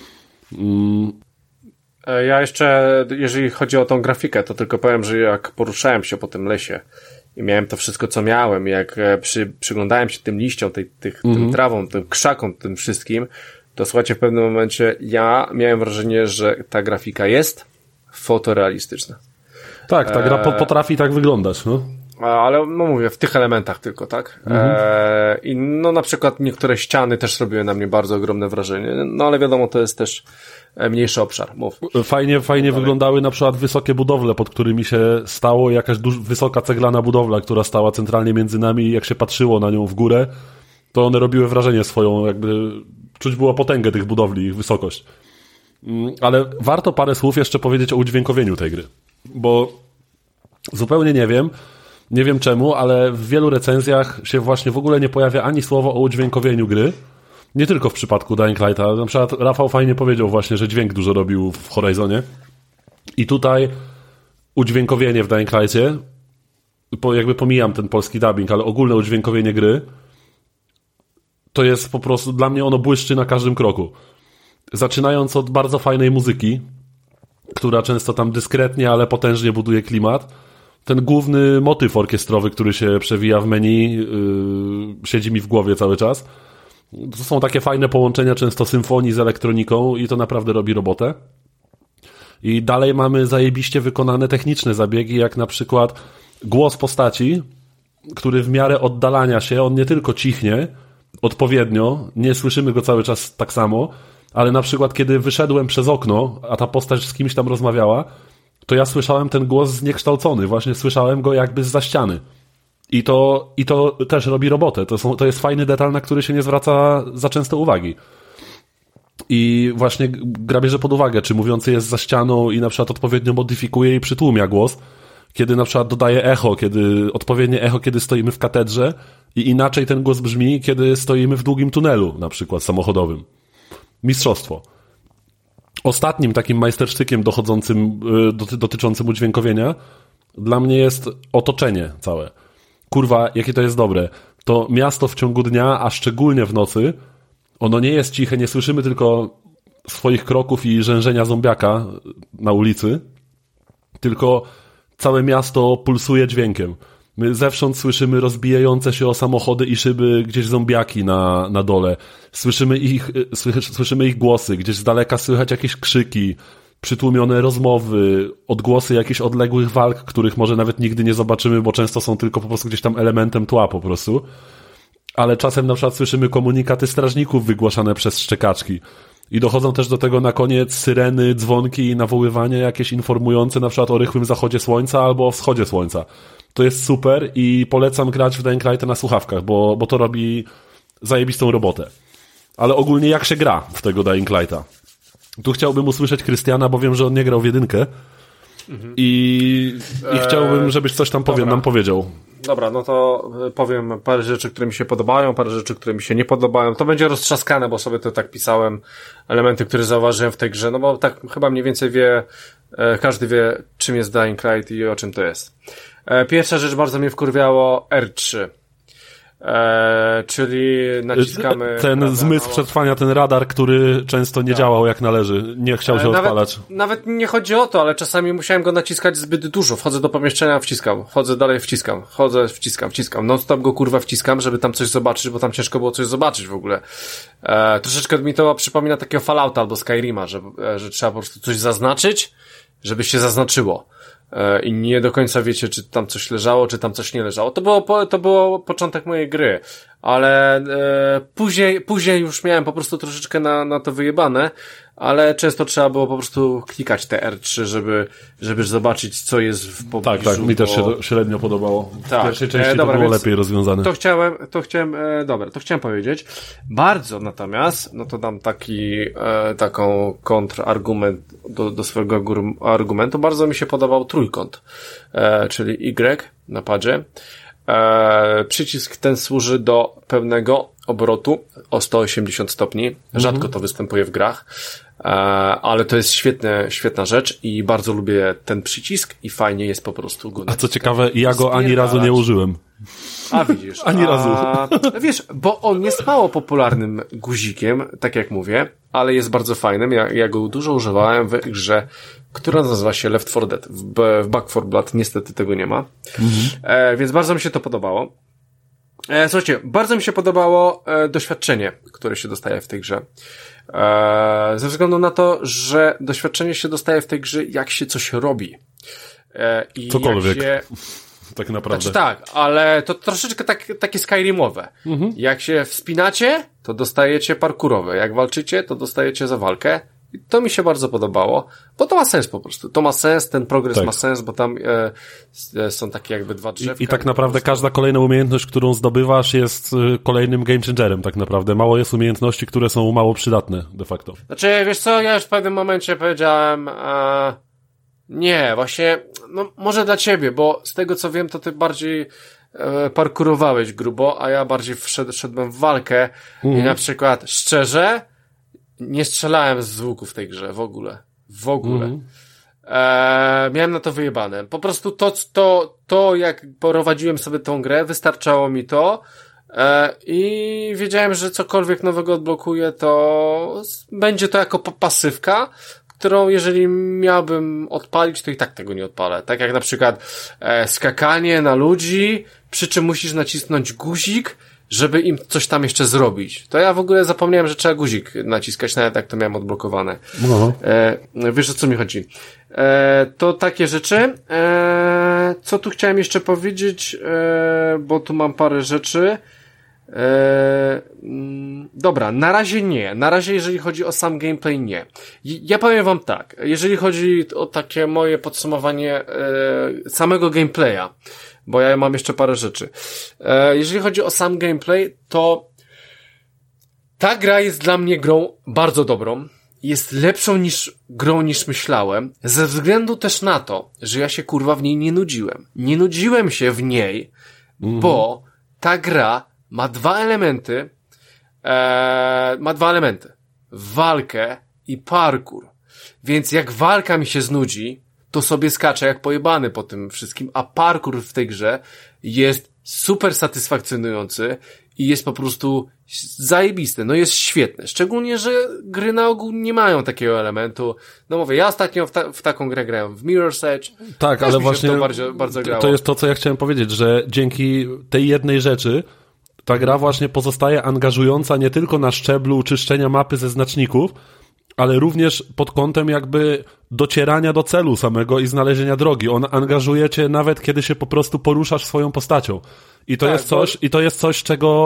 Ja jeszcze, jeżeli chodzi o tą grafikę, to tylko powiem, że jak poruszałem się po tym lesie i miałem to wszystko, co miałem, jak przyglądałem się tym liściom, tym trawom, tym krzakom, tym wszystkim, to słuchajcie, w pewnym momencie ja miałem wrażenie, że ta grafika jest fotorealistyczna. Tak, ta gra potrafi tak wyglądać, no. Ale no mówię, w tych elementach tylko, tak? I no na przykład niektóre ściany też robiły na mnie bardzo ogromne wrażenie, no ale wiadomo, to jest też mniejszy obszar. Mów. Fajnie wyglądały na przykład wysokie budowle, pod którymi się stało jakaś wysoka ceglana budowla, która stała centralnie między nami i jak się patrzyło na nią w górę, to one robiły wrażenie swoją, jakby czuć było potęgę tych budowli, ich wysokość. Ale warto parę słów jeszcze powiedzieć o udźwiękowieniu tej gry, bo zupełnie nie wiem czemu, ale w wielu recenzjach się właśnie w ogóle nie pojawia ani słowo o udźwiękowieniu gry. Nie tylko w przypadku Dying Lighta. Na przykład Rafał fajnie powiedział właśnie, że dźwięk dużo robił w Horizonie. I tutaj udźwiękowienie w Dying Lightie, jakby pomijam ten polski dubbing, ale ogólne udźwiękowienie gry, to jest po prostu, dla mnie ono błyszczy na każdym kroku. Zaczynając od bardzo fajnej muzyki, która często tam dyskretnie, ale potężnie buduje klimat. Ten główny motyw orkiestrowy, który się przewija w menu, siedzi mi w głowie cały czas. To są takie fajne połączenia często symfonii z elektroniką i to naprawdę robi robotę. I dalej mamy zajebiście wykonane techniczne zabiegi, jak na przykład głos postaci, który w miarę oddalania się, on nie tylko cichnie odpowiednio, nie słyszymy go cały czas tak samo, ale na przykład kiedy wyszedłem przez okno, a ta postać z kimś tam rozmawiała, to ja słyszałem ten głos zniekształcony, właśnie słyszałem go jakby zza ściany. I to też robi robotę. To jest fajny detal, na który się nie zwraca za często uwagi. I właśnie gra bierze pod uwagę, czy mówiący jest za ścianą i na przykład odpowiednio modyfikuje i przytłumia głos, kiedy na przykład dodaje echo, odpowiednie echo, kiedy stoimy w katedrze i inaczej ten głos brzmi, kiedy stoimy w długim tunelu, na przykład samochodowym. Mistrzostwo. Ostatnim takim majstersztykiem dotyczącym udźwiękowienia dla mnie jest otoczenie całe. Kurwa, jakie to jest dobre. To miasto w ciągu dnia, a szczególnie w nocy, ono nie jest ciche, nie słyszymy tylko swoich kroków i rzężenia zombiaka na ulicy, tylko całe miasto pulsuje dźwiękiem. My zewsząd słyszymy rozbijające się o samochody i szyby gdzieś zombiaki na dole. Słyszymy ich głosy, gdzieś z daleka słychać jakieś krzyki, przytłumione rozmowy, odgłosy jakichś odległych walk, których może nawet nigdy nie zobaczymy, bo często są tylko po prostu gdzieś tam elementem tła po prostu. Ale czasem na przykład słyszymy komunikaty strażników wygłaszane przez szczekaczki. I dochodzą też do tego na koniec syreny, dzwonki i nawoływania jakieś informujące na przykład o rychłym zachodzie słońca albo o wschodzie słońca. To jest super i polecam grać w Dying Lighta na słuchawkach, bo to robi zajebistą robotę. Ale ogólnie jak się gra w tego Dying Lighta? Tu chciałbym usłyszeć Krystiana, bo wiem, że on nie grał w 1. I chciałbym, żebyś coś tam nam powiedział. Dobra, no to powiem parę rzeczy, które mi się podobają, parę rzeczy, które mi się nie podobają. To będzie roztrzaskane, bo sobie to tak pisałem, elementy, które zauważyłem w tej grze, no bo tak chyba mniej więcej każdy wie, czym jest Dying Light i o czym to jest. Pierwsza rzecz bardzo mnie wkurwiało R3. Czyli naciskamy... Ten zmysł przetrwania, ten radar, który często nie działał jak należy. Nie chciał się odpalać. Nawet nie chodzi o to, ale czasami musiałem go naciskać zbyt dużo. Wchodzę do pomieszczenia, wciskam. Wchodzę dalej, wciskam. Wchodzę, wciskam. Non-stop go kurwa wciskam, żeby tam coś zobaczyć, bo tam ciężko było coś zobaczyć w ogóle. Troszeczkę mi to przypomina takiego Fallouta albo Skyrima, że trzeba po prostu coś zaznaczyć, żeby się zaznaczyło. I nie do końca wiecie, czy tam coś leżało, czy tam coś nie leżało. To było początek mojej gry, ale później już miałem po prostu troszeczkę na to wyjebane, ale często trzeba było po prostu klikać te R3, żeby zobaczyć, co jest w pobliżu. Tak, mi też się to średnio podobało. Tak. W pierwszej części to było lepiej rozwiązane. To chciałem powiedzieć. Bardzo natomiast, no to dam taką kontrargument do swojego argumentu. Bardzo mi się podobał trójkąt, czyli Y na padzie. Przycisk ten służy do pewnego obrotu o 180 stopni. Rzadko to występuje w grach, ale to jest świetna rzecz i bardzo lubię ten przycisk i fajnie jest po prostu go... A co ciekawe, ja go ani razu nie użyłem. A widzisz. Ani razu. Wiesz, bo on jest mało popularnym guzikiem, tak jak mówię, ale jest bardzo fajnym. Ja go dużo używałem w grze, która nazywa się Left 4 Dead. W Back 4 Blood niestety tego nie ma. Więc bardzo mi się to podobało. Słuchajcie, bardzo mi się podobało doświadczenie, które się dostaje w tej grze. Ze względu na to, że doświadczenie się dostaje w tej grze, jak się coś robi. I cokolwiek. Jak się... Tak naprawdę. Znaczy tak, ale to troszeczkę takie Skyrimowe. Jak się wspinacie, to dostajecie parkurowe. Jak walczycie, to dostajecie za walkę. I to mi się bardzo podobało, bo to ma sens po prostu. To ma sens, ten progres ma sens, bo tam są takie jakby dwa drzewka. I tak naprawdę każda kolejna umiejętność, którą zdobywasz, jest kolejnym game changerem tak naprawdę. Mało jest umiejętności, które są mało przydatne de facto. Znaczy, wiesz co, ja już w pewnym momencie powiedziałem nie, właśnie, no może dla ciebie, bo z tego co wiem, to ty bardziej parkurowałeś grubo, a ja bardziej wszedłem w walkę i na przykład szczerze nie strzelałem z łuku w tej grze w ogóle. Miałem na to wyjebane. Po prostu to jak prowadziłem sobie tą grę, wystarczało mi to i wiedziałem, że cokolwiek nowego odblokuję, to będzie to jako pasywka, którą jeżeli miałbym odpalić, to i tak tego nie odpalę. Tak jak na przykład skakanie na ludzi, przy czym musisz nacisnąć guzik, żeby im coś tam jeszcze zrobić. To ja w ogóle zapomniałem, że trzeba guzik naciskać, nawet jak to miałem odblokowane. Wiesz, o co mi chodzi. To takie rzeczy. Co tu chciałem jeszcze powiedzieć, bo tu mam parę rzeczy. Dobra, na razie nie. Na razie jeżeli chodzi o sam gameplay, nie. Ja powiem wam tak, jeżeli chodzi o takie moje podsumowanie samego gameplaya, bo ja mam jeszcze parę rzeczy. Jeżeli chodzi o sam gameplay, to ta gra jest dla mnie grą bardzo dobrą. Jest lepszą grą niż myślałem, ze względu też na to, że ja się kurwa w niej nie nudziłem. Nie nudziłem się w niej, bo ta gra ma dwa elementy. Walkę i parkour. Więc jak walka mi się znudzi, to sobie skaczę jak pojebany po tym wszystkim, a parkour w tej grze jest super satysfakcjonujący i jest po prostu zajebisty. No jest świetny. Szczególnie, że gry na ogół nie mają takiego elementu. No mówię, ja ostatnio w taką grę grałem w Mirror's Edge. Tak, ale właśnie to bardzo grało. To jest to, co ja chciałem powiedzieć, że dzięki tej jednej rzeczy ta gra właśnie pozostaje angażująca nie tylko na szczeblu czyszczenia mapy ze znaczników, ale również pod kątem jakby docierania do celu samego i znalezienia drogi. On angażuje cię nawet, kiedy się po prostu poruszasz swoją postacią. I to jest coś,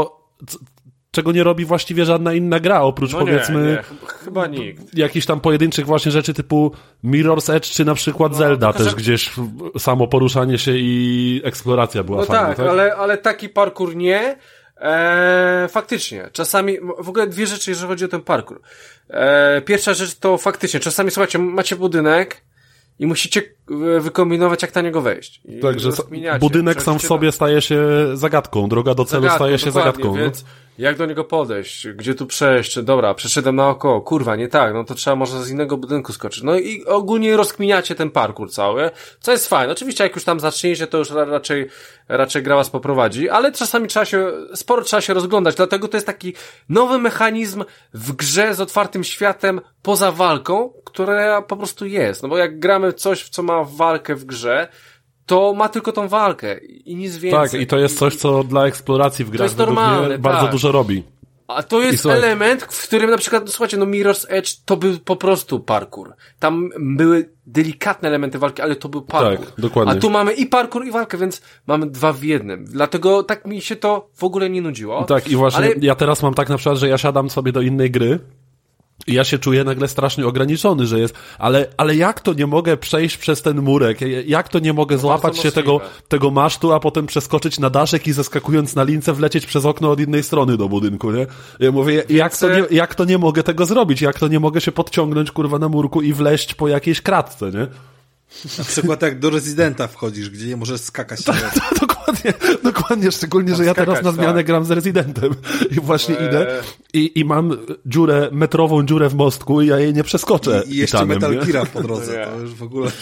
czego nie robi właściwie żadna inna gra, oprócz powiedzmy chyba nikt. Jakichś tam pojedynczych właśnie rzeczy typu Mirror's Edge, czy na przykład Zelda też gdzieś samo poruszanie się i eksploracja była fajna. Tak? Ale taki parkour nie. Faktycznie, czasami, w ogóle dwie rzeczy, jeżeli chodzi o ten parkour. Pierwsza rzecz to faktycznie, czasami słuchajcie, macie budynek i musicie wykombinować, jak na niego wejść. Także budynek sam w sobie staje się zagadką, droga do celu staje się zagadką. Więc jak do niego podejść, gdzie tu przejść, dobra, przeszedłem naokoło, kurwa, nie tak, no to trzeba może z innego budynku skoczyć. No i ogólnie rozkminiacie ten parkour cały, co jest fajne. Oczywiście jak już tam zaczniecie, to już raczej gra was poprowadzi, ale czasami sporo trzeba się rozglądać, dlatego to jest taki nowy mechanizm w grze z otwartym światem poza walką, która po prostu jest. No bo jak gramy coś, co ma walkę w grze, to ma tylko tą walkę i nic więcej. Tak, i to jest coś, co dla eksploracji w grach według mnie bardzo dużo robi. A to jest element, w którym na przykład, słuchajcie, no Mirror's Edge to był po prostu parkour. Tam były delikatne elementy walki, ale to był parkour. Tak, dokładnie. A tu mamy i parkour, i walkę, więc mamy dwa w jednym. Dlatego tak mi się to w ogóle nie nudziło. Tak, i właśnie ja teraz mam tak na przykład, że ja siadam sobie do innej gry i ja się czuję nagle strasznie ograniczony, że jest, ale jak to nie mogę przejść przez ten murek? Jak to nie mogę złapać się tego masztu, a potem przeskoczyć na daszek i zeskakując na lince wlecieć przez okno od innej strony do budynku, nie? Ja mówię, jak to nie mogę tego zrobić? Jak to nie mogę się podciągnąć, kurwa, na murku i wleść po jakiejś kratce, nie? Na przykład jak do Rezydenta wchodzisz, gdzie nie możesz skakać. Dokładnie, szczególnie, że ja teraz na zmianę gram z Rezydentem i właśnie idę i mam metrową dziurę w mostku i ja jej nie przeskoczę. I jeszcze Metal Geara po drodze, to już w ogóle...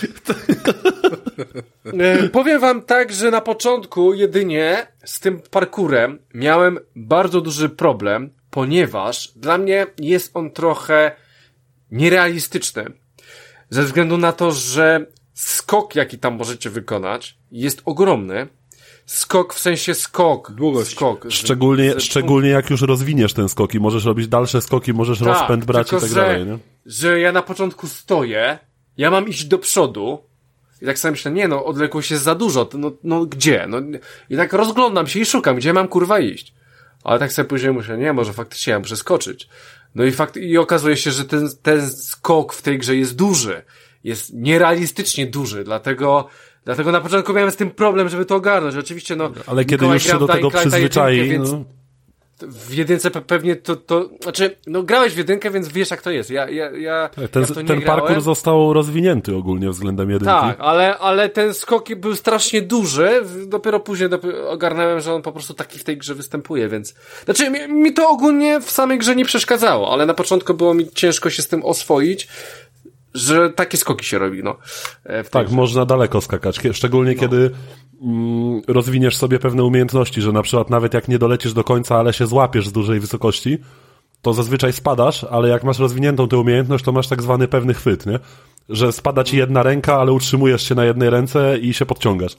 Powiem wam tak, że na początku jedynie z tym parkurem miałem bardzo duży problem, ponieważ dla mnie jest on trochę nierealistyczny. Ze względu na to, że skok, jaki tam możecie wykonać, jest ogromny. Skok w sensie skok. Długość. Skok. Szczególnie jak już rozwiniesz ten skok i możesz robić dalsze skoki, możesz rozpęd brać i tak dalej, nie? Że ja na początku stoję, ja mam iść do przodu i tak sobie myślę, nie no, odległość jest za dużo, no gdzie? No, i tak rozglądam się i szukam, gdzie mam kurwa iść. Ale tak sobie później myślę, nie, może faktycznie ja muszę skoczyć. No i okazuje się, że ten skok w tej grze jest duży. Jest nierealistycznie duży, dlatego na początku miałem z tym problem, żeby to ogarnąć. Oczywiście, no. Ale kiedy już się do tego przyzwyczai, no. W jedynce pewnie znaczy, no grałeś w jedynkę, więc wiesz jak to jest. Ten parkour został rozwinięty ogólnie względem jedynki. Tak, ale ten skok był strasznie duży, dopiero później ogarnąłem, że on po prostu taki w tej grze występuje, więc... Znaczy, mi to ogólnie w samej grze nie przeszkadzało, ale na początku było mi ciężko się z tym oswoić, że takie skoki się robi, no. Tak, można daleko skakać, szczególnie kiedy rozwiniesz sobie pewne umiejętności, że na przykład nawet jak nie dolecisz do końca, ale się złapiesz z dużej wysokości, to zazwyczaj spadasz, ale jak masz rozwiniętą tę umiejętność, to masz tak zwany pewny chwyt, nie? Że spada ci jedna ręka, ale utrzymujesz się na jednej ręce i się podciągasz.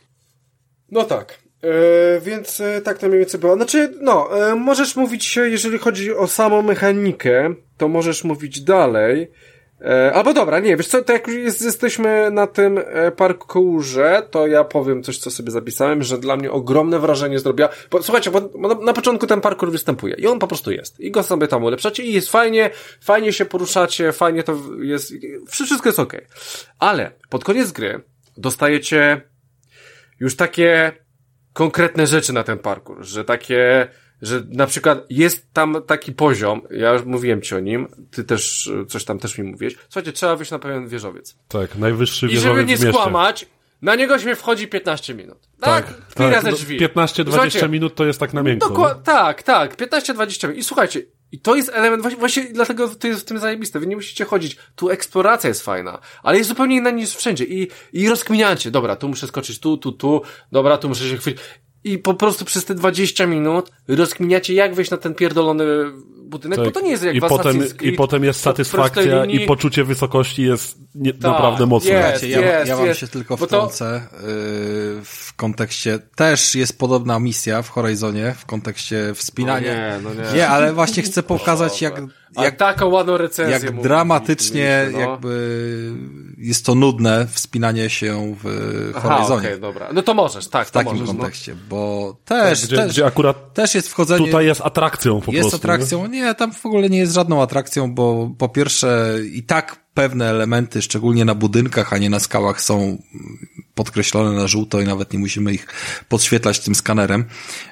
No tak. Więc tak to mniej więcej było. Znaczy, no, możesz mówić, jeżeli chodzi o samą mechanikę, to możesz mówić dalej. Albo dobra, nie, wiesz co, to jak już jesteśmy na tym parkurze, to ja powiem coś, co sobie zapisałem, że dla mnie ogromne wrażenie zrobiła, bo słuchajcie, bo na początku ten parkur występuje i on po prostu jest i go sobie tam ulepszacie i jest fajnie się poruszacie, fajnie to jest, wszystko jest okej. Ale pod koniec gry dostajecie już takie konkretne rzeczy na ten parkur, że na przykład jest tam taki poziom, ja już mówiłem ci o nim, ty też coś tam też mi mówiłeś. Słuchajcie, trzeba wyjść na pewien wieżowiec. Tak, najwyższy wieżowiec w mieście. I żeby nie w skłamać, na niego się wchodzi 15 minut. Tak, razy drzwi. 15-20 minut to jest tak na miękko. Tak, 15-20 minut. I słuchajcie, i to jest element, właśnie dlatego to jest w tym zajebiste. Wy nie musicie chodzić. Tu eksploracja jest fajna, ale jest zupełnie inna niż wszędzie. I rozkminiacie. Dobra, tu muszę skoczyć, tu. Dobra, tu muszę się chwycić. I po prostu przez te 20 minut rozkminiacie, jak wejść na ten pierdolony budynek, tak. Bo to nie jest jak w Assassin's Creed. I potem jest satysfakcja i poczucie wysokości jest naprawdę mocne. Ja wam się tylko wtrącę w kontekście, też jest podobna misja w Horizonie, w kontekście wspinania. Nie, ale właśnie chcę pokazać, jak taką ładną recenzję. Jak dramatycznie jakby jest to nudne wspinanie się w Horizonie. Okej, dobra. No to możesz, tak. W takim kontekście, bo też, gdzie akurat też jest wchodzenie. Tutaj jest atrakcją po prostu. Jest atrakcją. Nie, tam w ogóle nie jest żadną atrakcją, bo po pierwsze i tak pewne elementy, szczególnie na budynkach, a nie na skałach, są podkreślone na żółto i nawet nie musimy ich podświetlać tym skanerem.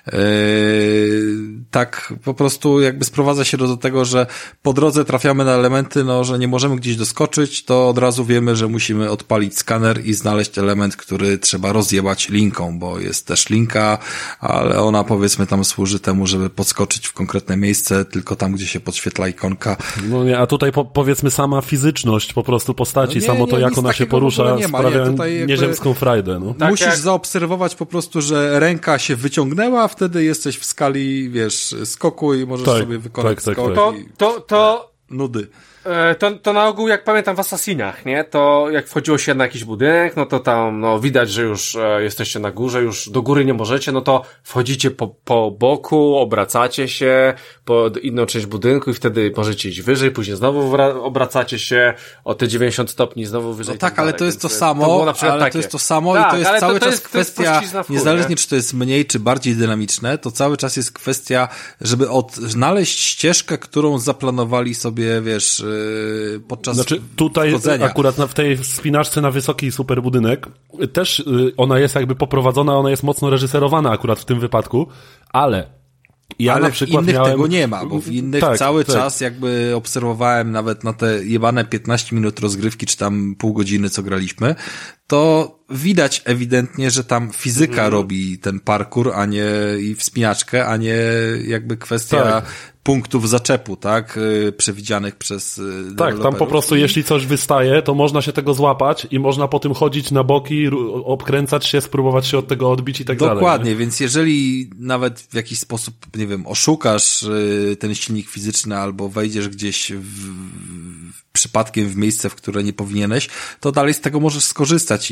Tak po prostu jakby sprowadza się do tego, że po drodze trafiamy na elementy, że nie możemy gdzieś doskoczyć, to od razu wiemy, że musimy odpalić skaner i znaleźć element, który trzeba rozjebać linką, bo jest też linka, ale ona powiedzmy tam służy temu, żeby podskoczyć w konkretne miejsce, tylko tam, gdzie się podświetla ikonka. No nie, a tutaj powiedzmy sama fizyczność po prostu postaci, samo to jak ona się porusza sprawia nieziemską frajdę. No. Tak, musisz zaobserwować po prostu, że ręka się wyciągnęła, a wtedy jesteś w skali, skoku i możesz sobie wykonać skok. To nudy. To na ogół, jak pamiętam w Assassinach, nie? To jak wchodziło się na jakiś budynek, no to tam, widać, że już jesteście na górze, już do góry nie możecie, no to wchodzicie po boku, obracacie się pod inną część budynku i wtedy możecie iść wyżej, później znowu obracacie się o te 90 stopni, znowu wyżej. No tak, ale to jest to samo, to jest to samo i to jest cały czas kwestia, niezależnie czy to jest mniej, czy bardziej dynamiczne, to cały czas jest kwestia, żeby znaleźć ścieżkę, którą zaplanowali sobie, podczas tutaj wchodzenia. Akurat w tej wspinaczce na wysoki superbudynek też ona jest jakby poprowadzona, ona jest mocno reżyserowana akurat w tym wypadku, ale na przykład w innych tego nie ma, bo w innych cały czas jakby obserwowałem nawet na te jebane 15 minut rozgrywki, czy tam pół godziny, co graliśmy, to widać ewidentnie, że tam fizyka robi ten parkour, a nie i wspinaczkę, a nie jakby kwestia punktów zaczepu, tak? Przewidzianych przez deweloperów. Tam po prostu jeśli coś wystaje, to można się tego złapać i można po tym chodzić na boki, obkręcać się, spróbować się od tego odbić i tak dalej. Dokładnie, więc jeżeli nawet w jakiś sposób, nie wiem, oszukasz ten silnik fizyczny albo wejdziesz gdzieś przypadkiem w miejsce, w które nie powinieneś, to dalej z tego możesz skorzystać i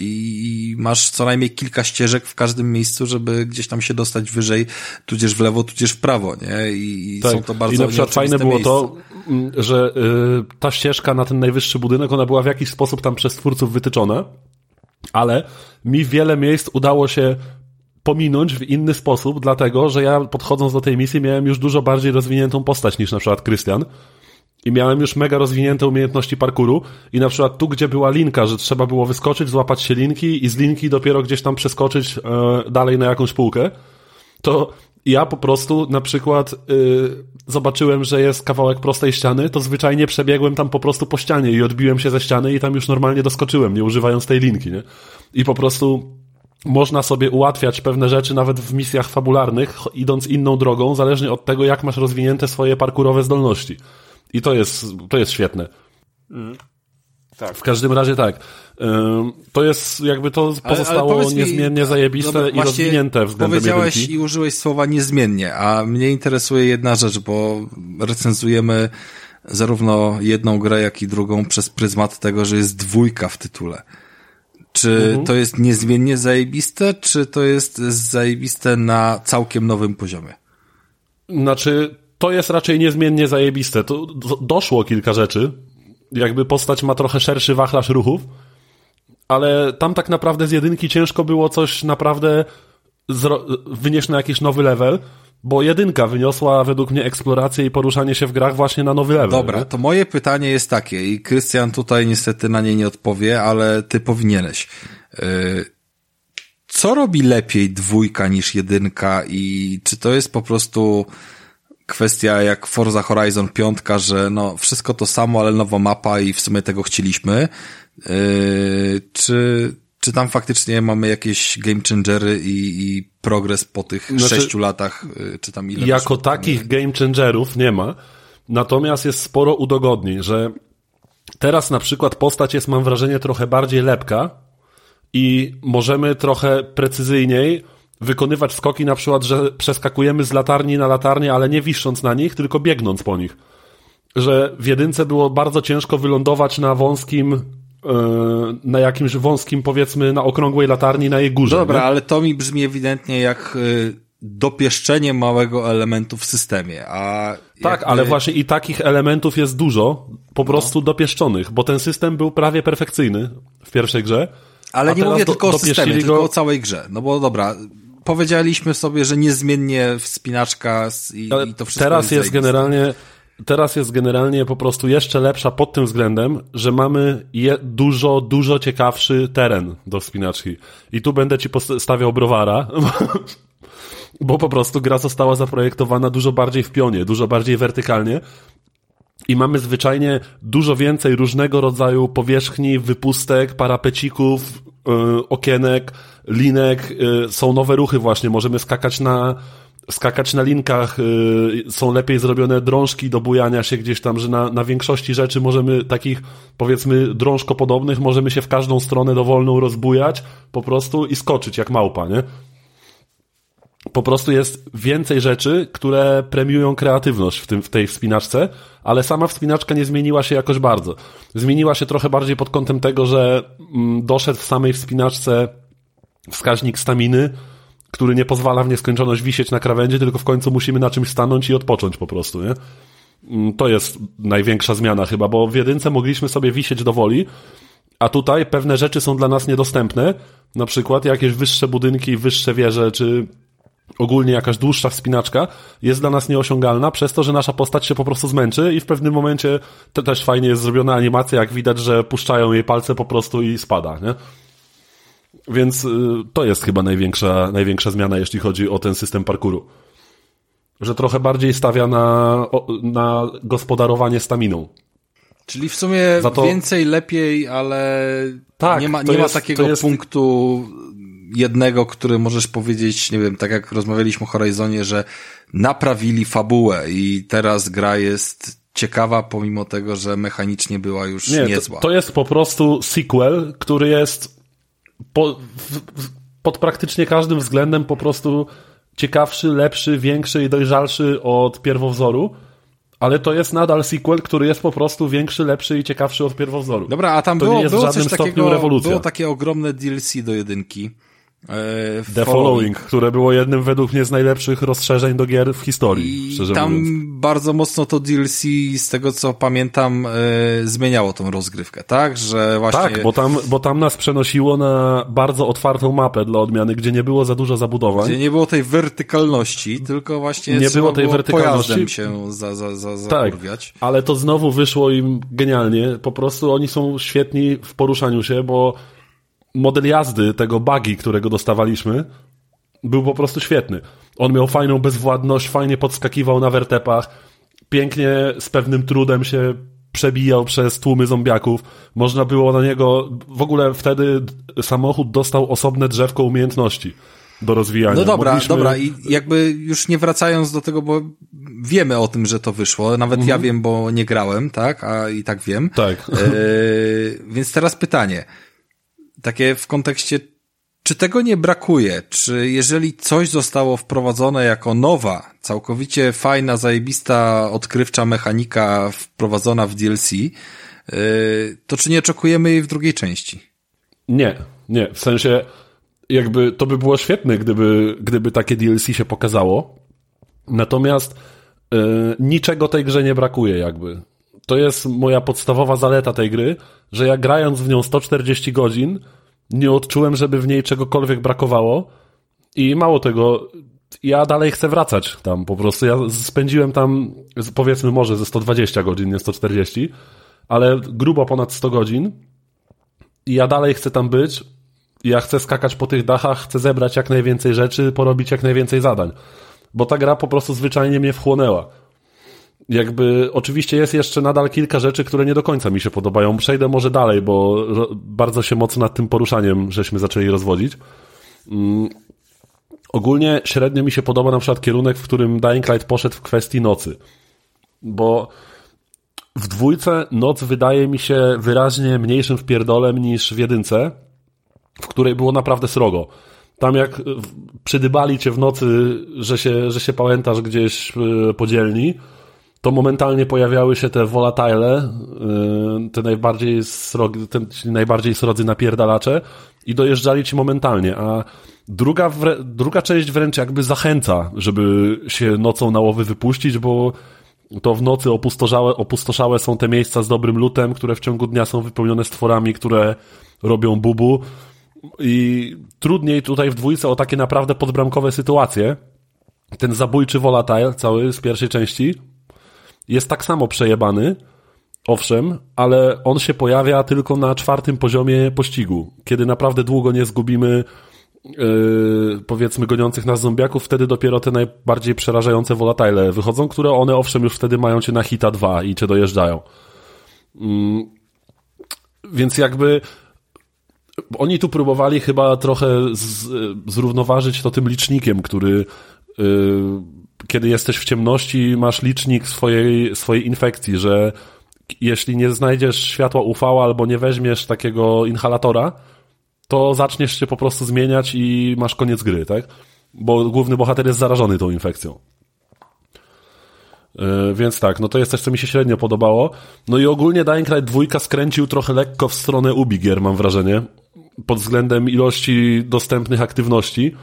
i masz co najmniej kilka ścieżek w każdym miejscu, żeby gdzieś tam się dostać wyżej, tudzież w lewo, tudzież w prawo, nie? I tak. Są to bardzo i na przykład fajne było miejsca. to, że ta ścieżka na ten najwyższy budynek, ona była w jakiś sposób tam przez twórców wytyczona, ale mi wiele miejsc udało się pominąć w inny sposób, dlatego, że ja podchodząc do tej misji miałem już dużo bardziej rozwiniętą postać niż na przykład Krystian i miałem już mega rozwinięte umiejętności parkouru i na przykład tu, gdzie była linka, że trzeba było wyskoczyć, złapać się linki i z linki dopiero gdzieś tam przeskoczyć dalej na jakąś półkę, to ja po prostu na przykład zobaczyłem, że jest kawałek prostej ściany, to zwyczajnie przebiegłem tam po prostu po ścianie i odbiłem się ze ściany i tam już normalnie doskoczyłem, nie używając tej linki, nie? I po prostu można sobie ułatwiać pewne rzeczy nawet w misjach fabularnych, idąc inną drogą, zależnie od tego, jak masz rozwinięte swoje parkurowe zdolności. I to jest świetne. Tak. W każdym razie tak. To jest jakby to pozostało niezmiennie zajebiste i rozwinięte względem powiedziałeś jedynki. I użyłeś słowa niezmiennie, a mnie interesuje jedna rzecz, bo recenzujemy zarówno jedną grę, jak i drugą przez pryzmat tego, że jest 2 w tytule. Czy to jest niezmiennie zajebiste, czy to jest zajebiste na całkiem nowym poziomie? Znaczy, to jest raczej niezmiennie zajebiste. To doszło kilka rzeczy. Jakby postać ma trochę szerszy wachlarz ruchów, ale tam tak naprawdę z jedynki ciężko było coś naprawdę wynieść na jakiś nowy level, bo jedynka wyniosła według mnie eksplorację i poruszanie się w grach właśnie na nowy level. Dobra, nie? To moje pytanie jest takie i Krystian tutaj niestety na nie nie odpowie, ale ty powinieneś. Co robi lepiej 2 niż 1 i czy to jest po prostu kwestia jak Forza Horizon 5, że no wszystko to samo, ale nowa mapa i w sumie tego chcieliśmy, czy tam faktycznie mamy jakieś game changery i progres po tych 6 latach, czy tam ile? Jako takich game changerów nie ma, natomiast jest sporo udogodnień, że teraz na przykład postać jest, mam wrażenie, trochę bardziej lepka i możemy trochę precyzyjniej wykonywać skoki, na przykład, że przeskakujemy z latarni na latarnię, ale nie wisząc na nich, tylko biegnąc po nich. Że w jedynce było bardzo ciężko wylądować na wąskim, na jakimś wąskim, powiedzmy, na okrągłej latarni na jej górze. Dobra, nie? ale to mi brzmi ewidentnie jak dopieszczenie małego elementu w systemie. Tak, ale właśnie i takich elementów jest dużo, po prostu dopieszczonych, bo ten system był prawie perfekcyjny w pierwszej grze. Ale nie mówię tylko o systemie, tylko o całej grze. No bo dobra, powiedzieliśmy sobie, że niezmiennie wspinaczka i to wszystko Teraz jest generalnie po prostu jeszcze lepsza pod tym względem, że mamy dużo ciekawszy teren do wspinaczki. I tu będę ci stawiał browara, bo po prostu gra została zaprojektowana dużo bardziej w pionie, dużo bardziej wertykalnie. I mamy zwyczajnie dużo więcej różnego rodzaju powierzchni, wypustek, parapecików, okienek, linek. Są nowe ruchy właśnie, możemy skakać na linkach, są lepiej zrobione drążki do bujania się gdzieś tam, że na większości rzeczy możemy takich, powiedzmy, drążkopodobnych, możemy się w każdą stronę dowolną rozbujać po prostu i skoczyć jak małpa, nie? Po prostu jest więcej rzeczy, które premiują kreatywność w tej wspinaczce, ale sama wspinaczka nie zmieniła się jakoś bardzo. Zmieniła się trochę bardziej pod kątem tego, że doszedł w samej wspinaczce wskaźnik staminy, który nie pozwala w nieskończoność wisieć na krawędzi, tylko w końcu musimy na czymś stanąć i odpocząć po prostu, nie? To jest największa zmiana chyba, bo w jedynce mogliśmy sobie wisieć do woli, a tutaj pewne rzeczy są dla nas niedostępne, na przykład jakieś wyższe budynki, wyższe wieże, czy ogólnie jakaś dłuższa wspinaczka jest dla nas nieosiągalna przez to, że nasza postać się po prostu zmęczy i w pewnym momencie też fajnie jest zrobiona animacja, jak widać, że puszczają jej palce po prostu i spada, nie? Więc to jest chyba największa zmiana, jeśli chodzi o ten system parkouru. Że trochę bardziej stawia na gospodarowanie staminą. Czyli w sumie więcej, lepiej, ale tak, nie ma takiego punktu jednego, który możesz powiedzieć, nie wiem, tak jak rozmawialiśmy o Horizonie, że naprawili fabułę i teraz gra jest ciekawa, pomimo tego, że mechanicznie była już niezła. To jest po prostu sequel, który jest pod praktycznie każdym względem po prostu ciekawszy, lepszy, większy i dojrzalszy od pierwowzoru, ale to jest nadal sequel, który jest po prostu większy, lepszy i ciekawszy od pierwowzoru. Dobra, a tam to było, nie jest w było żadnym coś stopniu takiego, rewolucja. było takie ogromne DLC do 1. The Following, które było jednym według mnie z najlepszych rozszerzeń do gier w historii, i szczerze tam mówiąc. bardzo mocno to DLC, z tego co pamiętam, zmieniało tą rozgrywkę, tak? Że właśnie... Tak, bo tam nas przenosiło na bardzo otwartą mapę dla odmiany, gdzie nie było za dużo zabudowań. Gdzie nie było tej wertykalności, tylko właśnie nie było tej wertykalności. Pojazdem się zakurwiać. Tak, ale to znowu wyszło im genialnie. Po prostu oni są świetni w poruszaniu się, bo model jazdy tego buggy, którego dostawaliśmy, był po prostu świetny. On miał fajną bezwładność, fajnie podskakiwał na wertepach, pięknie, z pewnym trudem się przebijał przez tłumy zombiaków. Można było na niego... W ogóle wtedy samochód dostał osobne drzewko umiejętności do rozwijania. No dobra, i jakby już nie wracając do tego, bo wiemy o tym, że to wyszło, nawet ja wiem, bo nie grałem, tak? A i tak wiem. Tak. Więc teraz pytanie, takie w kontekście, czy tego nie brakuje? Czy jeżeli coś zostało wprowadzone jako nowa, całkowicie fajna, zajebista, odkrywcza mechanika wprowadzona w DLC, to czy nie oczekujemy jej w drugiej części? Nie. W sensie jakby to by było świetne, gdyby takie DLC się pokazało. Natomiast niczego tej grze nie brakuje jakby. To jest moja podstawowa zaleta tej gry, że ja grając w nią 140 godzin nie odczułem, żeby w niej czegokolwiek brakowało i mało tego, ja dalej chcę wracać tam po prostu. Ja spędziłem tam powiedzmy może ze 120 godzin, nie 140, ale grubo ponad 100 godzin i ja dalej chcę tam być. Ja chcę skakać po tych dachach, chcę zebrać jak najwięcej rzeczy, porobić jak najwięcej zadań. Bo ta gra po prostu zwyczajnie mnie wchłonęła. Jakby oczywiście jest jeszcze nadal kilka rzeczy, które nie do końca mi się podobają. Przejdę może dalej, bo bardzo się mocno nad tym poruszaniem żeśmy zaczęli rozwodzić. Ogólnie średnio mi się podoba na przykład kierunek, w którym Dying Light poszedł w kwestii nocy. Bo w 2 noc wydaje mi się wyraźnie mniejszym wpierdolem niż w 1, w której było naprawdę srogo. Tam jak przydybali cię w nocy, że się pałętasz gdzieś po dzielni, to momentalnie pojawiały się te volatile, te najbardziej srodzy napierdalacze i dojeżdżali ci momentalnie, a druga część wręcz jakby zachęca, żeby się nocą na łowy wypuścić, bo to w nocy opustoszałe są te miejsca z dobrym lootem, które w ciągu dnia są wypełnione stworami, które robią bubu i trudniej tutaj w 2 o takie naprawdę podbramkowe sytuacje. Ten zabójczy volatile cały z pierwszej części jest tak samo przejebany, owszem, ale on się pojawia tylko na 4. poziomie pościgu. Kiedy naprawdę długo nie zgubimy powiedzmy goniących nas zombiaków, wtedy dopiero te najbardziej przerażające volatile wychodzą, które one owszem już wtedy mają cię na hita 2 i cię dojeżdżają. Więc jakby oni tu próbowali chyba trochę zrównoważyć to tym licznikiem, który kiedy jesteś w ciemności, masz licznik swojej infekcji, że jeśli nie znajdziesz światła UV albo nie weźmiesz takiego inhalatora, to zaczniesz się po prostu zmieniać i masz koniec gry, tak? Bo główny bohater jest zarażony tą infekcją. Więc tak, no to jest coś, co mi się średnio podobało. No i ogólnie Dying Light 2 skręcił trochę lekko w stronę Ubi gier, mam wrażenie, pod względem ilości dostępnych aktywności.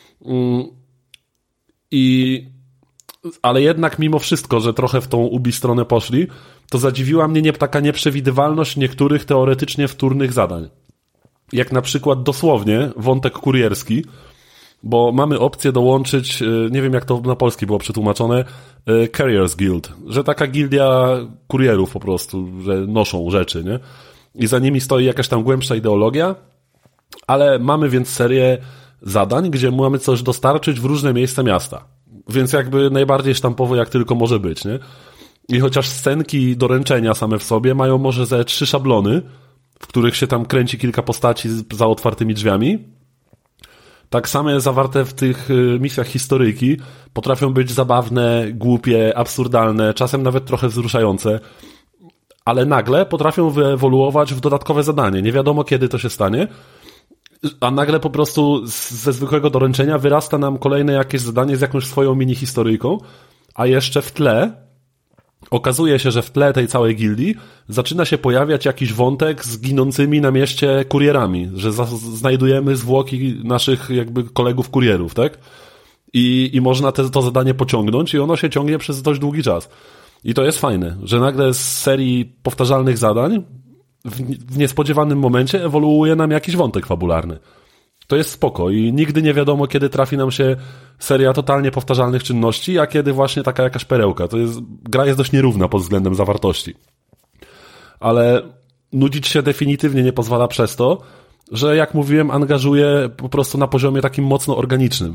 Ale jednak mimo wszystko, że trochę w tą Ubi stronę poszli, to zadziwiła mnie taka nieprzewidywalność niektórych teoretycznie wtórnych zadań. Jak na przykład dosłownie wątek kurierski, bo mamy opcję dołączyć, nie wiem jak to na polski było przetłumaczone, Carriers Guild, że taka gildia kurierów po prostu, że noszą rzeczy, nie? I za nimi stoi jakaś tam głębsza ideologia, ale mamy więc serię zadań, gdzie mamy coś dostarczyć w różne miejsca miasta. Więc jakby najbardziej sztampowo jak tylko może być, nie? I chociaż scenki doręczenia same w sobie mają może ze 3 szablony, w których się tam kręci kilka postaci za otwartymi drzwiami, tak same zawarte w tych misjach historyjki potrafią być zabawne, głupie, absurdalne, czasem nawet trochę wzruszające, ale nagle potrafią wyewoluować w dodatkowe zadanie. Nie wiadomo kiedy to się stanie, a nagle po prostu ze zwykłego doręczenia wyrasta nam kolejne jakieś zadanie z jakąś swoją mini historyjką, a jeszcze w tle okazuje się, że w tle tej całej gildii zaczyna się pojawiać jakiś wątek z ginącymi na mieście kurierami, że znajdujemy zwłoki naszych jakby kolegów kurierów, tak? I można to zadanie pociągnąć i ono się ciągnie przez dość długi czas. I to jest fajne, że nagle z serii powtarzalnych zadań w niespodziewanym momencie ewoluuje nam jakiś wątek fabularny. To jest spoko i nigdy nie wiadomo, kiedy trafi nam się seria totalnie powtarzalnych czynności, a kiedy właśnie taka jakaś perełka. Gra jest dość nierówna pod względem zawartości. Ale nudzić się definitywnie nie pozwala przez to, że jak mówiłem, angażuje po prostu na poziomie takim mocno organicznym.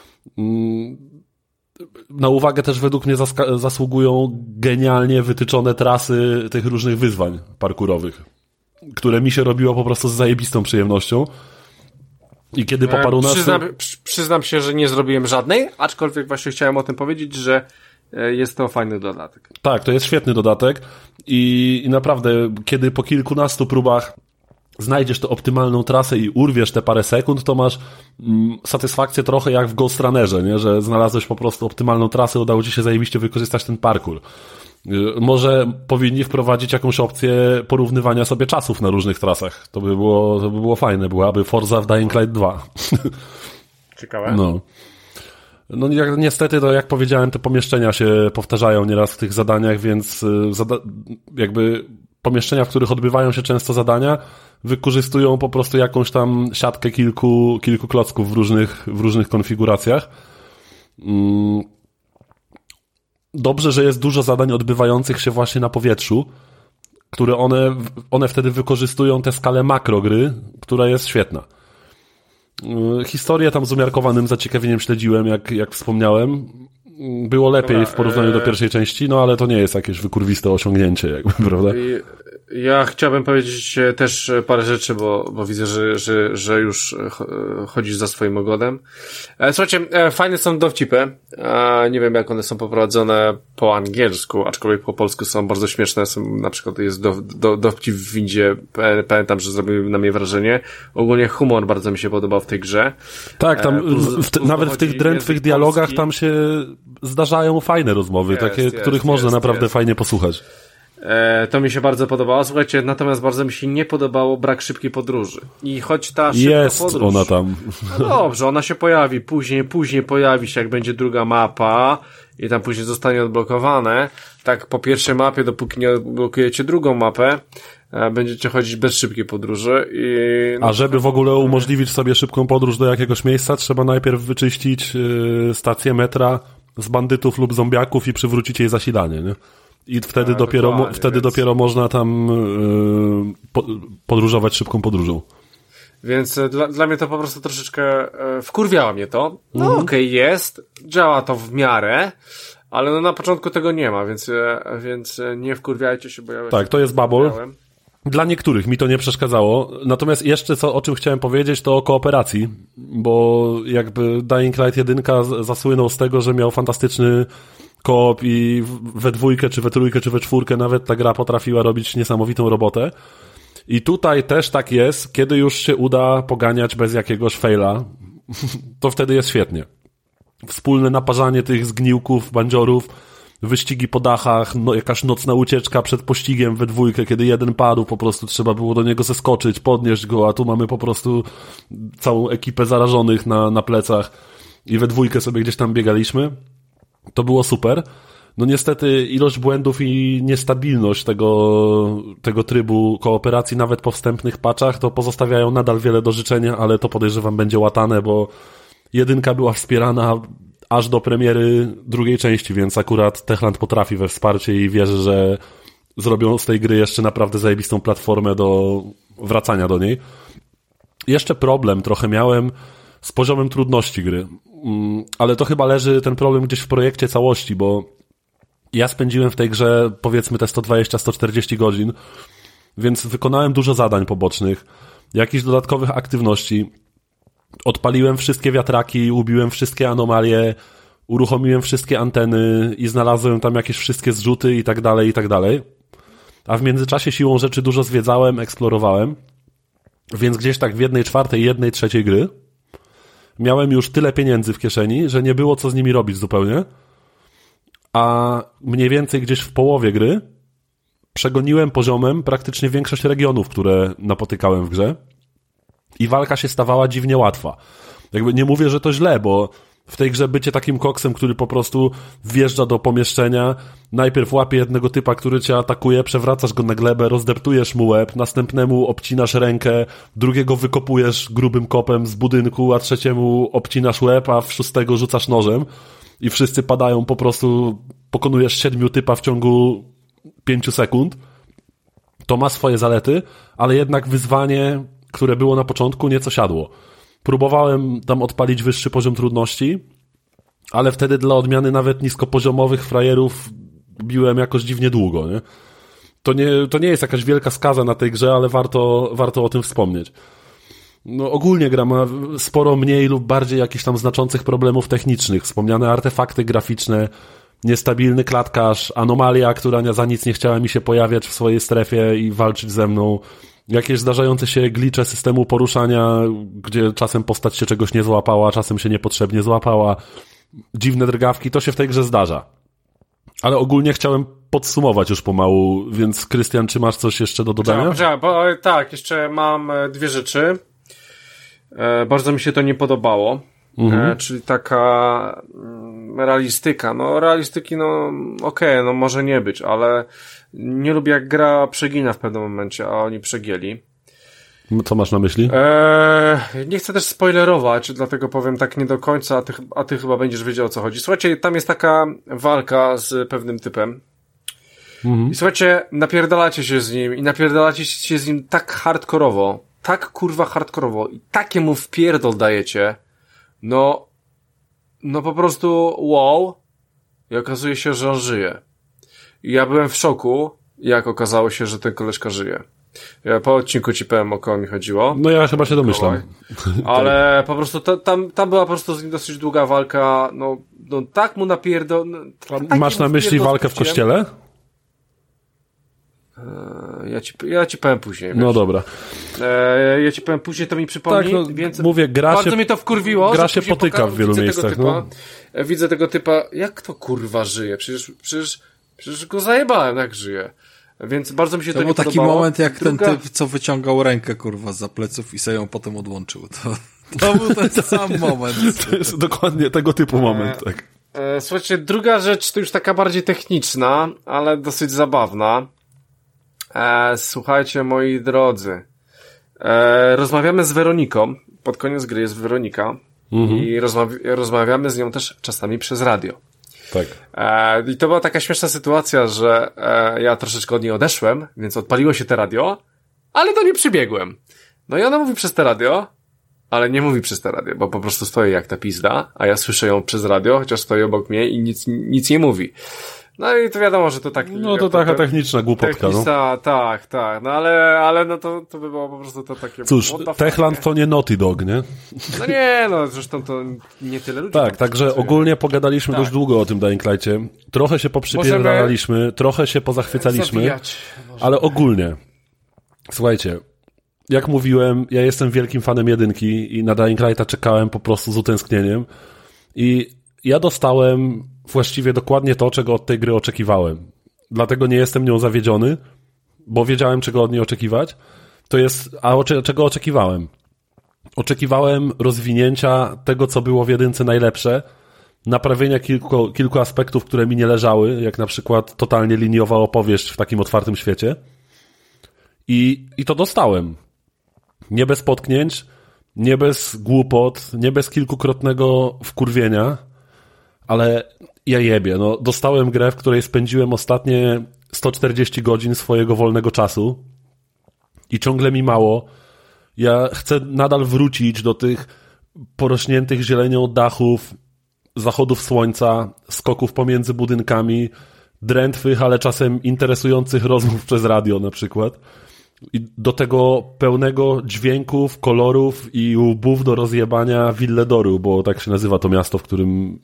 Na uwagę też według mnie zasługują genialnie wytyczone trasy tych różnych wyzwań parkurowych, które mi się robiło po prostu z zajebistą przyjemnością. I kiedy po paru Przyznam się, że nie zrobiłem żadnej, aczkolwiek właśnie chciałem o tym powiedzieć, że jest to fajny dodatek. Tak, to jest świetny dodatek i naprawdę, kiedy po kilkunastu próbach znajdziesz tę optymalną trasę i urwiesz te parę sekund, to masz satysfakcję trochę jak w Ghost Runnerze, nie? Że znalazłeś po prostu optymalną trasę, udało ci się zajebiście wykorzystać ten parkour. Może powinni wprowadzić jakąś opcję porównywania sobie czasów na różnych trasach. To by było fajne. Byłaby Forza w Dying Light 2. Ciekawe. No niestety, to jak powiedziałem, te pomieszczenia się powtarzają nieraz w tych zadaniach, więc jakby pomieszczenia, w których odbywają się często zadania, wykorzystują po prostu jakąś tam siatkę kilku klocków w różnych konfiguracjach. Dobrze, że jest dużo zadań odbywających się właśnie na powietrzu, które one wtedy wykorzystują tę skalę makro gry, która jest świetna. Historię tam z umiarkowanym zaciekawieniem śledziłem, jak wspomniałem. Było lepiej w porównaniu do pierwszej części, no ale to nie jest jakieś wykurwiste osiągnięcie, jakby, prawda? Ja chciałbym powiedzieć też parę rzeczy, bo widzę, że już chodzisz za swoim ogonem. Słuchajcie, fajne są dowcipy. Nie wiem, jak one są poprowadzone po angielsku, aczkolwiek po polsku są bardzo śmieszne. Na przykład jest dowcip w windzie. Pamiętam, że zrobił na mnie wrażenie. Ogólnie humor bardzo mi się podobał w tej grze. Tak, tam nawet w tych drętwych dialogach polski. Tam się zdarzają fajne rozmowy, których można naprawdę fajnie posłuchać. To mi się bardzo podobało. Słuchajcie, natomiast bardzo mi się nie podobało brak szybkiej podróży. I choć ta szybka podróż... Jest ona tam. No dobrze, ona się pojawi. Później pojawi się, jak będzie druga mapa i tam później zostanie odblokowane. Tak, po pierwszej mapie, dopóki nie odblokujecie drugą mapę, będziecie chodzić bez szybkiej podróży. A żeby w ogóle umożliwić sobie szybką podróż do jakiegoś miejsca, trzeba najpierw wyczyścić stację metra z bandytów lub zombiaków i przywrócić jej zasilanie, nie? I wtedy dopiero można tam podróżować szybką podróżą. Więc dla mnie to po prostu troszeczkę wkurwiało mnie to. No okej, jest, działa to w miarę, ale no na początku tego nie ma, więc nie wkurwiajcie się, bo ja... Tak, to jest bubble. Dla niektórych mi to nie przeszkadzało. Natomiast jeszcze o czym chciałem powiedzieć, to o kooperacji, bo jakby Dying Light 1 zasłynął z tego, że miał fantastyczny koop i we dwójkę, czy we trójkę, czy we czwórkę nawet ta gra potrafiła robić niesamowitą robotę. I tutaj też tak jest, kiedy już się uda poganiać bez jakiegoś faila, to wtedy jest świetnie. Wspólne naparzanie tych zgniłków, bandziorów, wyścigi po dachach, jakaś nocna ucieczka przed pościgiem we dwójkę, kiedy jeden padł, po prostu trzeba było do niego zeskoczyć, podnieść go, a tu mamy po prostu całą ekipę zarażonych na plecach i we dwójkę sobie gdzieś tam biegaliśmy. To było super. No niestety ilość błędów i niestabilność tego trybu kooperacji nawet po wstępnych patchach to pozostawiają nadal wiele do życzenia, ale to podejrzewam będzie łatane, bo jedynka była wspierana aż do premiery drugiej części, więc akurat Techland potrafi we wsparcie i wierzę, że zrobią z tej gry jeszcze naprawdę zajebistą platformę do wracania do niej. Jeszcze problem trochę miałem z poziomem trudności gry, ale to chyba leży ten problem gdzieś w projekcie całości, bo ja spędziłem w tej grze powiedzmy te 120-140 godzin, więc wykonałem dużo zadań pobocznych, jakichś dodatkowych aktywności, odpaliłem wszystkie wiatraki, ubiłem wszystkie anomalie, uruchomiłem wszystkie anteny i znalazłem tam jakieś wszystkie zrzuty i tak dalej, i tak dalej. A w międzyczasie siłą rzeczy dużo zwiedzałem, eksplorowałem, więc gdzieś tak w 1/4, 1/3 gry miałem już tyle pieniędzy w kieszeni, że nie było co z nimi robić zupełnie. a mniej więcej gdzieś w połowie gry przegoniłem poziomem praktycznie większość regionów, które napotykałem w grze i walka się stawała dziwnie łatwa. Jakby nie mówię, że to źle, bo w tej grze bycie takim koksem, który po prostu wjeżdża do pomieszczenia, najpierw łapie jednego typa, który cię atakuje, przewracasz go na glebę, rozdeptujesz mu łeb, następnemu obcinasz rękę, drugiego wykopujesz grubym kopem z budynku, a trzeciemu obcinasz łeb, a w szóstego rzucasz nożem i wszyscy padają, po prostu pokonujesz 7 typa w ciągu 5 sekund. To ma swoje zalety, ale jednak wyzwanie, które było na początku, nieco siadło. Próbowałem tam odpalić wyższy poziom trudności, ale wtedy dla odmiany nawet niskopoziomowych frajerów biłem jakoś dziwnie długo, nie? To nie jest jakaś wielka skaza na tej grze, ale warto o tym wspomnieć. No ogólnie gra ma sporo mniej lub bardziej jakichś tam znaczących problemów technicznych. Wspomniane artefakty graficzne, niestabilny klatkarz, anomalia, która za nic nie chciała mi się pojawiać w swojej strefie i walczyć ze mną. Jakieś zdarzające się glicze systemu poruszania, gdzie czasem postać się czegoś nie złapała, czasem się niepotrzebnie złapała. Dziwne drgawki, to się w tej grze zdarza. Ale ogólnie chciałem podsumować już pomału, więc Krystian, czy masz coś jeszcze do dodania? Tak, jeszcze mam 2 rzeczy. Bardzo mi się to nie podobało. Czyli taka realistyka. No realistyki, no okej, no może nie być, ale nie lubię jak gra przegina w pewnym momencie, a oni przegięli. Co masz na myśli? Nie chcę też spoilerować, dlatego powiem tak nie do końca, a ty chyba będziesz wiedział, o co chodzi. Słuchajcie, tam jest taka walka z pewnym typem. I słuchajcie, napierdalacie się z nim i napierdalacie się z nim tak hardkorowo, tak kurwa hardkorowo i takiemu wpierdol dajecie, no po prostu wow, i okazuje się, że on żyje. I ja byłem w szoku, jak okazało się, że ten koleżka żyje. Ja po odcinku ci powiem, o kogo mi chodziło. No ja chyba się domyślam. Ale po prostu tam była po prostu z nim dosyć długa walka, no tak mu napierdol... Masz na myśli walkę w kościele? Ja ci powiem później. Wiesz? No dobra. Ja ci powiem później, to mi przypomni. Tak, no, więc mówię, bardzo mnie to wkurwiło. Gra się potyka w wielu miejscach. Widzę tego typa, jak to kurwa żyje? Przecież go zajebałem, jak żyje. Więc bardzo mi się to nie podobało. To był taki moment, jak ten typ, co wyciągał rękę, kurwa, za pleców i sobie ją potem odłączył. To był ten sam moment. To jest dokładnie tego typu moment, tak. Słuchajcie, druga rzecz to już taka bardziej techniczna, ale dosyć zabawna. Słuchajcie, moi drodzy. Rozmawiamy z Weroniką. Pod koniec gry jest Weronika. I rozmawiamy z nią też czasami przez radio. Tak. I to była taka śmieszna sytuacja, że ja troszeczkę od niej odeszłem, więc odpaliło się te radio, ale do niej przybiegłem. No i ona mówi przez te radio, ale nie mówi przez te radio, bo po prostu stoi jak ta pizda, a ja słyszę ją przez radio, chociaż stoi obok mnie i nic nie mówi. No i to wiadomo, że to tak... No to taka techniczna głupotka, no. Tak, no ale no to by było po prostu to takie... Cóż, Techland to nie Naughty Dog, nie? No nie, no zresztą to nie tyle ludzi... Tak, także ogólnie pogadaliśmy dość długo o tym Dying Light'cie. Trochę się poprzypierdalaliśmy, trochę się pozachwycaliśmy, ale ogólnie, słuchajcie, jak mówiłem, ja jestem wielkim fanem 1 i na Dying Light'a czekałem po prostu z utęsknieniem i ja dostałem właściwie dokładnie to, czego od tej gry oczekiwałem. Dlatego nie jestem nią zawiedziony, bo wiedziałem, czego od niej oczekiwać. Czego oczekiwałem? Oczekiwałem rozwinięcia tego, co było w 1 najlepsze, naprawienia kilku aspektów, które mi nie leżały, jak na przykład totalnie liniowa opowieść w takim otwartym świecie. I to dostałem. Nie bez potknięć, nie bez głupot, nie bez kilkukrotnego wkurwienia, ale ja jebie, no dostałem grę, w której spędziłem ostatnie 140 godzin swojego wolnego czasu i ciągle mi mało. Ja chcę nadal wrócić do tych porośniętych zielenią dachów, zachodów słońca, skoków pomiędzy budynkami, drętwych, ale czasem interesujących rozmów przez radio na przykład. I do tego pełnego dźwięków, kolorów i łbów do rozjebania Villedoru, bo tak się nazywa to miasto, w którym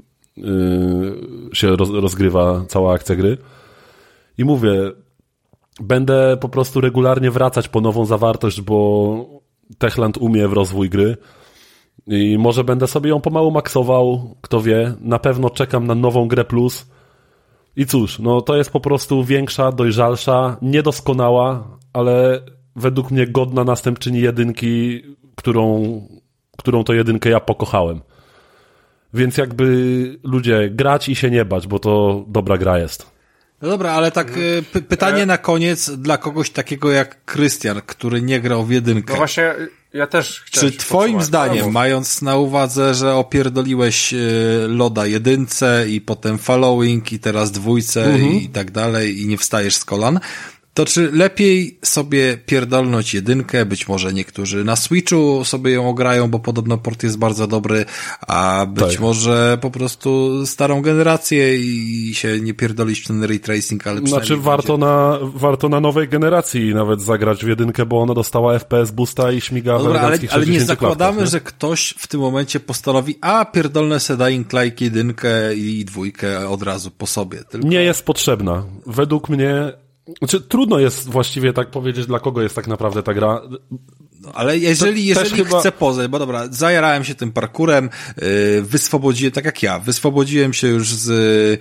się rozgrywa cała akcja gry. I mówię, będę po prostu regularnie wracać po nową zawartość, bo Techland umie w rozwój gry i może będę sobie ją pomału maksował, kto wie. Na pewno czekam na nową grę plus, I cóż, no to jest po prostu większa, dojrzalsza, niedoskonała, ale według mnie godna następczyni jedynki, którą to jedynkę ja pokochałem. Więc jakby ludzie, grać i się nie bać, bo to dobra gra jest. No dobra, ale tak pytanie na koniec dla kogoś takiego jak Krystian, który nie grał w jedynkę. No właśnie, ja też chciałem. Czy twoim zdaniem, mając na uwadze, że opierdoliłeś loda jedynce i potem following i teraz dwójce i tak dalej i nie wstajesz z kolan, to czy lepiej sobie pierdolnąć jedynkę, być może niektórzy na Switchu sobie ją ograją, bo podobno port jest bardzo dobry, a być może po prostu starą generację i się nie pierdolić w ten ray tracing, ale znaczy warto na nowej generacji nawet zagrać w jedynkę, bo ona dostała FPS boosta i śmiga w eleganckich 60 ale nie zakładamy, klatkach, nie? że ktoś w tym momencie postanowi, pierdolne se Dying Light jedynkę i dwójkę od razu po sobie. Tylko... Nie jest potrzebna. Według mnie... Znaczy, trudno jest właściwie tak powiedzieć, dla kogo jest tak naprawdę ta gra. No, ale jeżeli chcę poznać, bo dobra, zajarałem się tym parkurem, wyswobodziłem, tak jak ja, wyswobodziłem się już z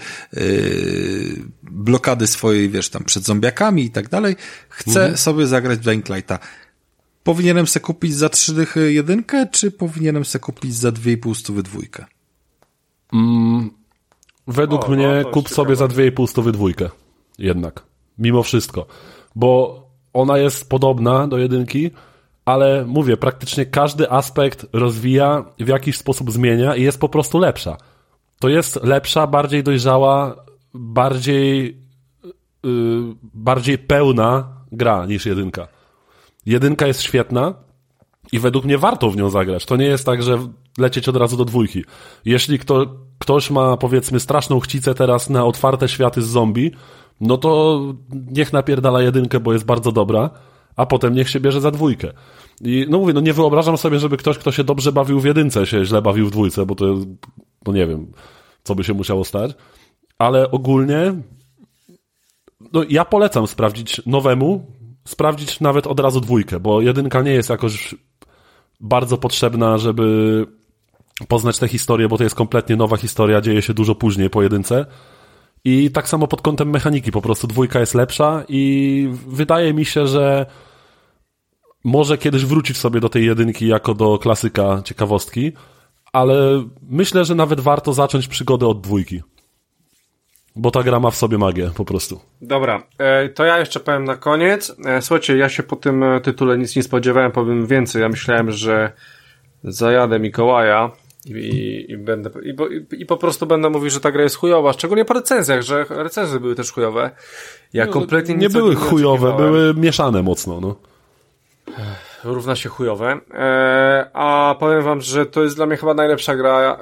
blokady swojej, wiesz, tam przed zombiakami i tak dalej, chcę sobie zagrać w Dying Lighta. Powinienem se kupić za 3 dychy jedynkę, czy powinienem se kupić za 2,5 dwójkę? Według mnie kup sobie za 2,5 dwójkę. Jednak. Mimo wszystko. Bo ona jest podobna do jedynki, ale mówię, praktycznie każdy aspekt rozwija, w jakiś sposób zmienia i jest po prostu lepsza. To jest lepsza, bardziej dojrzała, bardziej pełna gra niż jedynka. Jedynka jest świetna i według mnie warto w nią zagrać. To nie jest tak, że lecieć od razu do dwójki. Jeśli ktoś ma, powiedzmy, straszną chcicę teraz na otwarte światy z zombie, no to niech napierdala jedynkę, bo jest bardzo dobra, a potem niech się bierze za dwójkę. I no mówię, no nie wyobrażam sobie, żeby ktoś, kto się dobrze bawił w jedynce, się źle bawił w dwójce, bo to, no nie wiem, co by się musiało stać. Ale ogólnie, no ja polecam sprawdzić nawet od razu dwójkę, bo jedynka nie jest jakoś bardzo potrzebna, żeby poznać tę historię, bo to jest kompletnie nowa historia, dzieje się dużo później po jedynce. I tak samo pod kątem mechaniki, po prostu dwójka jest lepsza i wydaje mi się, że może kiedyś wrócić sobie do tej jedynki jako do klasyka ciekawostki, ale myślę, że nawet warto zacząć przygodę od dwójki. Bo ta gra ma w sobie magię, po prostu. Dobra, to ja jeszcze powiem na koniec. Słuchajcie, ja się po tym tytule nic nie spodziewałem, powiem więcej. Ja myślałem, że zajadę Mikołaja i po prostu będę mówił, że ta gra jest chujowa, szczególnie po recenzjach, że recenzje były też chujowe. Ja kompletnie nie były chujowe, były mieszane mocno, no. Równa się chujowe. A powiem wam, że to jest dla mnie chyba najlepsza gra.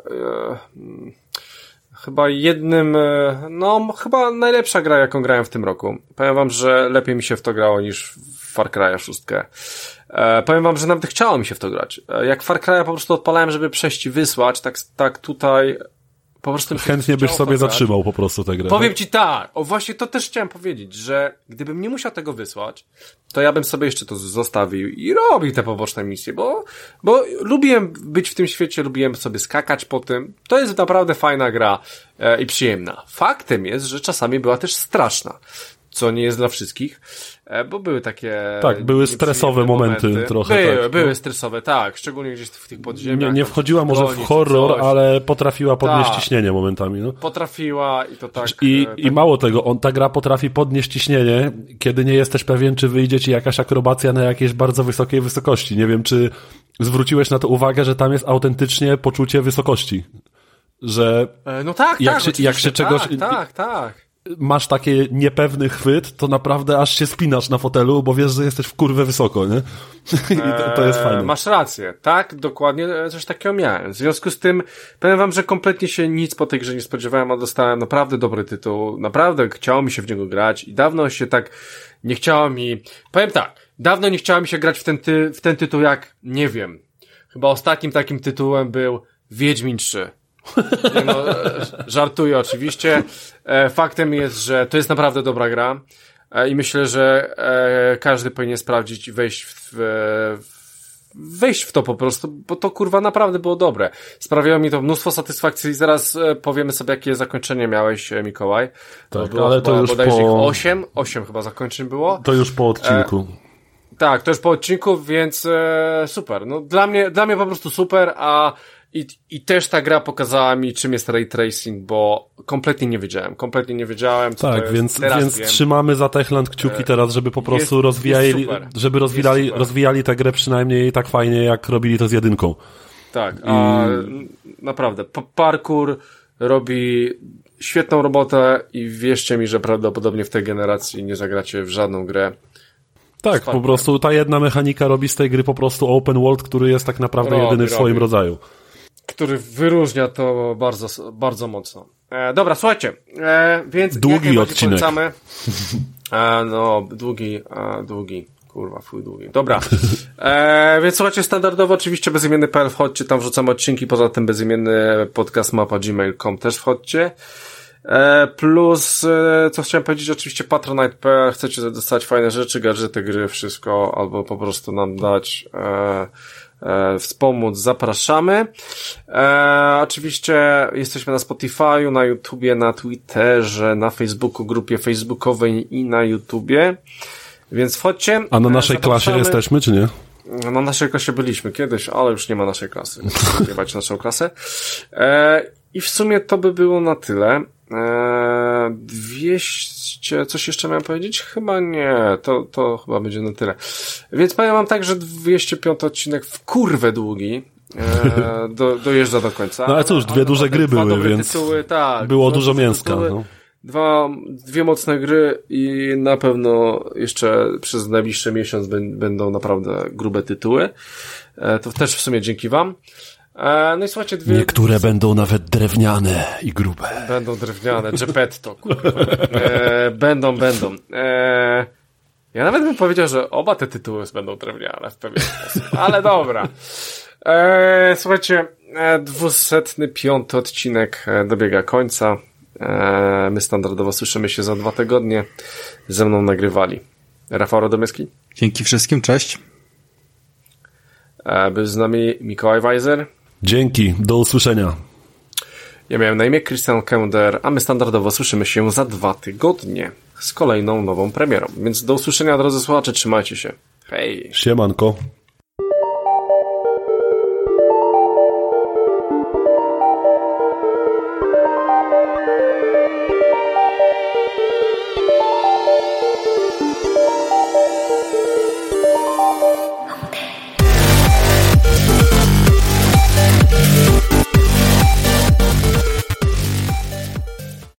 Chyba najlepsza gra, jaką grałem w tym roku. Powiem wam, że lepiej mi się w to grało niż w Far Cry'a 6. Powiem wam, że nawet chciało mi się w to grać. Jak Far Cry'a po prostu odpalałem, żeby przejść i wysłać, tak tutaj po prostu chętnie byś sobie zatrzymał po prostu tę grę. Powiem ci tak, właśnie to też chciałem powiedzieć, że gdybym nie musiał tego wysłać, to ja bym sobie jeszcze to zostawił i robił te poboczne misje, bo lubiłem być w tym świecie, lubiłem sobie skakać po tym. To jest naprawdę fajna gra i przyjemna. Faktem jest, że czasami była też straszna, co nie jest dla wszystkich, bo były takie... Tak, były stresowe momenty trochę. Były stresowe, tak, szczególnie gdzieś w tych podziemiach. Nie wchodziła może w horror, ale potrafiła podnieść ciśnienie momentami. No. Potrafiła i to tak... I mało tego, ta gra potrafi podnieść ciśnienie, kiedy nie jesteś pewien, czy wyjdzie ci jakaś akrobacja na jakiejś bardzo wysokiej wysokości. Nie wiem, czy zwróciłeś na to uwagę, że tam jest autentycznie poczucie wysokości. Że... No tak, jak się czegoś... Tak. Masz taki niepewny chwyt, to naprawdę aż się spinasz na fotelu, bo wiesz, że jesteś w kurwę wysoko, nie? I to jest fajne. Masz rację, tak, dokładnie coś takiego miałem. W związku z tym powiem wam, że kompletnie się nic po tej grze nie spodziewałem, a dostałem naprawdę dobry tytuł, naprawdę chciało mi się w niego grać i dawno się tak nie chciało mi... Powiem tak, dawno nie chciało mi się grać w ten tytuł jak, nie wiem, chyba ostatnim takim tytułem był Wiedźmin 3. Nie no, żartuję oczywiście. Faktem jest, że to jest naprawdę dobra gra i myślę, że każdy powinien sprawdzić i wejść wejść w to po prostu, bo to kurwa naprawdę było dobre. Sprawiało mi to mnóstwo satysfakcji i zaraz powiemy sobie, jakie zakończenie miałeś, Mikołaj. Tak, było ale to już po... 8 chyba zakończeń było. To już po odcinku. Tak, to już po odcinku, więc super. No dla mnie po prostu super, i też ta gra pokazała mi, czym jest ray tracing, bo kompletnie nie wiedziałem, co tak, to jest. Więc trzymamy za Techland kciuki teraz, żeby po prostu rozwijali tę grę przynajmniej tak fajnie, jak robili to z 1. Tak, naprawdę, parkour robi świetną robotę i wierzcie mi, że prawdopodobnie w tej generacji nie zagracie w żadną grę. Tak, po prostu ta jedna mechanika robi z tej gry po prostu open world, który jest tak naprawdę jedyny w swoim rodzaju. Który wyróżnia to bardzo, bardzo mocno. Dobra, słuchajcie, więc długi odcinek. Polecamy. Długi. Kurwa, długi. Dobra. Więc słuchajcie, standardowo oczywiście bezimienny.pl, wchodźcie, tam wrzucamy odcinki, poza tym bezimienny podcast mapa.gmail.com też wchodźcie. Plus, co chciałem powiedzieć, oczywiście patronite.pl, chcecie dostać fajne rzeczy, gadżety, gry, wszystko, albo po prostu nam dać wspomóc, zapraszamy. Oczywiście jesteśmy na Spotify'u, na YouTubie, na Twitterze, na Facebooku, grupie facebookowej i na YouTubie, więc wchodźcie. A na naszej klasie jesteśmy, czy nie? Na naszej klasie byliśmy kiedyś, ale już nie ma naszej klasy. Nie bać naszą klasę. I w sumie to by było na tyle. 200, coś jeszcze miałem powiedzieć? Chyba nie, to chyba będzie na tyle. Więc powiem wam tak, że 205 odcinek w kurwę długi dojeżdża do końca. No ale cóż, dwie duże gry były, więc tytuły, tak, było dużo mięska. Dwie mocne gry i na pewno jeszcze przez najbliższy miesiąc będą naprawdę grube tytuły. To też w sumie dzięki wam. No i słuchajcie, niektóre będą nawet drewniane i grube. Będą drewniane, Geppetto, kurwa. Będą. Ja nawet bym powiedział, że oba te tytuły będą drewniane w pewien sposób, ale dobra. Słuchajcie, 205 odcinek dobiega końca. My standardowo słyszymy się za 2 tygodnie. Ze mną nagrywali Rafał Radomyski. Dzięki wszystkim, cześć. Był z nami Mikołaj Weiser. Dzięki, do usłyszenia. Ja miałem na imię Christian Kender, a my standardowo słyszymy się za 2 tygodnie z kolejną nową premierą. Więc do usłyszenia, drodzy słuchacze, trzymajcie się. Hej. Siemanko.